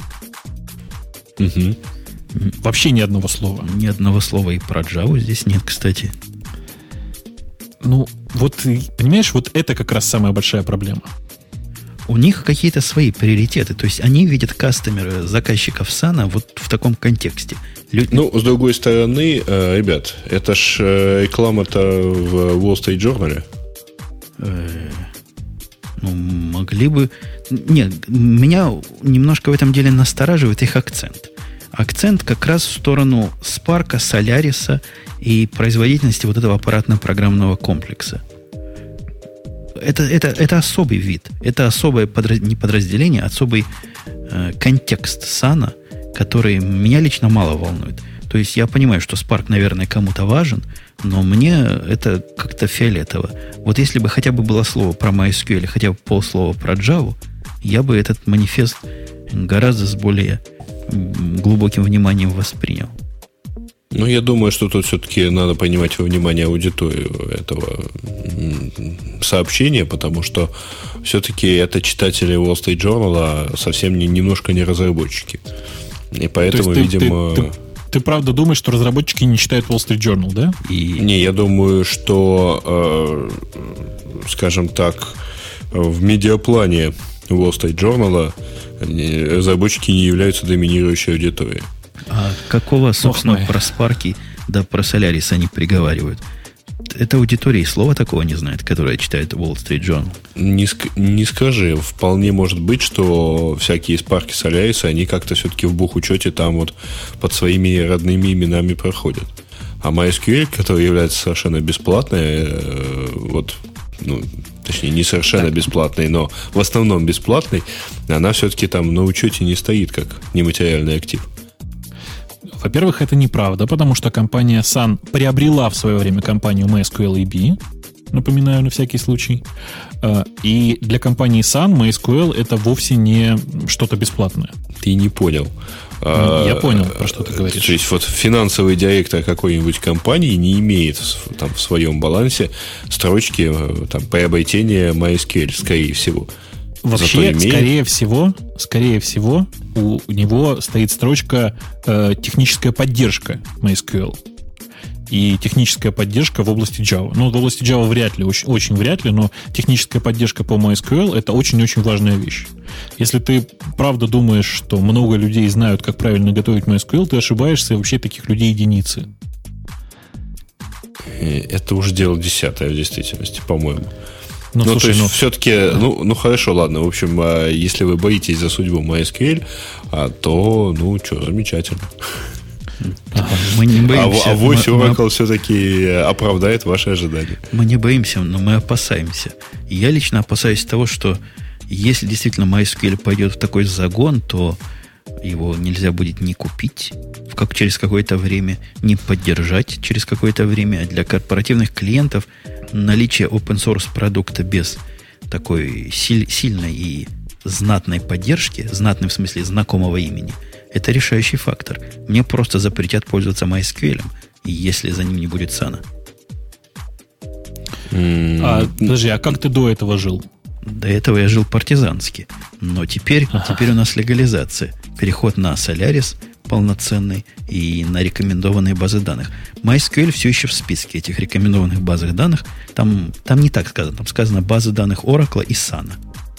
Угу. Вообще ни одного слова. Ни одного слова и про Java здесь нет, кстати. Ну, вот, понимаешь, вот это как раз самая большая проблема. У них какие-то свои приоритеты. То есть они видят кастомеры, заказчиков Sun вот в таком контексте. Люди... Ну, с другой стороны, ребят, это ж реклама-то в Wall Street Journal. Ну, могли бы... Нет, меня немножко в этом деле настораживает их акцент. Акцент как раз в сторону Spark, Solaris и производительности вот этого аппаратно-программного комплекса. Это, это, это особый вид. Это особое подраз... не подразделение, а особый э, контекст Sun, который меня лично мало волнует. То есть я понимаю, что Spark, наверное, кому-то важен, но мне это как-то фиолетово. Вот если бы хотя бы было слово про MySQL или хотя бы полслова про Java, я бы этот манифест гораздо с более глубоким вниманием воспринял. Ну, я думаю, что тут все-таки надо принимать во внимание аудиторию этого сообщения, потому что все-таки это читатели Wall Street Journal, а совсем не, немножко не разработчики. И поэтому, ты, видимо... Ты, ты, ты, ты правда думаешь, что разработчики не читают Wall Street Journal, да? И... Не, я думаю, что, э, скажем так, в медиаплане Wall Street Journal разработчики не являются доминирующей аудиторией. А какого, собственно, про Spark да про Solaris они приговаривают? Эта аудитория и слова такого не знает, которая читает Wall Street Journal. Не, ск- не скажи. Вполне может быть, что всякие Spark и Solaris, они как-то все-таки в бухучете там вот под своими родными именами проходят. А MySQL, который является совершенно бесплатной, э, вот, ну, точнее, не совершенно так. бесплатной, но в основном бесплатной, она все-таки там на учете не стоит как нематериальный актив. Во-первых, это неправда, потому что компания Sun приобрела в свое время компанию MySQL и би. напоминаю на всякий случай. И для компании Sun MySQL это вовсе не что-то бесплатное. Ты не понял. Я понял, про что ты говоришь. То есть вот финансовый директор какой-нибудь компании не имеет там в своем балансе строчки там, приобретения MySQL, скорее всего. Вообще, имеет... скорее всего, скорее всего, у него стоит строчка э, «Техническая поддержка MySQL». И техническая поддержка в области Java. Ну, в области Java вряд ли, очень, очень вряд ли, но техническая поддержка по MySQL – это очень-очень важная вещь. Если ты правда думаешь, что много людей знают, как правильно готовить MySQL, ты ошибаешься, и вообще таких людей единицы. Это уже дело десятое в действительности, по-моему. Ну, ну слушай, то есть, ну... все-таки, ну, ну, хорошо, ладно. В общем, если вы боитесь за судьбу MySQL, то, ну, что, замечательно. Ага, мы не боимся. А авось Oracle мы... все-таки оправдает ваши ожидания. Мы не боимся, но мы опасаемся. Я лично опасаюсь того, что если действительно MySQL пойдет в такой загон, то его нельзя будет не купить как через какое-то время, не поддержать через какое-то время. А для корпоративных клиентов наличие open-source продукта без такой силь, сильной и знатной поддержки, знатной в смысле знакомого имени, это решающий фактор. Мне просто запретят пользоваться MySQL, если за ним не будет сана. Mm. А, подожди, а как ты до этого жил? До этого я жил партизански. Но теперь, ага. теперь у нас легализация. Переход на Solaris полноценный и на рекомендованные базы данных. MySQL все еще в списке этих рекомендованных базах данных. Там, там не так сказано. Там сказано базы данных Oracle и Sun.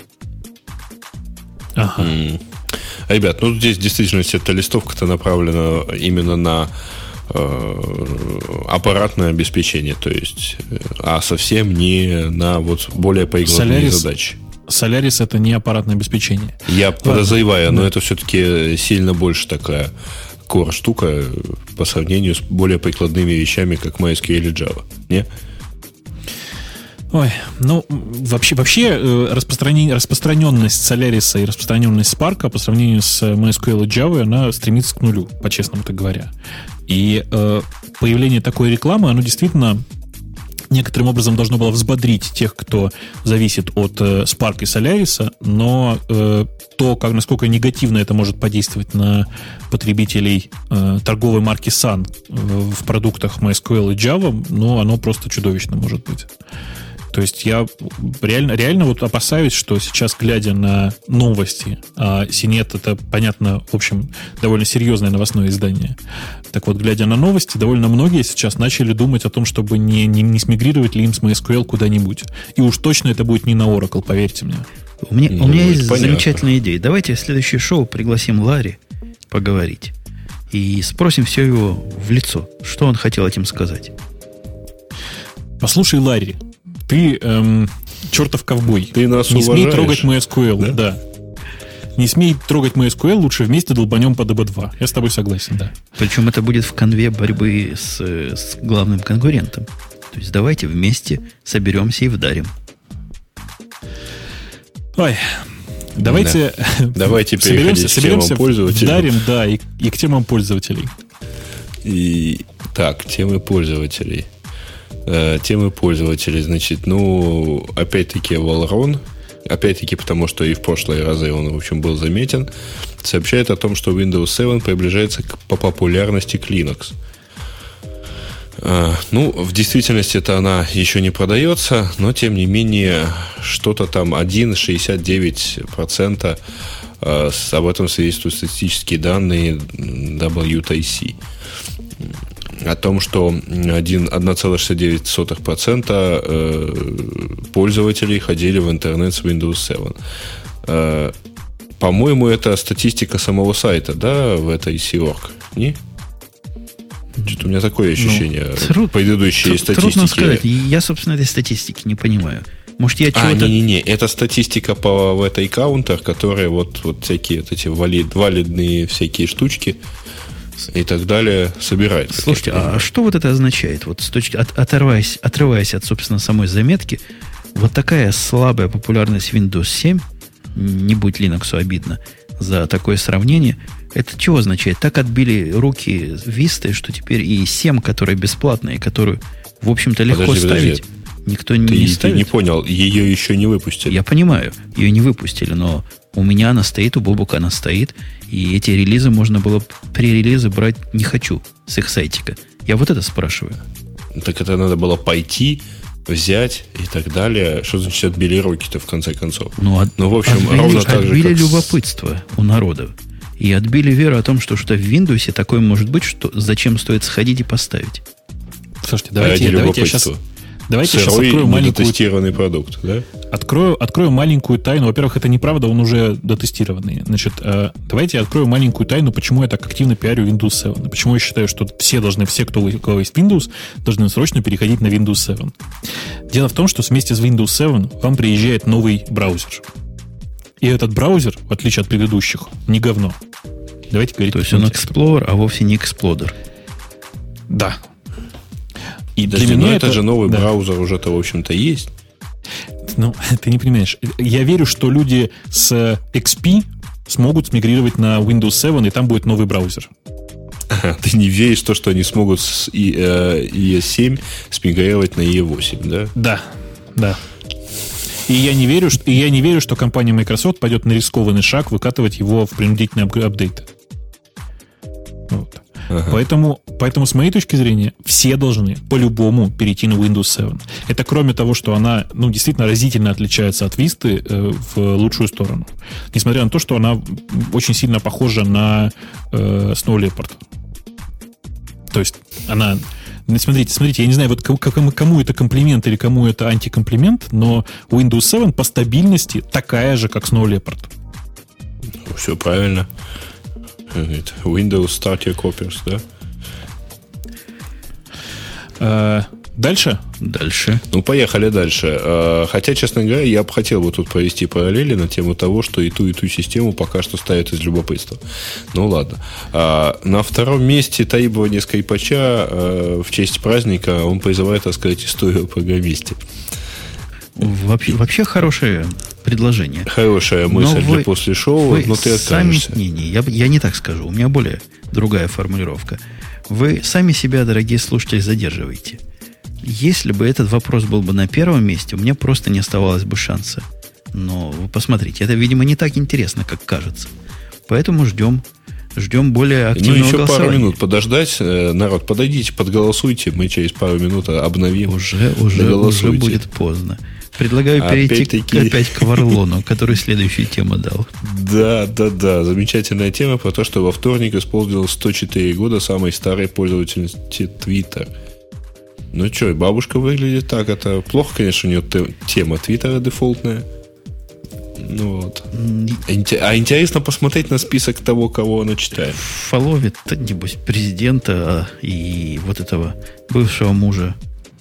Ага. Mm. Ребят, ну здесь в действительности эта листовка-то направлена именно на э, аппаратное обеспечение, то есть, а совсем не на вот более прикладные Solaris, задачи. Solaris это не аппаратное обеспечение. Я Ладно. подозреваю, но да. это все-таки сильно больше такая core штука по сравнению с более прикладными вещами, как MySQL и Java. Не? Ой, ну, вообще, вообще распространение, распространенность Solaris и распространенность Spark по сравнению с MySQL и Java, она стремится к нулю, по-честному-то говоря. И э, появление такой рекламы, оно действительно некоторым образом должно было взбодрить тех, кто зависит от э, Spark и Solaris, но э, то, как, насколько негативно это может подействовать на потребителей э, торговой марки Sun в, в продуктах MySQL и Java, ну, оно просто чудовищно может быть. То есть я реально, реально вот опасаюсь, что сейчас, глядя на новости, а си нет это, понятно, в общем, довольно серьезное новостное издание. Так вот, глядя на новости, довольно многие сейчас начали думать о том, чтобы не, не, не смигрировать ли им с MySQL куда-нибудь. И уж точно это будет не на Oracle, поверьте мне. У меня, ну, у меня есть понятно. замечательная идея. Давайте в следующее шоу пригласим Ларри поговорить и спросим все его в лицо, что он хотел этим сказать. Послушай, Ларри, ты эм, чертов ковбой. Ты нас Не уважаешь. смей трогать MySQL. Да? Да. Не смей трогать MySQL, лучше вместе долбанем по ди би два. Я с тобой согласен, да. Причем это будет в конве борьбы с, с главным конкурентом. То есть давайте вместе соберемся и вдарим. Ой, давайте, да. давайте соберемся, соберемся к пользователей. Вдарим, да, и, и к темам пользователей. И, так, темы пользователей. Темы пользователей, значит, ну, опять-таки, Valron, опять-таки, потому что и в прошлые разы он, в общем, был заметен, сообщает о том, что Windows семь приближается к, по популярности к Linux. Ну, в действительности это она еще не продается, но, тем не менее, что-то там один целых шестьдесят девять сотых процента об этом свидетельствуют статистические данные дабл ю ти си. О том, что один целых шестьдесят девять сотых процента пользователей ходили в интернет с Windows семь. По-моему, это статистика самого сайта, да, в этой си точка орг, не? Что-то у меня такое ощущение. Ну, труд, предыдущие труд, статистики. Трудно сказать. Я, собственно, этой статистики не понимаю. Может, я чего-то... А, не-не-не, это статистика по в этой каунтер, которые вот, вот всякие вот эти валид, валидные всякие штучки и так далее собирает. Слушайте, а что вот это означает? Вот с точки, от, оторваясь, отрываясь от, собственно, самой заметки, вот такая слабая популярность Windows семь, не будь Linux обидно за такое сравнение, это чего означает? Так отбили руки Висты, что теперь и семь, которая бесплатная, и которую, в общем-то, легко подожди, ставить, подожди. Никто ты, не ты ставит. Ты не понял, ее еще не выпустили. Я понимаю, ее не выпустили, но у меня она стоит, у Бобука она стоит, и эти релизы можно было при-релизы брать не хочу с их сайтика. Я вот это спрашиваю. Так это надо было пойти, взять и так далее. Что значит отбили руки-то в конце концов? Ну, от, ну в общем, отбили, ровно так же, отбили как любопытство с... у народа. И отбили веру о том, что что в Windows такое может быть, что зачем стоит сходить и поставить. Слушайте, давайте, давайте я сейчас... Давайте я сейчас открою маленькую... недотестированный продукт, да? Открою, открою маленькую тайну. Во-первых, это неправда, он уже дотестированный. Значит, э, давайте я открою маленькую тайну, почему я так активно пиарю Windows семь. Почему я считаю, что все должны, все, кто у кого есть Windows, должны срочно переходить на Windows семь. Дело в том, что вместе с Windows семь вам приезжает новый браузер. И этот браузер, в отличие от предыдущих, не говно. Давайте говорить. То есть он Explorer, а вовсе не Exploder. Да. И Подожди, для меня но это, это же новый да. браузер уже-то, в общем-то, есть. Ну, ты не понимаешь. Я верю, что люди с икс пи смогут смигрировать на Windows семь, и там будет новый браузер. Ты не веришь в то, что они смогут с ай и эс семь смигрировать на ай и восемь, да? Да, да. И я не верю, что, и я не верю, что компания Microsoft пойдет на рискованный шаг выкатывать его в принудительные апдейты. Вот. Ага. Поэтому, поэтому, с моей точки зрения, все должны по-любому перейти на Windows семь. Это кроме того, что она ну, действительно разительно отличается от Vista э, в лучшую сторону. Несмотря на то, что она очень сильно похожа на э, Snow Leopard. То есть она... Смотрите, смотрите, я не знаю, вот кому, кому это комплимент или кому это антикомплимент, но Windows семь по стабильности такая же, как Snow Leopard. Все правильно. Windows Starter Copiers, да? А, дальше? Дальше. Ну, поехали дальше. Хотя, честно говоря, я бы хотел бы тут провести параллели на тему того, что и ту, и ту систему пока что ставят из любопытства. Ну, ладно. На втором месте таибование скрипача в честь праздника он призывает рассказать историю о программисте. Вообще, вообще хорошее предложение. Хорошая мысль вы, для после шоу, вы но ты откажешься. Сами, не, не, я, я не так скажу. У меня более другая формулировка. Вы сами себя, дорогие слушатели, задерживаете. Если бы этот вопрос был бы на первом месте, у меня просто не оставалось бы шанса. Но вы посмотрите, это, видимо, не так интересно, как кажется. Поэтому ждем, ждем более активного голосования. Ну, еще голосования. пару минут подождать. Народ, подойдите, подголосуйте. Мы через пару минут обновим. Уже, уже, уже будет поздно. Предлагаю перейти к, опять к Варлону, который следующую тему дал. Да, да, да. Замечательная тема про то, что во вторник исполнилось сто четыре года самой старой пользовательности Twitter. Ну что, бабушка выглядит так. Это плохо, конечно, у нее тема Твиттера дефолтная. Ну вот. А интересно посмотреть на список того, кого она читает. Фоловит, небось, президента и вот этого бывшего мужа.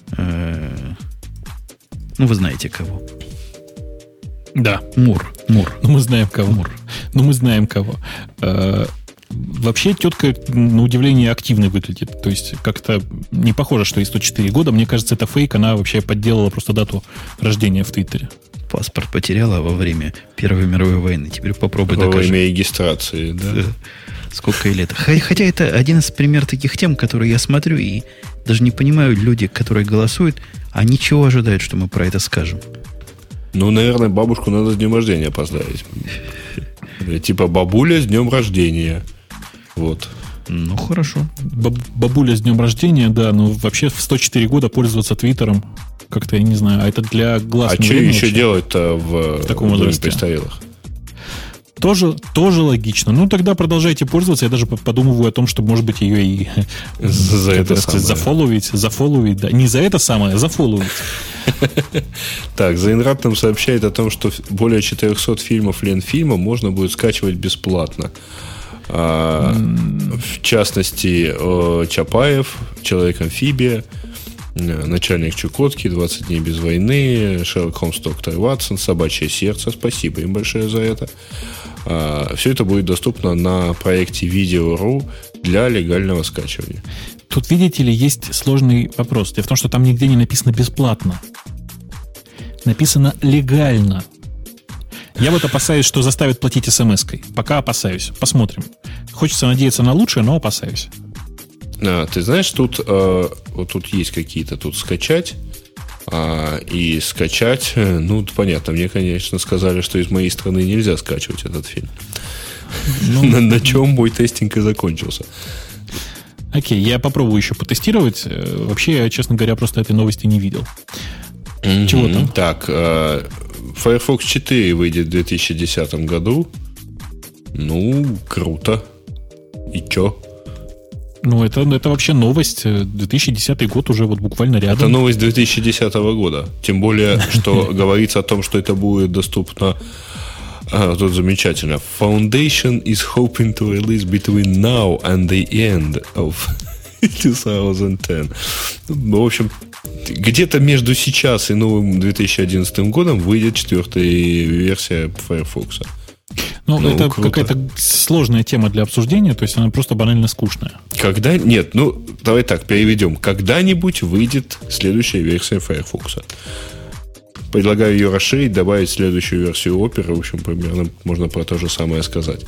Ну, вы знаете кого. Да. Мур. Мур. Ну, мы знаем кого. Мур. Ну, мы знаем кого. Вообще, тетка, на удивление, активно выглядит. То есть, как-то не похоже, что ей сто четыре года. Мне кажется, это фейк. Она вообще подделала просто дату рождения в Твиттере. Паспорт потеряла во время Первой мировой войны. Теперь попробуй докажи. Во время регистрации, да? да. Сколько ей лет. Хотя это один из примеров таких тем, которые я смотрю, и даже не понимаю, люди, которые голосуют, они чего ожидают, что мы про это скажем? Ну, наверное, бабушку надо с днем рождения поздравить. Типа бабуля с днем рождения. Вот. Ну, хорошо. Баб- бабуля с днем рождения, да, но вообще в сто четыре года пользоваться Твиттером, как-то, я не знаю, а это для глаз. А что еще делать-то в, в таком возрасте престарелых? Тоже, тоже логично. Ну, тогда продолжайте пользоваться. Я даже подумываю о том, чтобы, может быть, ее и за это сказать, зафолловить. Зафолловить, да. Не за это самое, а зафолловить. Так, Зайнрат нам сообщает о том, что более четырехсот фильмов Ленфильма можно будет скачивать бесплатно. А, mm. В частности, Чапаев, Человек-амфибия, Начальник Чукотки, двадцать дней без войны, Шерлок Холмс, доктор Ватсон, Собачье сердце. Спасибо им большое за это. А, все это будет доступно на проекте Видео точка ру для легального скачивания. Тут, видите ли, есть сложный вопрос. Дело в том, что там нигде не написано бесплатно. Написано легально. Я вот опасаюсь, что заставят платить смс-кой. Пока опасаюсь. Посмотрим. Хочется надеяться на лучшее, но опасаюсь. А, ты знаешь, тут, э, вот тут есть какие-то тут скачать. А, и скачать, ну, понятно, мне, конечно, сказали, что из моей страны нельзя скачивать этот фильм. Ну, на, на чем мой тестинг и закончился. Окей, я попробую еще потестировать. Вообще, я, честно говоря, просто этой новости не видел. Mm-hmm. Чего там? Так, Firefox четыре выйдет в две тысячи десятом году. Ну, круто. И чё? Ну, это, это вообще новость. две тысячи десятый год уже вот буквально рядом. Это новость две тысячи десятого года. Тем более, что говорится о том, что это будет доступно. А, тут замечательно. Foundation is hoping to release between now and the end of twenty ten. В общем, где-то между сейчас и новым две тысячи одиннадцатым годом выйдет четвертая версия Firefox. Ну, ну, это круто. Какая-то сложная тема для обсуждения, то есть она просто банально скучная. Когда? Нет, ну, давай так, переведем. Когда-нибудь выйдет следующая версия Firefox. Предлагаю ее расширить, добавить следующую версию Opera. В общем, примерно можно про то же самое сказать.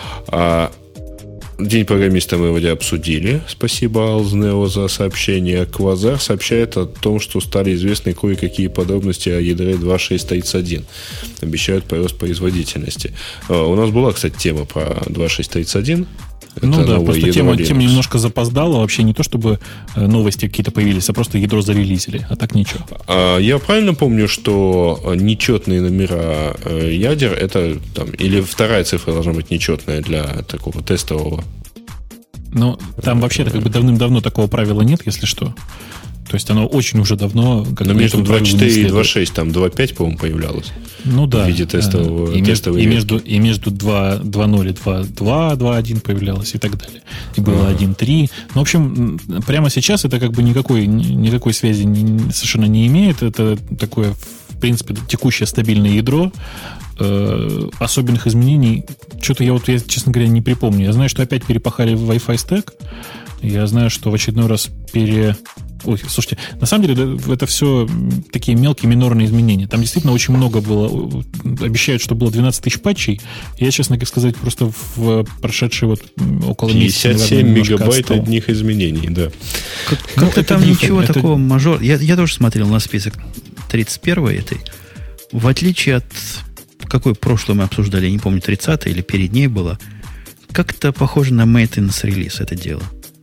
А День программиста мы вроде обсудили. Спасибо Алзнео за сообщение. Квазар сообщает о том, что стали известны кое-какие подробности о ядре два точка шесть точка тридцать один. Обещают прирост производительности. У нас была, кстати, тема про два точка шесть точка тридцать один. Ну да, просто тема, тема немножко запоздала. Вообще не то, чтобы новости какие-то появились, а просто ядро зарелизили. А так ничего. А я правильно помню, что нечетные номера ядер, это там, или вторая цифра должна быть нечетная для такого тестового? Ну, там вообще-то как бы давным-давно такого правила нет, если что. То есть оно очень уже давно... Как Но между два точка четыре и два точка шесть там два точка пять, по-моему, появлялось. Ну да. В виде тестового, и, тестовой и, между, и между два точка ноль и два точка два, два точка один появлялось и так далее. И было ага. один точка три. Ну, в общем, прямо сейчас это как бы никакой, никакой связи не, совершенно не имеет. Это такое, в принципе, текущее стабильное ядро. Э, особенных изменений что-то я вот, я, честно говоря, не припомню. Я знаю, что опять перепахали в Wi-Fi стек. Я знаю, что в очередной раз пере... Ой, слушайте, на самом деле это все такие мелкие минорные изменения. Там действительно очень много было. Обещают, что было двенадцать тысяч патчей. Я, честно сказать, просто в прошедшие вот около месяца... пятьдесят семь мегабайт отстал. Одних изменений, да. Как, ну, как-то там диф, ничего это... такого мажор... Я, я тоже смотрел на список тридцать первой этой. В отличие от... Какой прошлый мы обсуждали, я не помню, тридцатая или перед ней было. Как-то похоже на maintenance релиз это дело.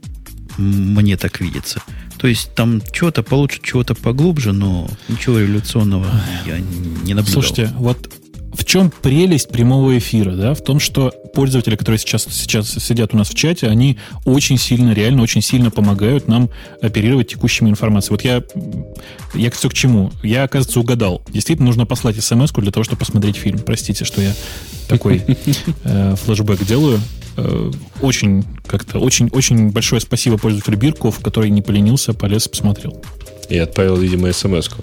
Мне так видится. То есть там чего-то получше, чего-то поглубже, но ничего революционного я не наблюдал. Слушайте, вот в чем прелесть прямого эфира, да? В том, что пользователи, которые сейчас, сейчас сидят у нас в чате, они очень сильно, реально очень сильно помогают нам оперировать текущими информацией. Вот я, я все к чему? Я, оказывается, угадал. Действительно, нужно послать смс-ку для того, чтобы посмотреть фильм. Простите, что я такой э, флешбэк делаю. Э, очень как-то, очень, очень большое спасибо пользователю Бирков, который не поленился, полез, посмотрел. И отправил, видимо, смс-ку.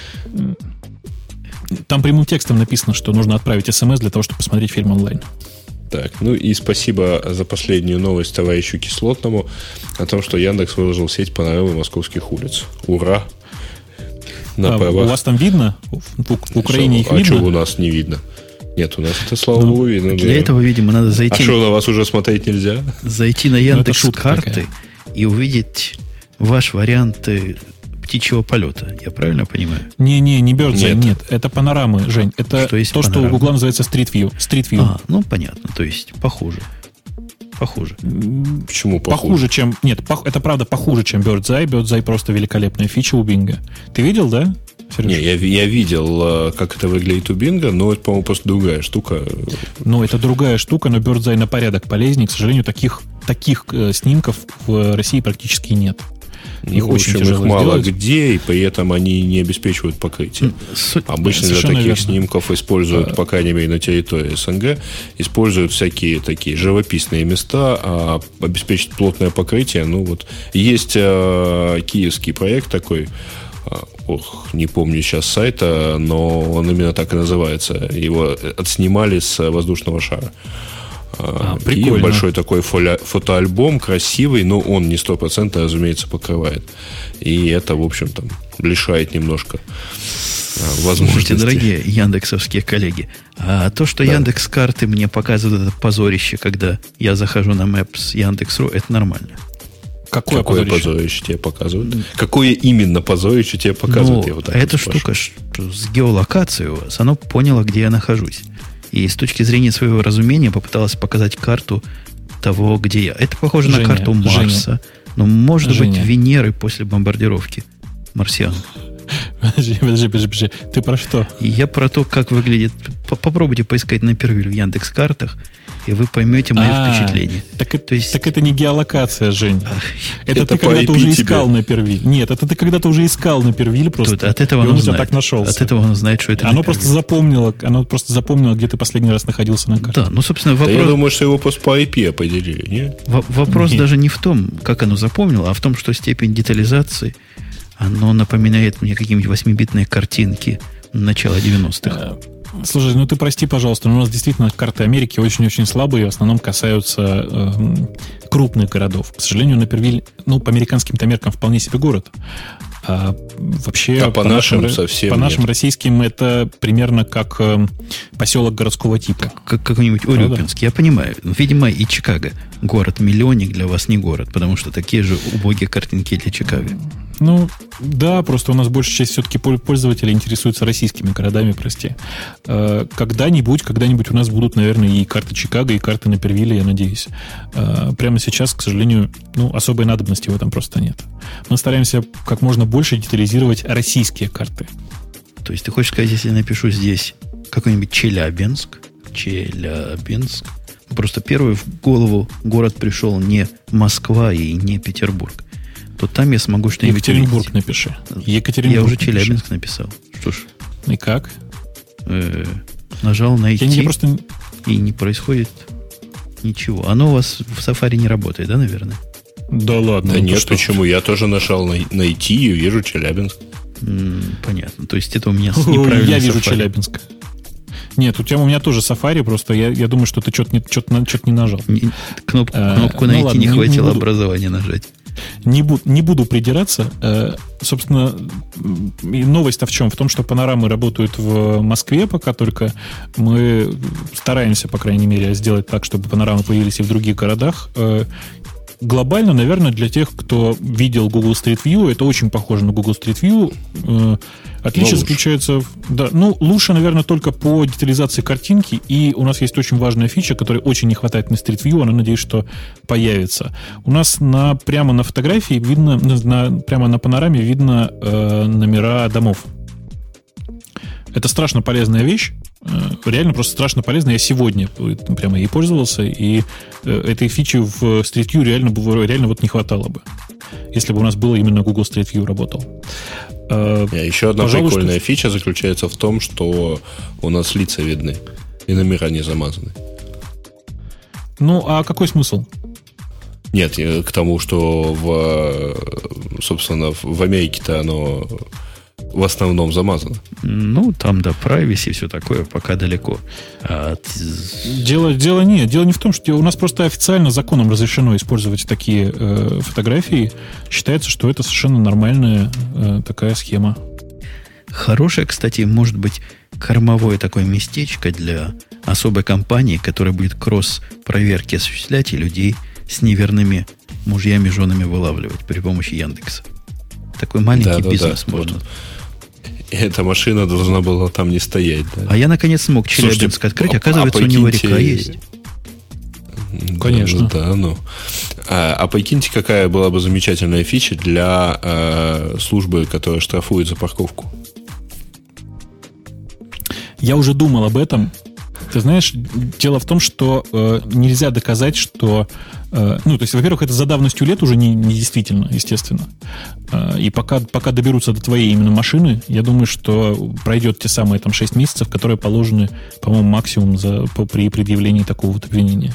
Там прямым текстом написано, что нужно отправить смс для того, чтобы посмотреть фильм онлайн. Так, ну и спасибо за последнюю новость товарищу Кислотному о том, что Яндекс выложил сеть панорамы московских улиц. Ура! На а, у вас там видно? В, в Украине что, их видно? А что у нас не видно? Нет, у нас это, слава ну, богу, видно. Для да. этого, видимо, надо зайти... А что, на вас уже смотреть нельзя? Зайти на Яндекс.Карты и увидеть ваш вариант птичьего полета. Я правильно понимаю? Не-не, не Bird's Eye, нет. нет. Это панорамы, Жень. Это что есть то, панорама? Что у Google называется Street View. Street View. А, ну, понятно. То есть, похуже. Похуже. Почему похуже? Похуже, чем... Нет, пох... это правда похуже, чем Bird's Eye. Bird's Eye просто великолепная фича у Bing. Ты видел, да? Сереж? Не, я, я видел, как это выглядит у Bing, но это, по-моему, просто другая штука. Ну, это другая штука, но Bird's Eye на порядок полезнее. К сожалению, таких, таких э, снимков в России практически нет. Их ну, очень в общем, тяжело их мало сделать. где, и при этом они не обеспечивают покрытие. Суть... Обычно для таких верно. снимков используют, а... по крайней мере, на территории СНГ, используют всякие такие живописные места, а обеспечить плотное покрытие, ну вот, есть э, киевский проект такой, э, ох, не помню сейчас сайта, но он именно так и называется. Его отснимали с воздушного шара. А, и большой такой фоля, фотоальбом, красивый, но он не сто процентов, разумеется, покрывает. И это, в общем, там, лишает немножко возможностей. Слушайте, дорогие яндексовские коллеги, а то, что да. Яндекс.Карты мне показывают это позорище, когда я захожу на Maps Яндекс.ру, это нормально? Какое, Какое позорище? позорище тебе показывают? Какое именно позорище тебе показывают? Ну, Я вот так эта вот штука что с геолокацией у вас, оно поняло, где я нахожусь. И с точки зрения своего разумения попыталась показать карту того, где я. Это похоже Женя, на карту Марса. Женя, но может Женя. быть Венеры после бомбардировки марсиан. Подожди, подожди, подожди, подожди. Ты про что? И я про то, как выглядит... Попробуйте поискать Напервиль в Яндекс.Картах, и вы поймете мое А, впечатление. Так, То есть- так это не геолокация, Жень. Это, Это ты по когда-то ай пи уже тебе. искал Напервиль. Нет, это ты когда-то уже искал Напервиль просто. Тут от этого и он оно у тебя знает. так нашелся. От этого он знает, что это Оно Напервиль. просто запомнило, оно просто запомнило, где ты последний раз находился на карте. Да, ну, собственно, Да вопрос... я думаю, что его просто по ай пи определили, не? Во- Вопрос Нет. даже не в том, как оно запомнило, а в том, что степень детализации, оно напоминает мне какие-нибудь восьмибитные картинки начала девяностых. Э, Слушай, ну ты прости, пожалуйста, но у нас действительно карты Америки очень-очень слабые, в основном касаются э, крупных городов. К сожалению, Напервиль, ну, по американским-то меркам вполне себе город. А вообще, А по нашим нашим, совсем по нашим нет. российским это примерно как э, поселок городского типа. Как какой-нибудь Урюпинск. Я понимаю. Видимо, и Чикаго. Город-миллионник для вас не город, потому что такие же убогие картинки для Чикаго. Ну, да, просто у нас большая часть все-таки пользователей интересуется российскими городами, прости. Э, Когда-нибудь, когда-нибудь у нас будут, наверное, и карты Чикаго, и карты Напервилля, я надеюсь. Э, Прямо сейчас, к сожалению, ну, особой надобности в этом просто нет. Мы стараемся как можно больше детализировать российские карты. То есть ты хочешь сказать, если я напишу здесь какой-нибудь Челябинск, Челябинск, просто первый в голову город пришел не Москва и не Петербург, то там я смогу что-нибудь Екатеринбург увидеть. напиши. Екатеринбург Я уже напиши. Челябинск написал. Что ж, И как? э, нажал найти, Я не просто... и не происходит ничего. Оно у вас в Safari не работает, да, наверное? Да ладно. Да ну нет, что? почему? Я тоже нажал на- найти и вижу Челябинск. М, понятно. То есть это у меня с Ой, неправильным я вижу Safari. Челябинск. Нет, у тебя у меня тоже Safari, просто я, я думаю, что ты что-то не, что-то, на- что-то не нажал. Не- Кнопку, Э, кнопку ну найти ладно, не не- не хватило буду. образования нажать. Не, бу- не буду придираться. Э, собственно, м, и новость-то в чем? В том, что панорамы работают в Москве пока только. Мы стараемся, по крайней мере, сделать так, чтобы панорамы появились и в других городах. Э, глобально, наверное, для тех, кто видел Google Street View, это очень похоже на Google Street View. Э, Отличие лучше. заключается в... Да, ну, лучше, наверное, только по детализации картинки. И у нас есть очень важная фича, которой очень не хватает на Street View. Она, надеюсь, что появится. У нас на, прямо на фотографии видно, на, прямо на панораме видно э, номера домов. Это страшно полезная вещь. Э, Реально просто страшно полезно. Я сегодня прямо ей пользовался, и э, этой фичи в Street View реально, бы- реально вот не хватало бы. Если бы у нас было именно Google Street View работал. Э, А еще одна Пожалуй, прикольная что- фича заключается в том, что у нас лица видны и номера не замазаны. Ну, а какой смысл? Нет, я к тому, что в, собственно, в Америке-то оно в основном замазано. Ну, там, да, privacy и все такое пока далеко. А от- Дело, дело не, дело не в том, что у нас просто официально законом разрешено использовать такие э, фотографии. Считается, что это совершенно нормальная э, такая схема. Хорошее, кстати, может быть кормовое такое местечко для особой компании, которая будет кросс-проверки осуществлять и людей с неверными мужьями, женами вылавливать при помощи Яндекса. Такой маленький Да-да-да, бизнес вот. можно. Эта машина должна была там не стоять. Да? А я, наконец, смог Слушайте, Челябинск открыть. а- Оказывается, а у него прикиньте- река есть. Конечно. Да, да, ну. А, а прикиньте, какая была бы замечательная фича для э, службы, которая штрафует за парковку. Я уже думал об этом. Ты знаешь, дело в том, что э, нельзя доказать, что... э, ну, то есть, во-первых, это за давностью лет уже не, не действительно, естественно. Э, и пока, пока доберутся до твоей именно машины, я думаю, что пройдет те самые там шесть месяцев, которые положены, по-моему, максимум за, по, при предъявлении такого вот обвинения.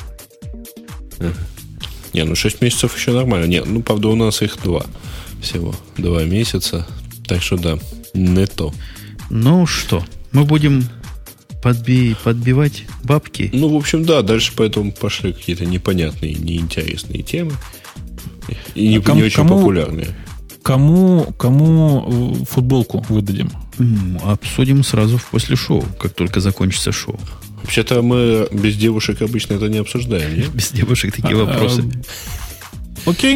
Не, ну шесть месяцев еще нормально. Нет, ну, правда, у нас их два всего. Два месяца. Так что да, не то. Ну что, мы будем подби- подбивать бабки. Ну, в общем, да, дальше поэтому пошли какие-то непонятные, неинтересные темы. И не, А кому- не очень кому- популярные. Кому, кому э, футболку выдадим? М, Обсудим сразу после шоу, как только закончится шоу. Вообще-то мы без девушек обычно это не обсуждаем, нет? Без девушек такие А, вопросы. а, Окей.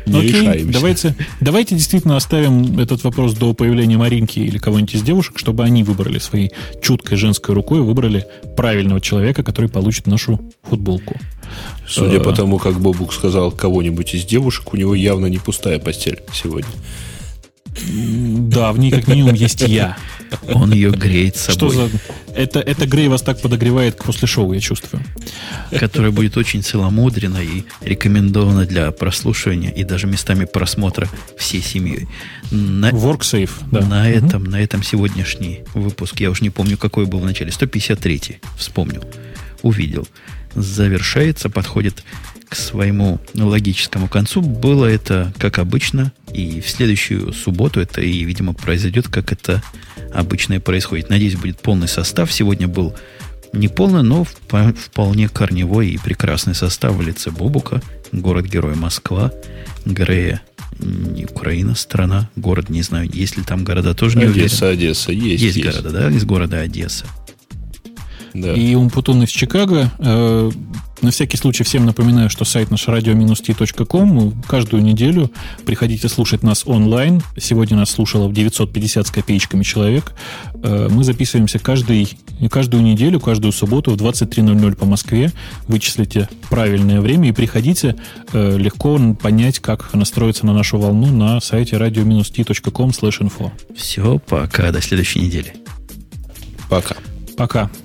Не Окей, решаемся. Давайте, давайте действительно оставим этот вопрос до появления Маринки или кого-нибудь из девушек, чтобы они выбрали своей чуткой женской рукой, выбрали правильного человека, который получит нашу футболку. Судя по тому, как Бобук сказал кого-нибудь из девушек, у него явно не пустая постель сегодня. Да, в ней как минимум есть я. Он ее греет собой. Что за... Это, это Грей вас так подогревает после шоу, я чувствую. Которое будет очень целомудренно и рекомендовано для прослушивания и даже местами просмотра всей семьей. На, WorkSafe, да. На, угу. этом, на этом сегодняшний выпуск, я уж не помню, какой был в начале, сто пятьдесят третий, вспомнил, увидел, завершается, подходит к своему логическому концу. Было это, как обычно, и в следующую субботу это и, видимо, произойдет, как это обычно и происходит. Надеюсь, будет полный состав. Сегодня был не полный, но вполне корневой и прекрасный состав в лице Бобука, город-герой Москва, Грея, Украина, страна, город, не знаю, есть ли там города, тоже не уверен. Одесса, Одесса, есть. Есть, есть. города, да, из города Одесса. Да. И Умпутун из Чикаго. Э, на всякий случай всем напоминаю, что сайт наш радио ти точка ком. Каждую неделю приходите слушать нас онлайн. Сегодня нас слушало девятьсот пятьдесят с копеечками человек. Э, мы записываемся каждый, каждую неделю, каждую субботу в двадцать три ноль ноль по Москве. Вычислите правильное время и приходите. Э, легко понять, как настроиться на нашу волну на сайте радио ти точка ком слэш инфо. Все, пока, до следующей недели. Пока. Пока.